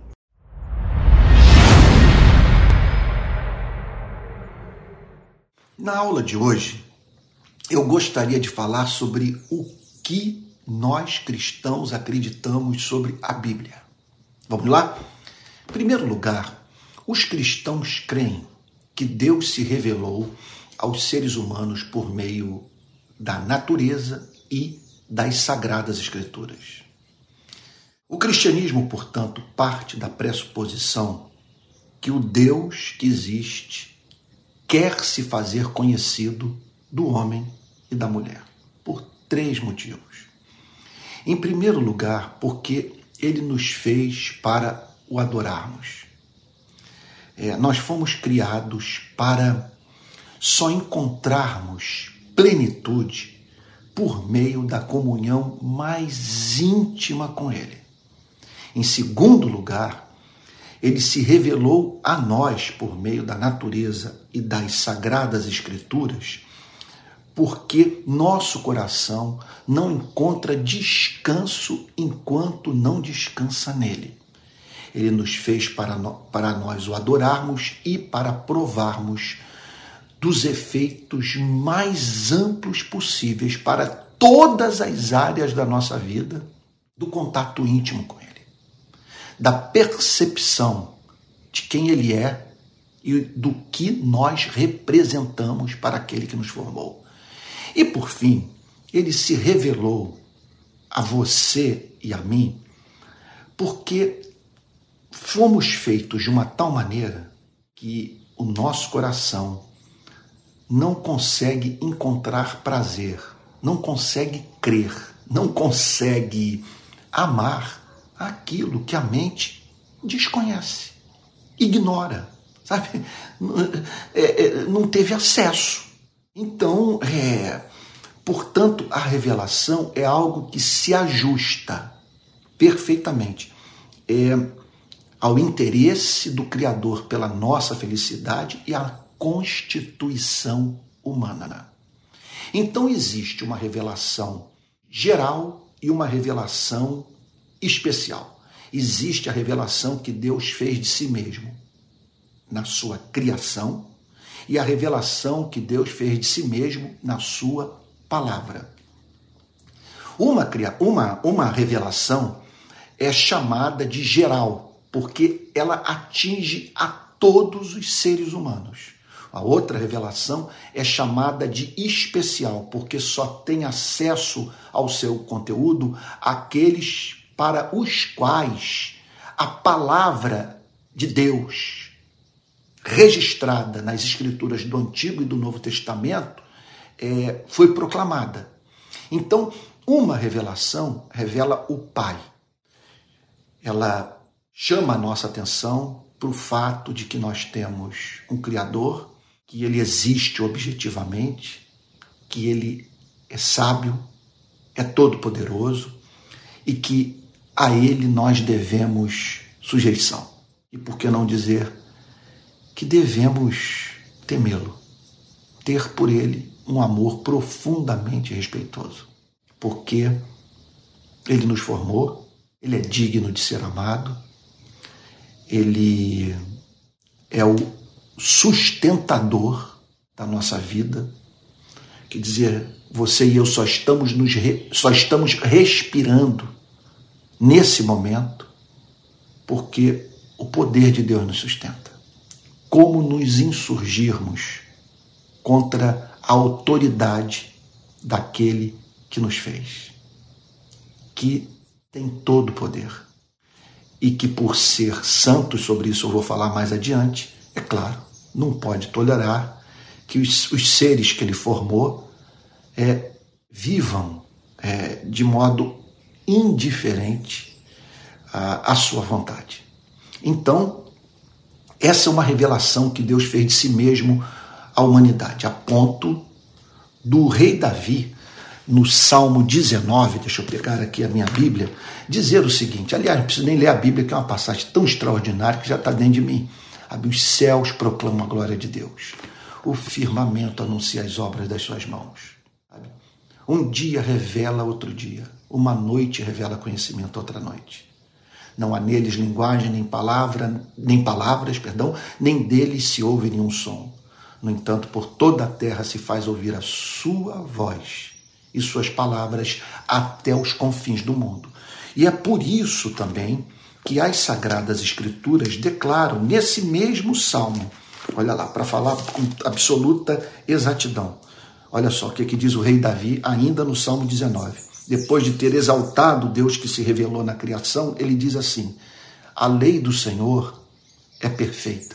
Na aula de hoje, eu gostaria de falar sobre o que nós cristãos acreditamos sobre a Bíblia. Vamos lá? Em primeiro lugar, os cristãos creem que Deus se revelou aos seres humanos por meio da natureza e das Sagradas Escrituras. O cristianismo, portanto, parte da pressuposição que o Deus que existe quer se fazer conhecido do homem e da mulher, por três motivos. Em primeiro lugar, porque ele nos fez para o adorarmos. É, nós fomos criados para só encontrarmos plenitude por meio da comunhão mais íntima com ele. Em segundo lugar, ele se revelou a nós por meio da natureza e das Sagradas Escrituras, porque nosso coração não encontra descanso enquanto não descansa nele. Ele nos fez para, no, para nós o adorarmos e para provarmos dos efeitos mais amplos possíveis para todas as áreas da nossa vida, do contato íntimo com ele, da percepção de quem ele é e do que nós representamos para aquele que nos formou. E, por fim, ele se revelou a você e a mim porque fomos feitos de uma tal maneira que o nosso coração não consegue encontrar prazer, não consegue crer, não consegue amar aquilo que a mente desconhece, ignora, sabe? Não teve acesso. Então, é, portanto, a revelação é algo que se ajusta perfeitamente é, ao interesse do Criador pela nossa felicidade e à constituição humana. Então, existe uma revelação geral e uma revelação especial. Existe a revelação que Deus fez de si mesmo na sua criação e a revelação que Deus fez de si mesmo na sua palavra. Uma, uma, uma revelação é chamada de geral, porque ela atinge a todos os seres humanos. A outra revelação é chamada de especial, porque só tem acesso ao seu conteúdo aqueles para os quais a palavra de Deus, registrada nas Escrituras do Antigo e do Novo Testamento, é, foi proclamada. Então, uma revelação revela o Pai. Ela chama a nossa atenção para o fato de que nós temos um Criador, que ele existe objetivamente, que ele é sábio, é todo-poderoso e que a ele nós devemos sujeição. E por que não dizer que devemos temê-lo, ter por ele um amor profundamente respeitoso, porque ele nos formou, ele é digno de ser amado, ele é o sustentador da nossa vida, quer dizer, você e eu só estamos, nos re... só estamos respirando nesse momento porque o poder de Deus nos sustenta. Como nos insurgirmos contra a autoridade daquele que nos fez, que tem todo o poder e que, por ser santo, sobre isso eu vou falar mais adiante, é claro, não pode tolerar que os, os seres que ele formou é, vivam é, de modo indiferente à, à sua vontade. Então, essa é uma revelação que Deus fez de si mesmo à humanidade, a ponto do rei Davi, no Salmo dezenove, deixa eu pegar aqui a minha Bíblia, dizer o seguinte, aliás, não preciso nem ler a Bíblia, que é uma passagem tão extraordinária que já está dentro de mim. Os céus proclamam a glória de Deus, o firmamento anuncia as obras das suas mãos. Um dia revela outro dia, uma noite revela conhecimento outra noite. Não há neles linguagem, nem palavra, nem palavras, perdão, nem deles se ouve nenhum som. No entanto, por toda a terra se faz ouvir a sua voz e suas palavras até os confins do mundo. E é por isso também que as Sagradas Escrituras declaram nesse mesmo salmo, olha lá, para falar com absoluta exatidão. Olha só o que, que diz o rei Davi ainda no Salmo dezenove. Depois de ter exaltado Deus que se revelou na criação, ele diz assim, a lei do Senhor é perfeita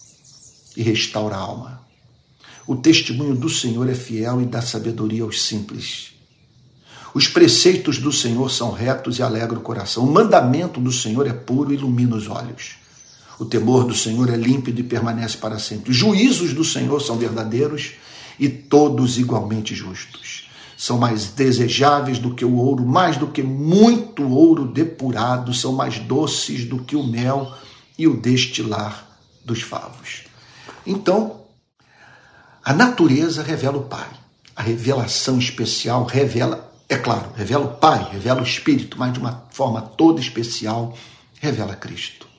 e restaura a alma. O testemunho do Senhor é fiel e dá sabedoria aos simples. Os preceitos do Senhor são retos e alegram o coração. O mandamento do Senhor é puro e ilumina os olhos. O temor do Senhor é límpido e permanece para sempre. Os juízos do Senhor são verdadeiros e todos igualmente justos. São mais desejáveis do que o ouro, mais do que muito ouro depurado, são mais doces do que o mel e o destilar dos favos. Então, a natureza revela o Pai. A revelação especial revela, é claro, revela o Pai, revela o Espírito, mas de uma forma toda especial, revela Cristo.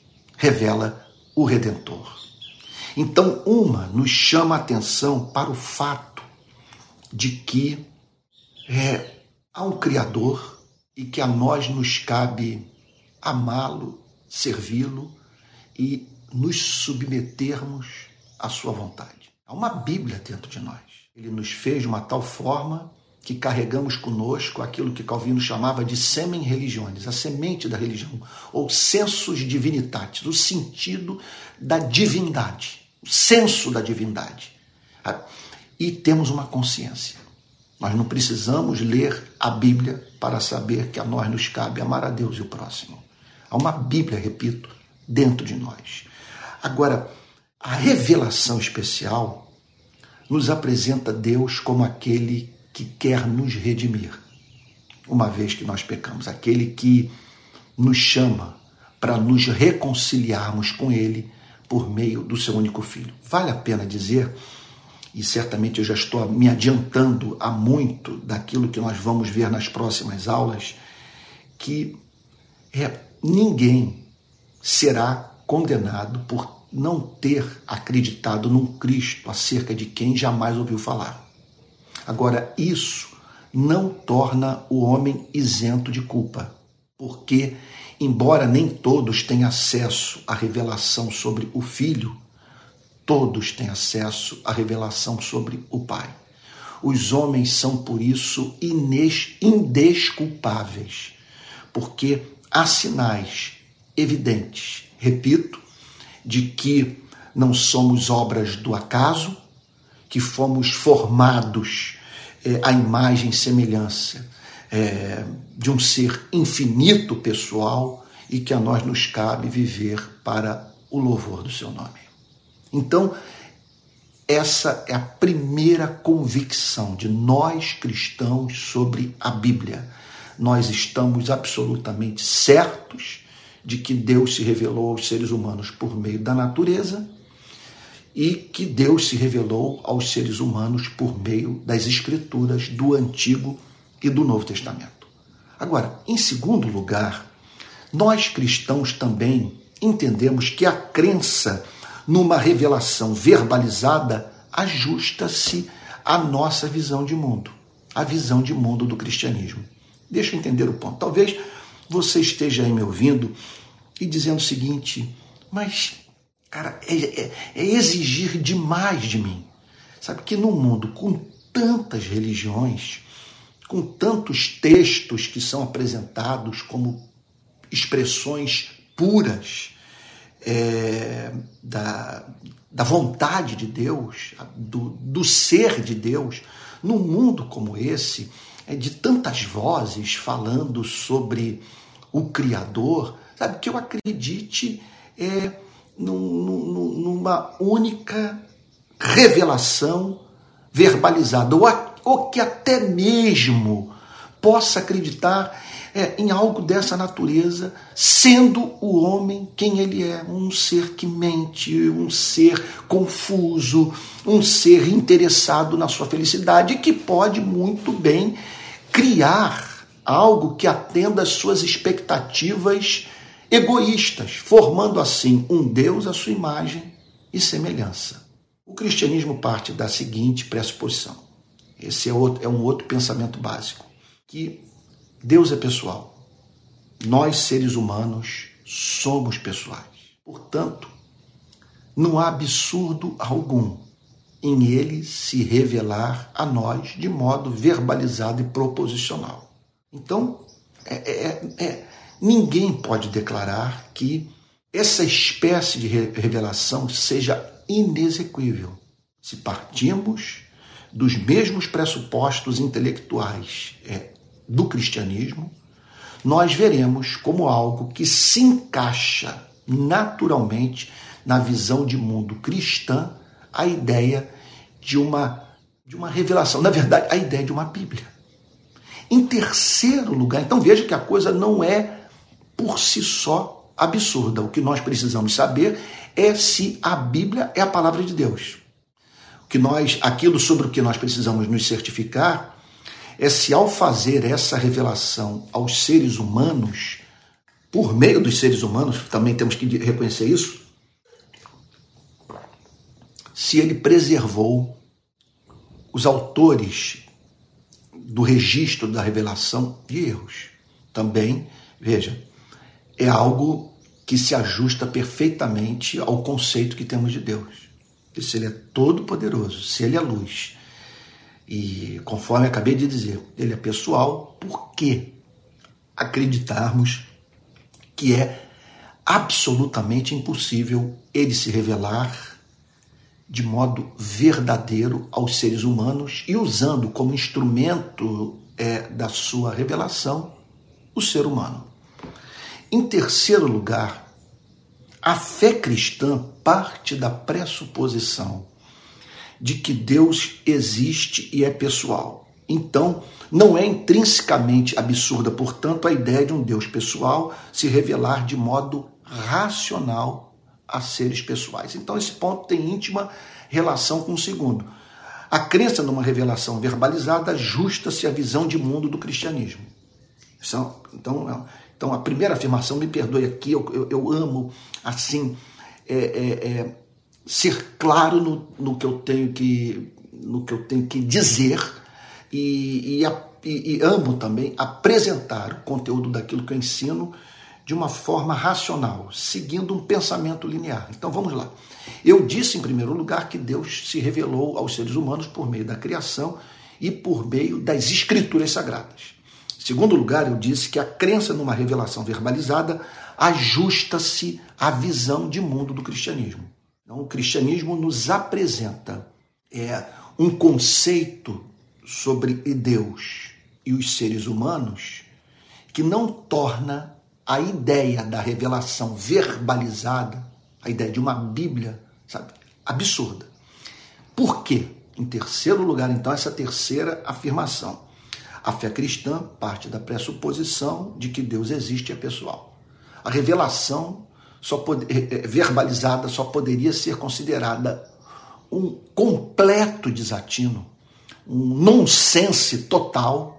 Revela o Redentor. Então, uma nos chama a atenção para o fato de que é, há um Criador e que a nós nos cabe amá-lo, servi-lo e nos submetermos à sua vontade. Há uma Bíblia dentro de nós. Ele nos fez de uma tal forma que carregamos conosco aquilo que Calvino chamava de semen religiones, a semente da religião, ou sensus divinitatis, o sentido da divindade, o senso da divindade. E temos uma consciência. Nós não precisamos ler a Bíblia para saber que a nós nos cabe amar a Deus e o próximo. Há uma Bíblia, repito, dentro de nós. Agora, a revelação especial nos apresenta Deus como aquele que quer nos redimir, uma vez que nós pecamos, aquele que nos chama para nos reconciliarmos com Ele por meio do seu único Filho. Vale a pena dizer, e certamente eu já estou me adiantando a muito daquilo que nós vamos ver nas próximas aulas, que é, ninguém será condenado por não ter acreditado num Cristo acerca de quem jamais ouviu falar. Agora, isso não torna o homem isento de culpa, porque, embora nem todos tenham acesso à revelação sobre o Filho, todos têm acesso à revelação sobre o Pai. Os homens são, por isso, indesculpáveis, porque há sinais evidentes, repito, de que não somos obras do acaso, que fomos formados é, à imagem e semelhança é, de um ser infinito pessoal e que a nós nos cabe viver para o louvor do seu nome. Então, essa é a primeira convicção de nós cristãos sobre a Bíblia. Nós estamos absolutamente certos de que Deus se revelou aos seres humanos por meio da natureza e que Deus se revelou aos seres humanos por meio das Escrituras do Antigo e do Novo Testamento. Agora, em segundo lugar, nós cristãos também entendemos que a crença numa revelação verbalizada ajusta-se à nossa visão de mundo, à visão de mundo do cristianismo. Deixa eu entender o ponto. Talvez você esteja aí me ouvindo e dizendo o seguinte, mas, cara, é, é, é exigir demais de mim. Sabe que num mundo com tantas religiões, com tantos textos que são apresentados como expressões puras é, da, da vontade de Deus, do, do ser de Deus, num mundo como esse, é, de tantas vozes falando sobre o Criador, sabe, que eu acredite é, num, num, numa única revelação verbalizada, ou, a, ou que até mesmo possa acreditar é, em algo dessa natureza, sendo o homem quem ele é, um ser que mente, um ser confuso, um ser interessado na sua felicidade, que pode muito bem criar algo que atenda às suas expectativas egoístas, formando assim um Deus à sua imagem e semelhança. O cristianismo parte da seguinte pressuposição. Esse é, outro, é um outro pensamento básico, que Deus é pessoal. Nós, seres humanos, somos pessoais. Portanto, não há absurdo algum em ele se revelar a nós de modo verbalizado e proposicional. Então, é, é, é, ninguém pode declarar que essa espécie de revelação seja inexequível. Se partimos dos mesmos pressupostos intelectuais é, do cristianismo, nós veremos como algo que se encaixa naturalmente na visão de mundo cristã a ideia de uma, de uma revelação, na verdade, a ideia de uma Bíblia. Em terceiro lugar, então veja que a coisa não é por si só absurda. O que nós precisamos saber é se a Bíblia é a palavra de Deus. O que nós, aquilo sobre o que nós precisamos nos certificar é se, ao fazer essa revelação aos seres humanos, por meio dos seres humanos, também temos que reconhecer isso, se ele preservou os autores do registro da revelação de erros. Também, veja, é algo que se ajusta perfeitamente ao conceito que temos de Deus. E se ele é todo poderoso, se ele é luz, e conforme acabei de dizer, ele é pessoal, por que acreditarmos que é absolutamente impossível ele se revelar de modo verdadeiro aos seres humanos e usando como instrumento é, da sua revelação o ser humano? Em terceiro lugar, a fé cristã parte da pressuposição de que Deus existe e é pessoal. Então, não é intrinsecamente absurda, portanto, a ideia de um Deus pessoal se revelar de modo racional a seres pessoais. Então, esse ponto tem íntima relação com o segundo. A crença numa revelação verbalizada ajusta-se à visão de mundo do cristianismo. Então, então a primeira afirmação, me perdoe aqui, eu, eu, eu amo, assim, é, é, é, ser claro no, no, que eu tenho que, no que eu tenho que dizer e, e, a, e, e amo também apresentar o conteúdo daquilo que eu ensino de uma forma racional, seguindo um pensamento linear. Então vamos lá. Eu disse, em primeiro lugar, que Deus se revelou aos seres humanos por meio da criação e por meio das escrituras sagradas. Em segundo lugar, eu disse que a crença numa revelação verbalizada ajusta-se à visão de mundo do cristianismo. Então, o cristianismo nos apresenta é, um conceito sobre Deus e os seres humanos que não torna a ideia da revelação verbalizada, a ideia de uma Bíblia, sabe, absurda. Por quê? Em terceiro lugar, então, essa terceira afirmação. A fé cristã parte da pressuposição de que Deus existe e é pessoal. A revelação só pode, verbalizada só poderia ser considerada um completo desatino, um nonsense total,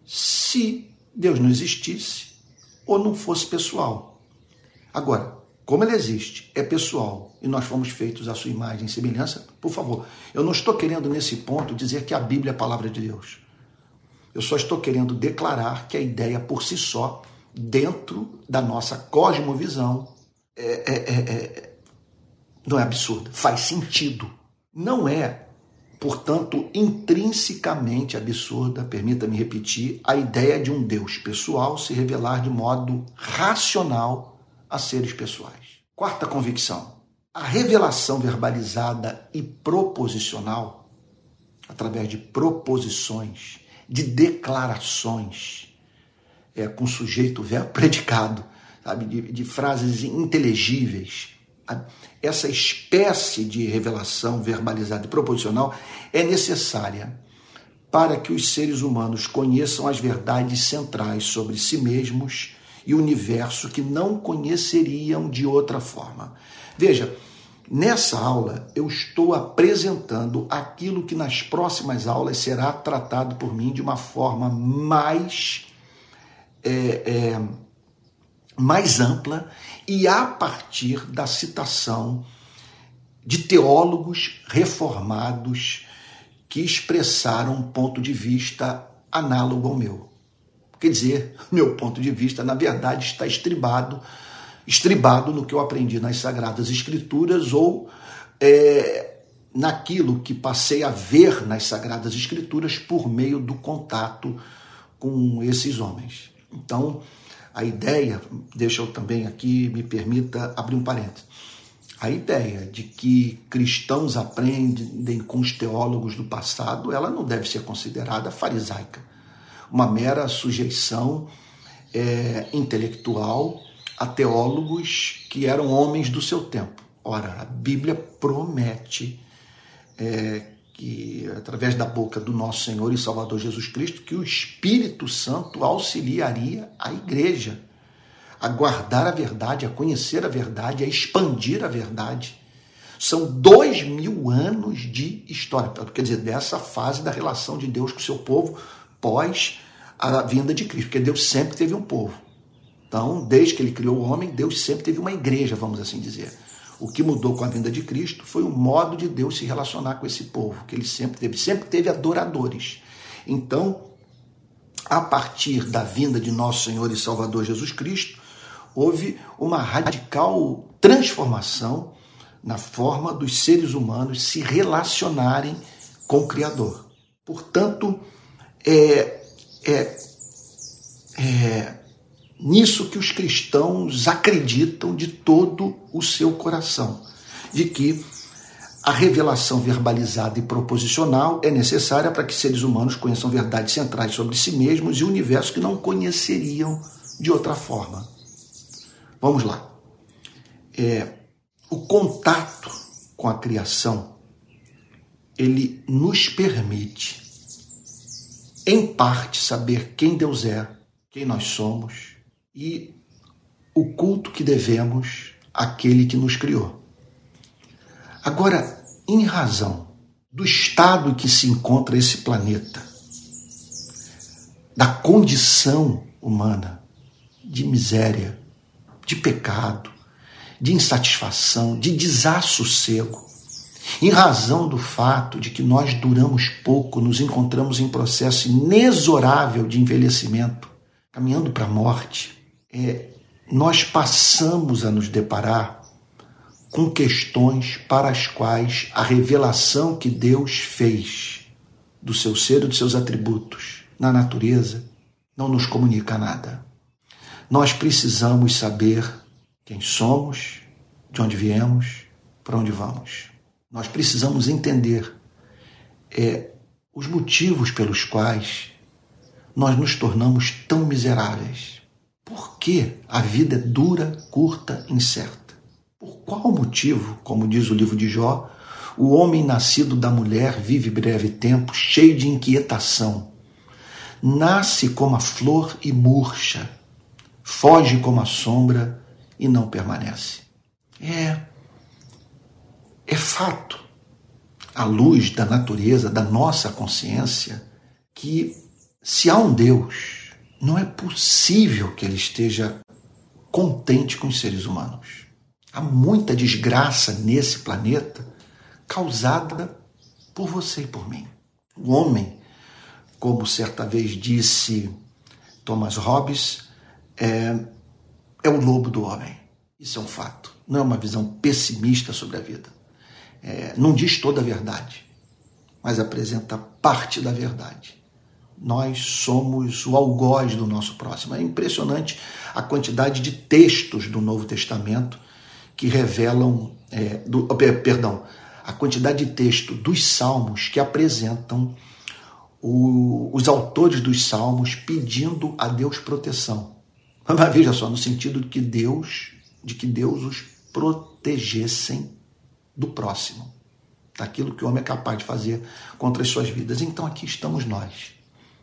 se Deus não existisse ou não fosse pessoal. Agora, como ele existe, é pessoal, e nós fomos feitos à sua imagem e semelhança, por favor, eu não estou querendo nesse ponto dizer que a Bíblia é a palavra de Deus. Eu só estou querendo declarar que a ideia por si só, dentro da nossa cosmovisão, é, é, é, é, não é absurda, faz sentido. Não é, portanto, intrinsecamente absurda, permita-me repetir, a ideia de um Deus pessoal se revelar de modo racional a seres pessoais. Quarta convicção. A revelação verbalizada e proposicional, através de proposições, de declarações, é, com sujeito, verbo, predicado, sabe, de, de frases inteligíveis, essa espécie de revelação verbalizada e proposicional é necessária para que os seres humanos conheçam as verdades centrais sobre si mesmos e o universo que não conheceriam de outra forma. Veja, nessa aula eu estou apresentando aquilo que nas próximas aulas será tratado por mim de uma forma mais, é, é, mais ampla e a partir da citação de teólogos reformados que expressaram um ponto de vista análogo ao meu. Quer dizer, meu ponto de vista, na verdade, está estribado, estribado no que eu aprendi nas Sagradas Escrituras ou é, naquilo que passei a ver nas Sagradas Escrituras por meio do contato com esses homens. Então, a ideia, deixa eu também aqui, me permita abrir um parênteses, a ideia de que cristãos aprendem com os teólogos do passado, ela não deve ser considerada farisaica. Uma mera sujeição é, intelectual a teólogos que eram homens do seu tempo. Ora, a Bíblia promete é, que, através da boca do nosso Senhor e Salvador Jesus Cristo, que o Espírito Santo auxiliaria a igreja a guardar a verdade, a conhecer a verdade, a expandir a verdade. São dois mil anos de história, quer dizer, dessa fase da relação de Deus com o seu povo pós a vinda de Cristo, porque Deus sempre teve um povo. Então, desde que ele criou o homem, Deus sempre teve uma igreja, vamos assim dizer. O que mudou com a vinda de Cristo foi o modo de Deus se relacionar com esse povo, que ele sempre teve, sempre teve adoradores. Então, a partir da vinda de nosso Senhor e Salvador Jesus Cristo, houve uma radical transformação na forma dos seres humanos se relacionarem com o Criador. Portanto, é, é, é nisso que os cristãos acreditam de todo o seu coração, de que a revelação verbalizada e proposicional é necessária para que seres humanos conheçam verdades centrais sobre si mesmos e o universo que não conheceriam de outra forma. Vamos lá. É, o contato com a criação, ele nos permite, em parte, saber quem Deus é, quem nós somos e o culto que devemos àquele que nos criou. Agora, em razão do estado em que se encontra esse planeta, da condição humana de miséria, de pecado, de insatisfação, de desassossego, em razão do fato de que nós duramos pouco, nos encontramos em processo inexorável de envelhecimento, caminhando para a morte, é, nós passamos a nos deparar com questões para as quais a revelação que Deus fez do seu ser e dos seus atributos na natureza não nos comunica nada. Nós precisamos saber quem somos, de onde viemos, para onde vamos. Nós precisamos entender é, os motivos pelos quais nós nos tornamos tão miseráveis. Por que a vida é dura, curta, incerta? Por qual motivo, como diz o livro de Jó, o homem nascido da mulher vive breve tempo, cheio de inquietação? Nasce como a flor e murcha, foge como a sombra e não permanece. É, é fato, à luz da natureza, da nossa consciência, que se há um Deus, não é possível que ele esteja contente com os seres humanos. Há muita desgraça nesse planeta causada por você e por mim. O homem, como certa vez disse Thomas Hobbes, é, é o lobo do homem. Isso é um fato. Não é uma visão pessimista sobre a vida. É, não diz toda a verdade, mas apresenta parte da verdade. Nós somos o algoz do nosso próximo. É impressionante a quantidade de textos do Novo Testamento que revelam, é, do, perdão, a quantidade de texto dos Salmos que apresentam o, os autores dos Salmos pedindo a Deus proteção. Mas veja só, no sentido de que Deus, de que Deus os proteja. protegessem do próximo, daquilo que o homem é capaz de fazer contra as suas vidas. Então aqui estamos nós,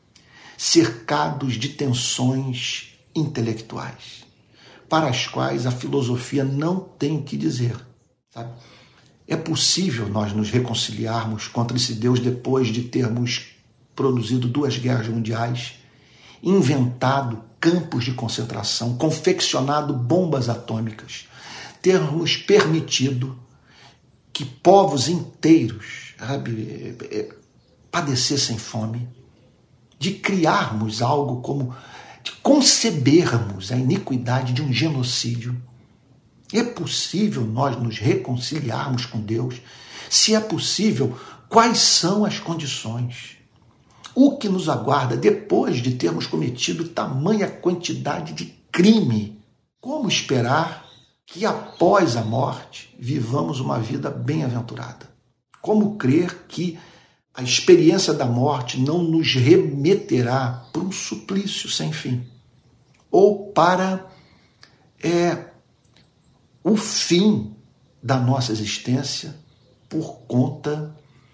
cercados de tensões intelectuais, para as quais a filosofia não tem o que dizer, sabe? É possível nós nos reconciliarmos contra esse Deus depois de termos produzido duas guerras mundiais, inventado campos de concentração, confeccionado bombas atômicas, termos permitido que povos inteiros, sabe, padecessem fome, de criarmos algo como, de concebermos a iniquidade de um genocídio. É possível nós nos reconciliarmos com Deus? Se é possível, quais são as condições? O que nos aguarda depois de termos cometido tamanha quantidade de crime? Como esperar que após a morte vivamos uma vida bem-aventurada? Como crer que a experiência da morte não nos remeterá para um suplício sem fim? Ou para é, o fim da nossa existência por conta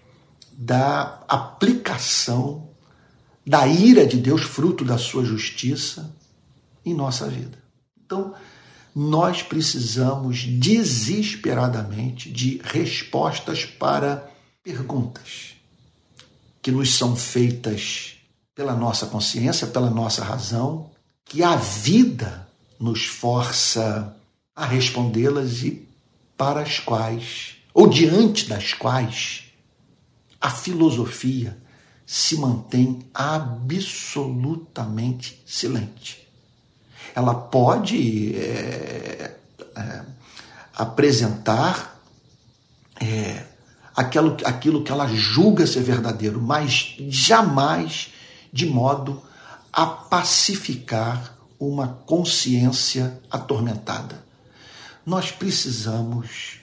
da aplicação da ira de Deus, fruto da sua justiça, em nossa vida? Então, nós precisamos desesperadamente de respostas para perguntas que nos são feitas pela nossa consciência, pela nossa razão, que a vida nos força a respondê-las e para as quais, ou diante das quais, a filosofia se mantém absolutamente silente. Ela pode é, é, apresentar é, aquilo, aquilo que ela julga ser verdadeiro, mas jamais de modo a pacificar uma consciência atormentada. Nós precisamos,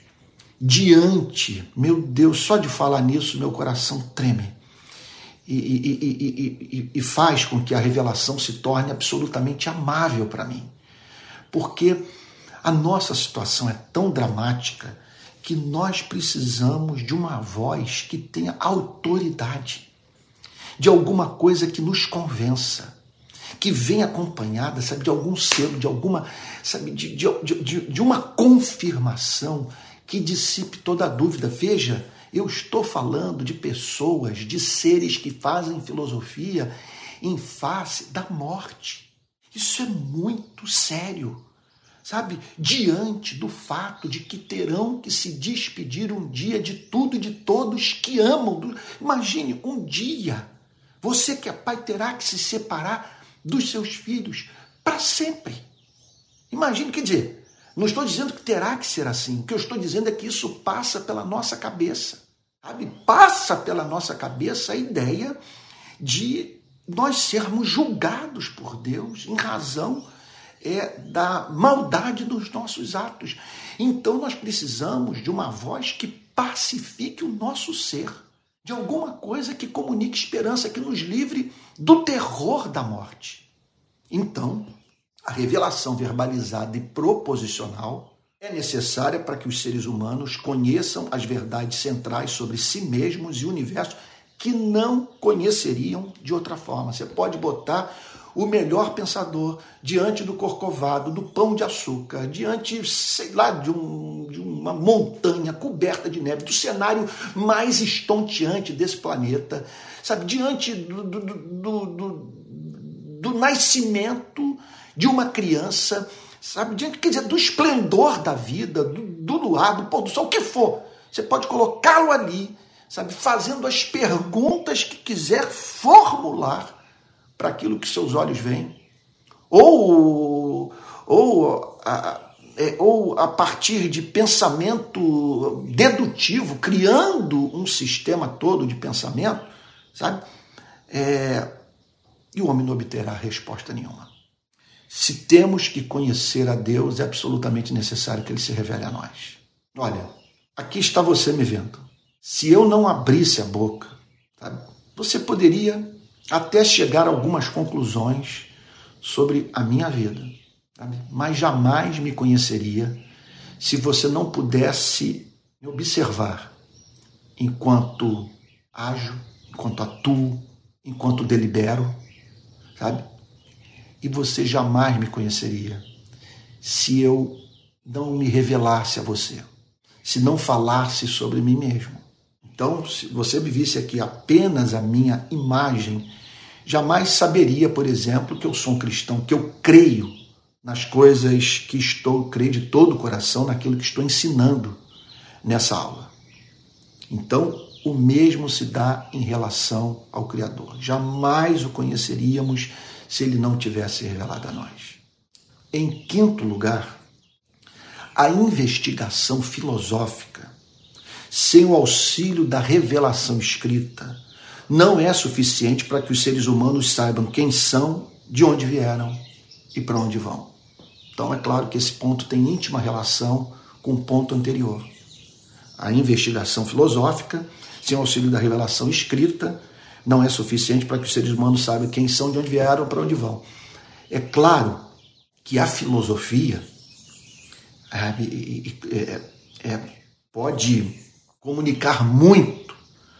diante, meu Deus, só de falar nisso meu coração treme e, e, e, e, e faz com que a revelação se torne absolutamente amável para mim, porque a nossa situação é tão dramática que nós precisamos de uma voz que tenha autoridade, de alguma coisa que nos convença, que venha acompanhada, sabe, de algum selo, de alguma, sabe, de, de, de, de uma confirmação que dissipe toda a dúvida. Veja, eu estou falando de pessoas, de seres que fazem filosofia em face da morte. Isso é muito sério, sabe? Diante do fato de que terão que se despedir um dia de tudo e de todos que amam. Imagine, um dia, você que é pai terá que se separar dos seus filhos para sempre. Imagine, quer dizer, não estou dizendo que terá que ser assim. O que eu estou dizendo é que isso passa pela nossa cabeça. Sabe? Passa pela nossa cabeça a ideia de nós sermos julgados por Deus em razão é, da maldade dos nossos atos. Então nós precisamos de uma voz que pacifique o nosso ser, de alguma coisa que comunique esperança, que nos livre do terror da morte. Então, a revelação verbalizada e proposicional é necessária para que os seres humanos conheçam as verdades centrais sobre si mesmos e o universo que não conheceriam de outra forma. Você pode botar o melhor pensador diante do corcovado, do pão de açúcar, diante, sei lá, de, um, de uma montanha coberta de neve, do cenário mais estonteante desse planeta, sabe, diante do, do, do, do, do nascimento de uma criança, sabe, diante, quer dizer, do esplendor da vida, do, do luar, do pôr do sol, o que for. Você pode colocá-lo ali, sabe, fazendo as perguntas que quiser formular para aquilo que seus olhos veem, ou, ou, a, é, ou a partir de pensamento dedutivo, criando um sistema todo de pensamento, sabe? É, e o homem não obterá resposta nenhuma. Se temos que conhecer a Deus, é absolutamente necessário que Ele se revele a nós. Olha, aqui está você me vendo. Se eu não abrisse a boca, sabe, você poderia até chegar a algumas conclusões sobre a minha vida, sabe? Mas jamais me conheceria se você não pudesse me observar enquanto ajo, enquanto atuo, enquanto delibero, sabe? E você jamais me conheceria se eu não me revelasse a você, se não falasse sobre mim mesmo. Então, se você me visse aqui apenas a minha imagem, jamais saberia, por exemplo, que eu sou um cristão, que eu creio nas coisas que estou, creio de todo o coração naquilo que estou ensinando nessa aula. Então, o mesmo se dá em relação ao Criador. Jamais o conheceríamos se ele não tivesse revelado a nós. Em quinto lugar, a investigação filosófica, sem o auxílio da revelação escrita, não é suficiente para que os seres humanos saibam quem são, de onde vieram e para onde vão. Então é claro que esse ponto tem íntima relação com o ponto anterior. A investigação filosófica, sem o auxílio da revelação escrita, não é suficiente para que os seres humanos saibam quem são, de onde vieram e para onde vão. É claro que a filosofia é, é, é, pode comunicar muito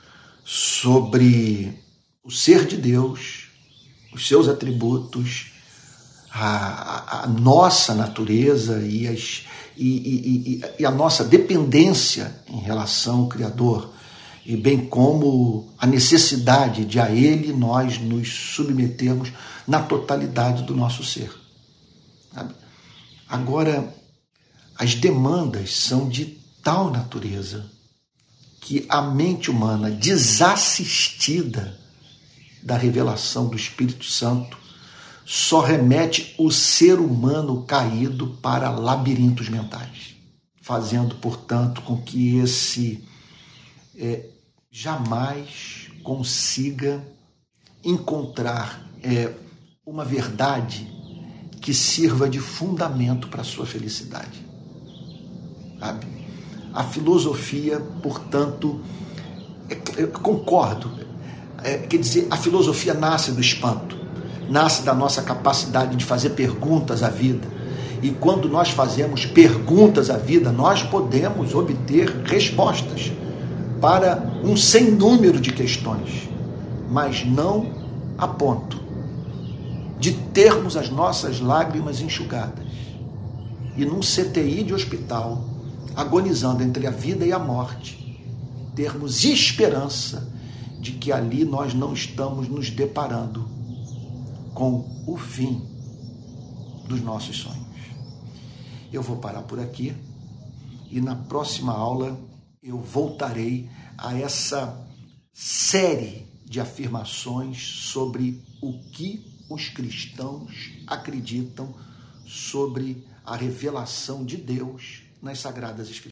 sobre o ser de Deus, os seus atributos, a, a nossa natureza e, as, e, e, e, e a nossa dependência em relação ao Criador, e bem como a necessidade de a Ele nós nos submetermos na totalidade do nosso ser. Sabe? Agora, as demandas são de tal natureza que a mente humana, desassistida da revelação do Espírito Santo, só remete o ser humano caído para labirintos mentais, fazendo, portanto, com que esse é, jamais consiga encontrar é, uma verdade que sirva de fundamento para a sua felicidade. Sabe? A filosofia, portanto, eu concordo, é, quer dizer, a filosofia nasce do espanto, nasce da nossa capacidade de fazer perguntas à vida. E quando nós fazemos perguntas à vida, nós podemos obter respostas para um sem número de questões, mas não a ponto de termos as nossas lágrimas enxugadas e num C T I de hospital, agonizando entre a vida e a morte, termos esperança de que ali nós não estamos nos deparando com o fim dos nossos sonhos. Eu vou parar por aqui e na próxima aula eu voltarei a essa série de afirmações sobre o que os cristãos acreditam sobre a revelação de Deus nas Sagradas Escrituras.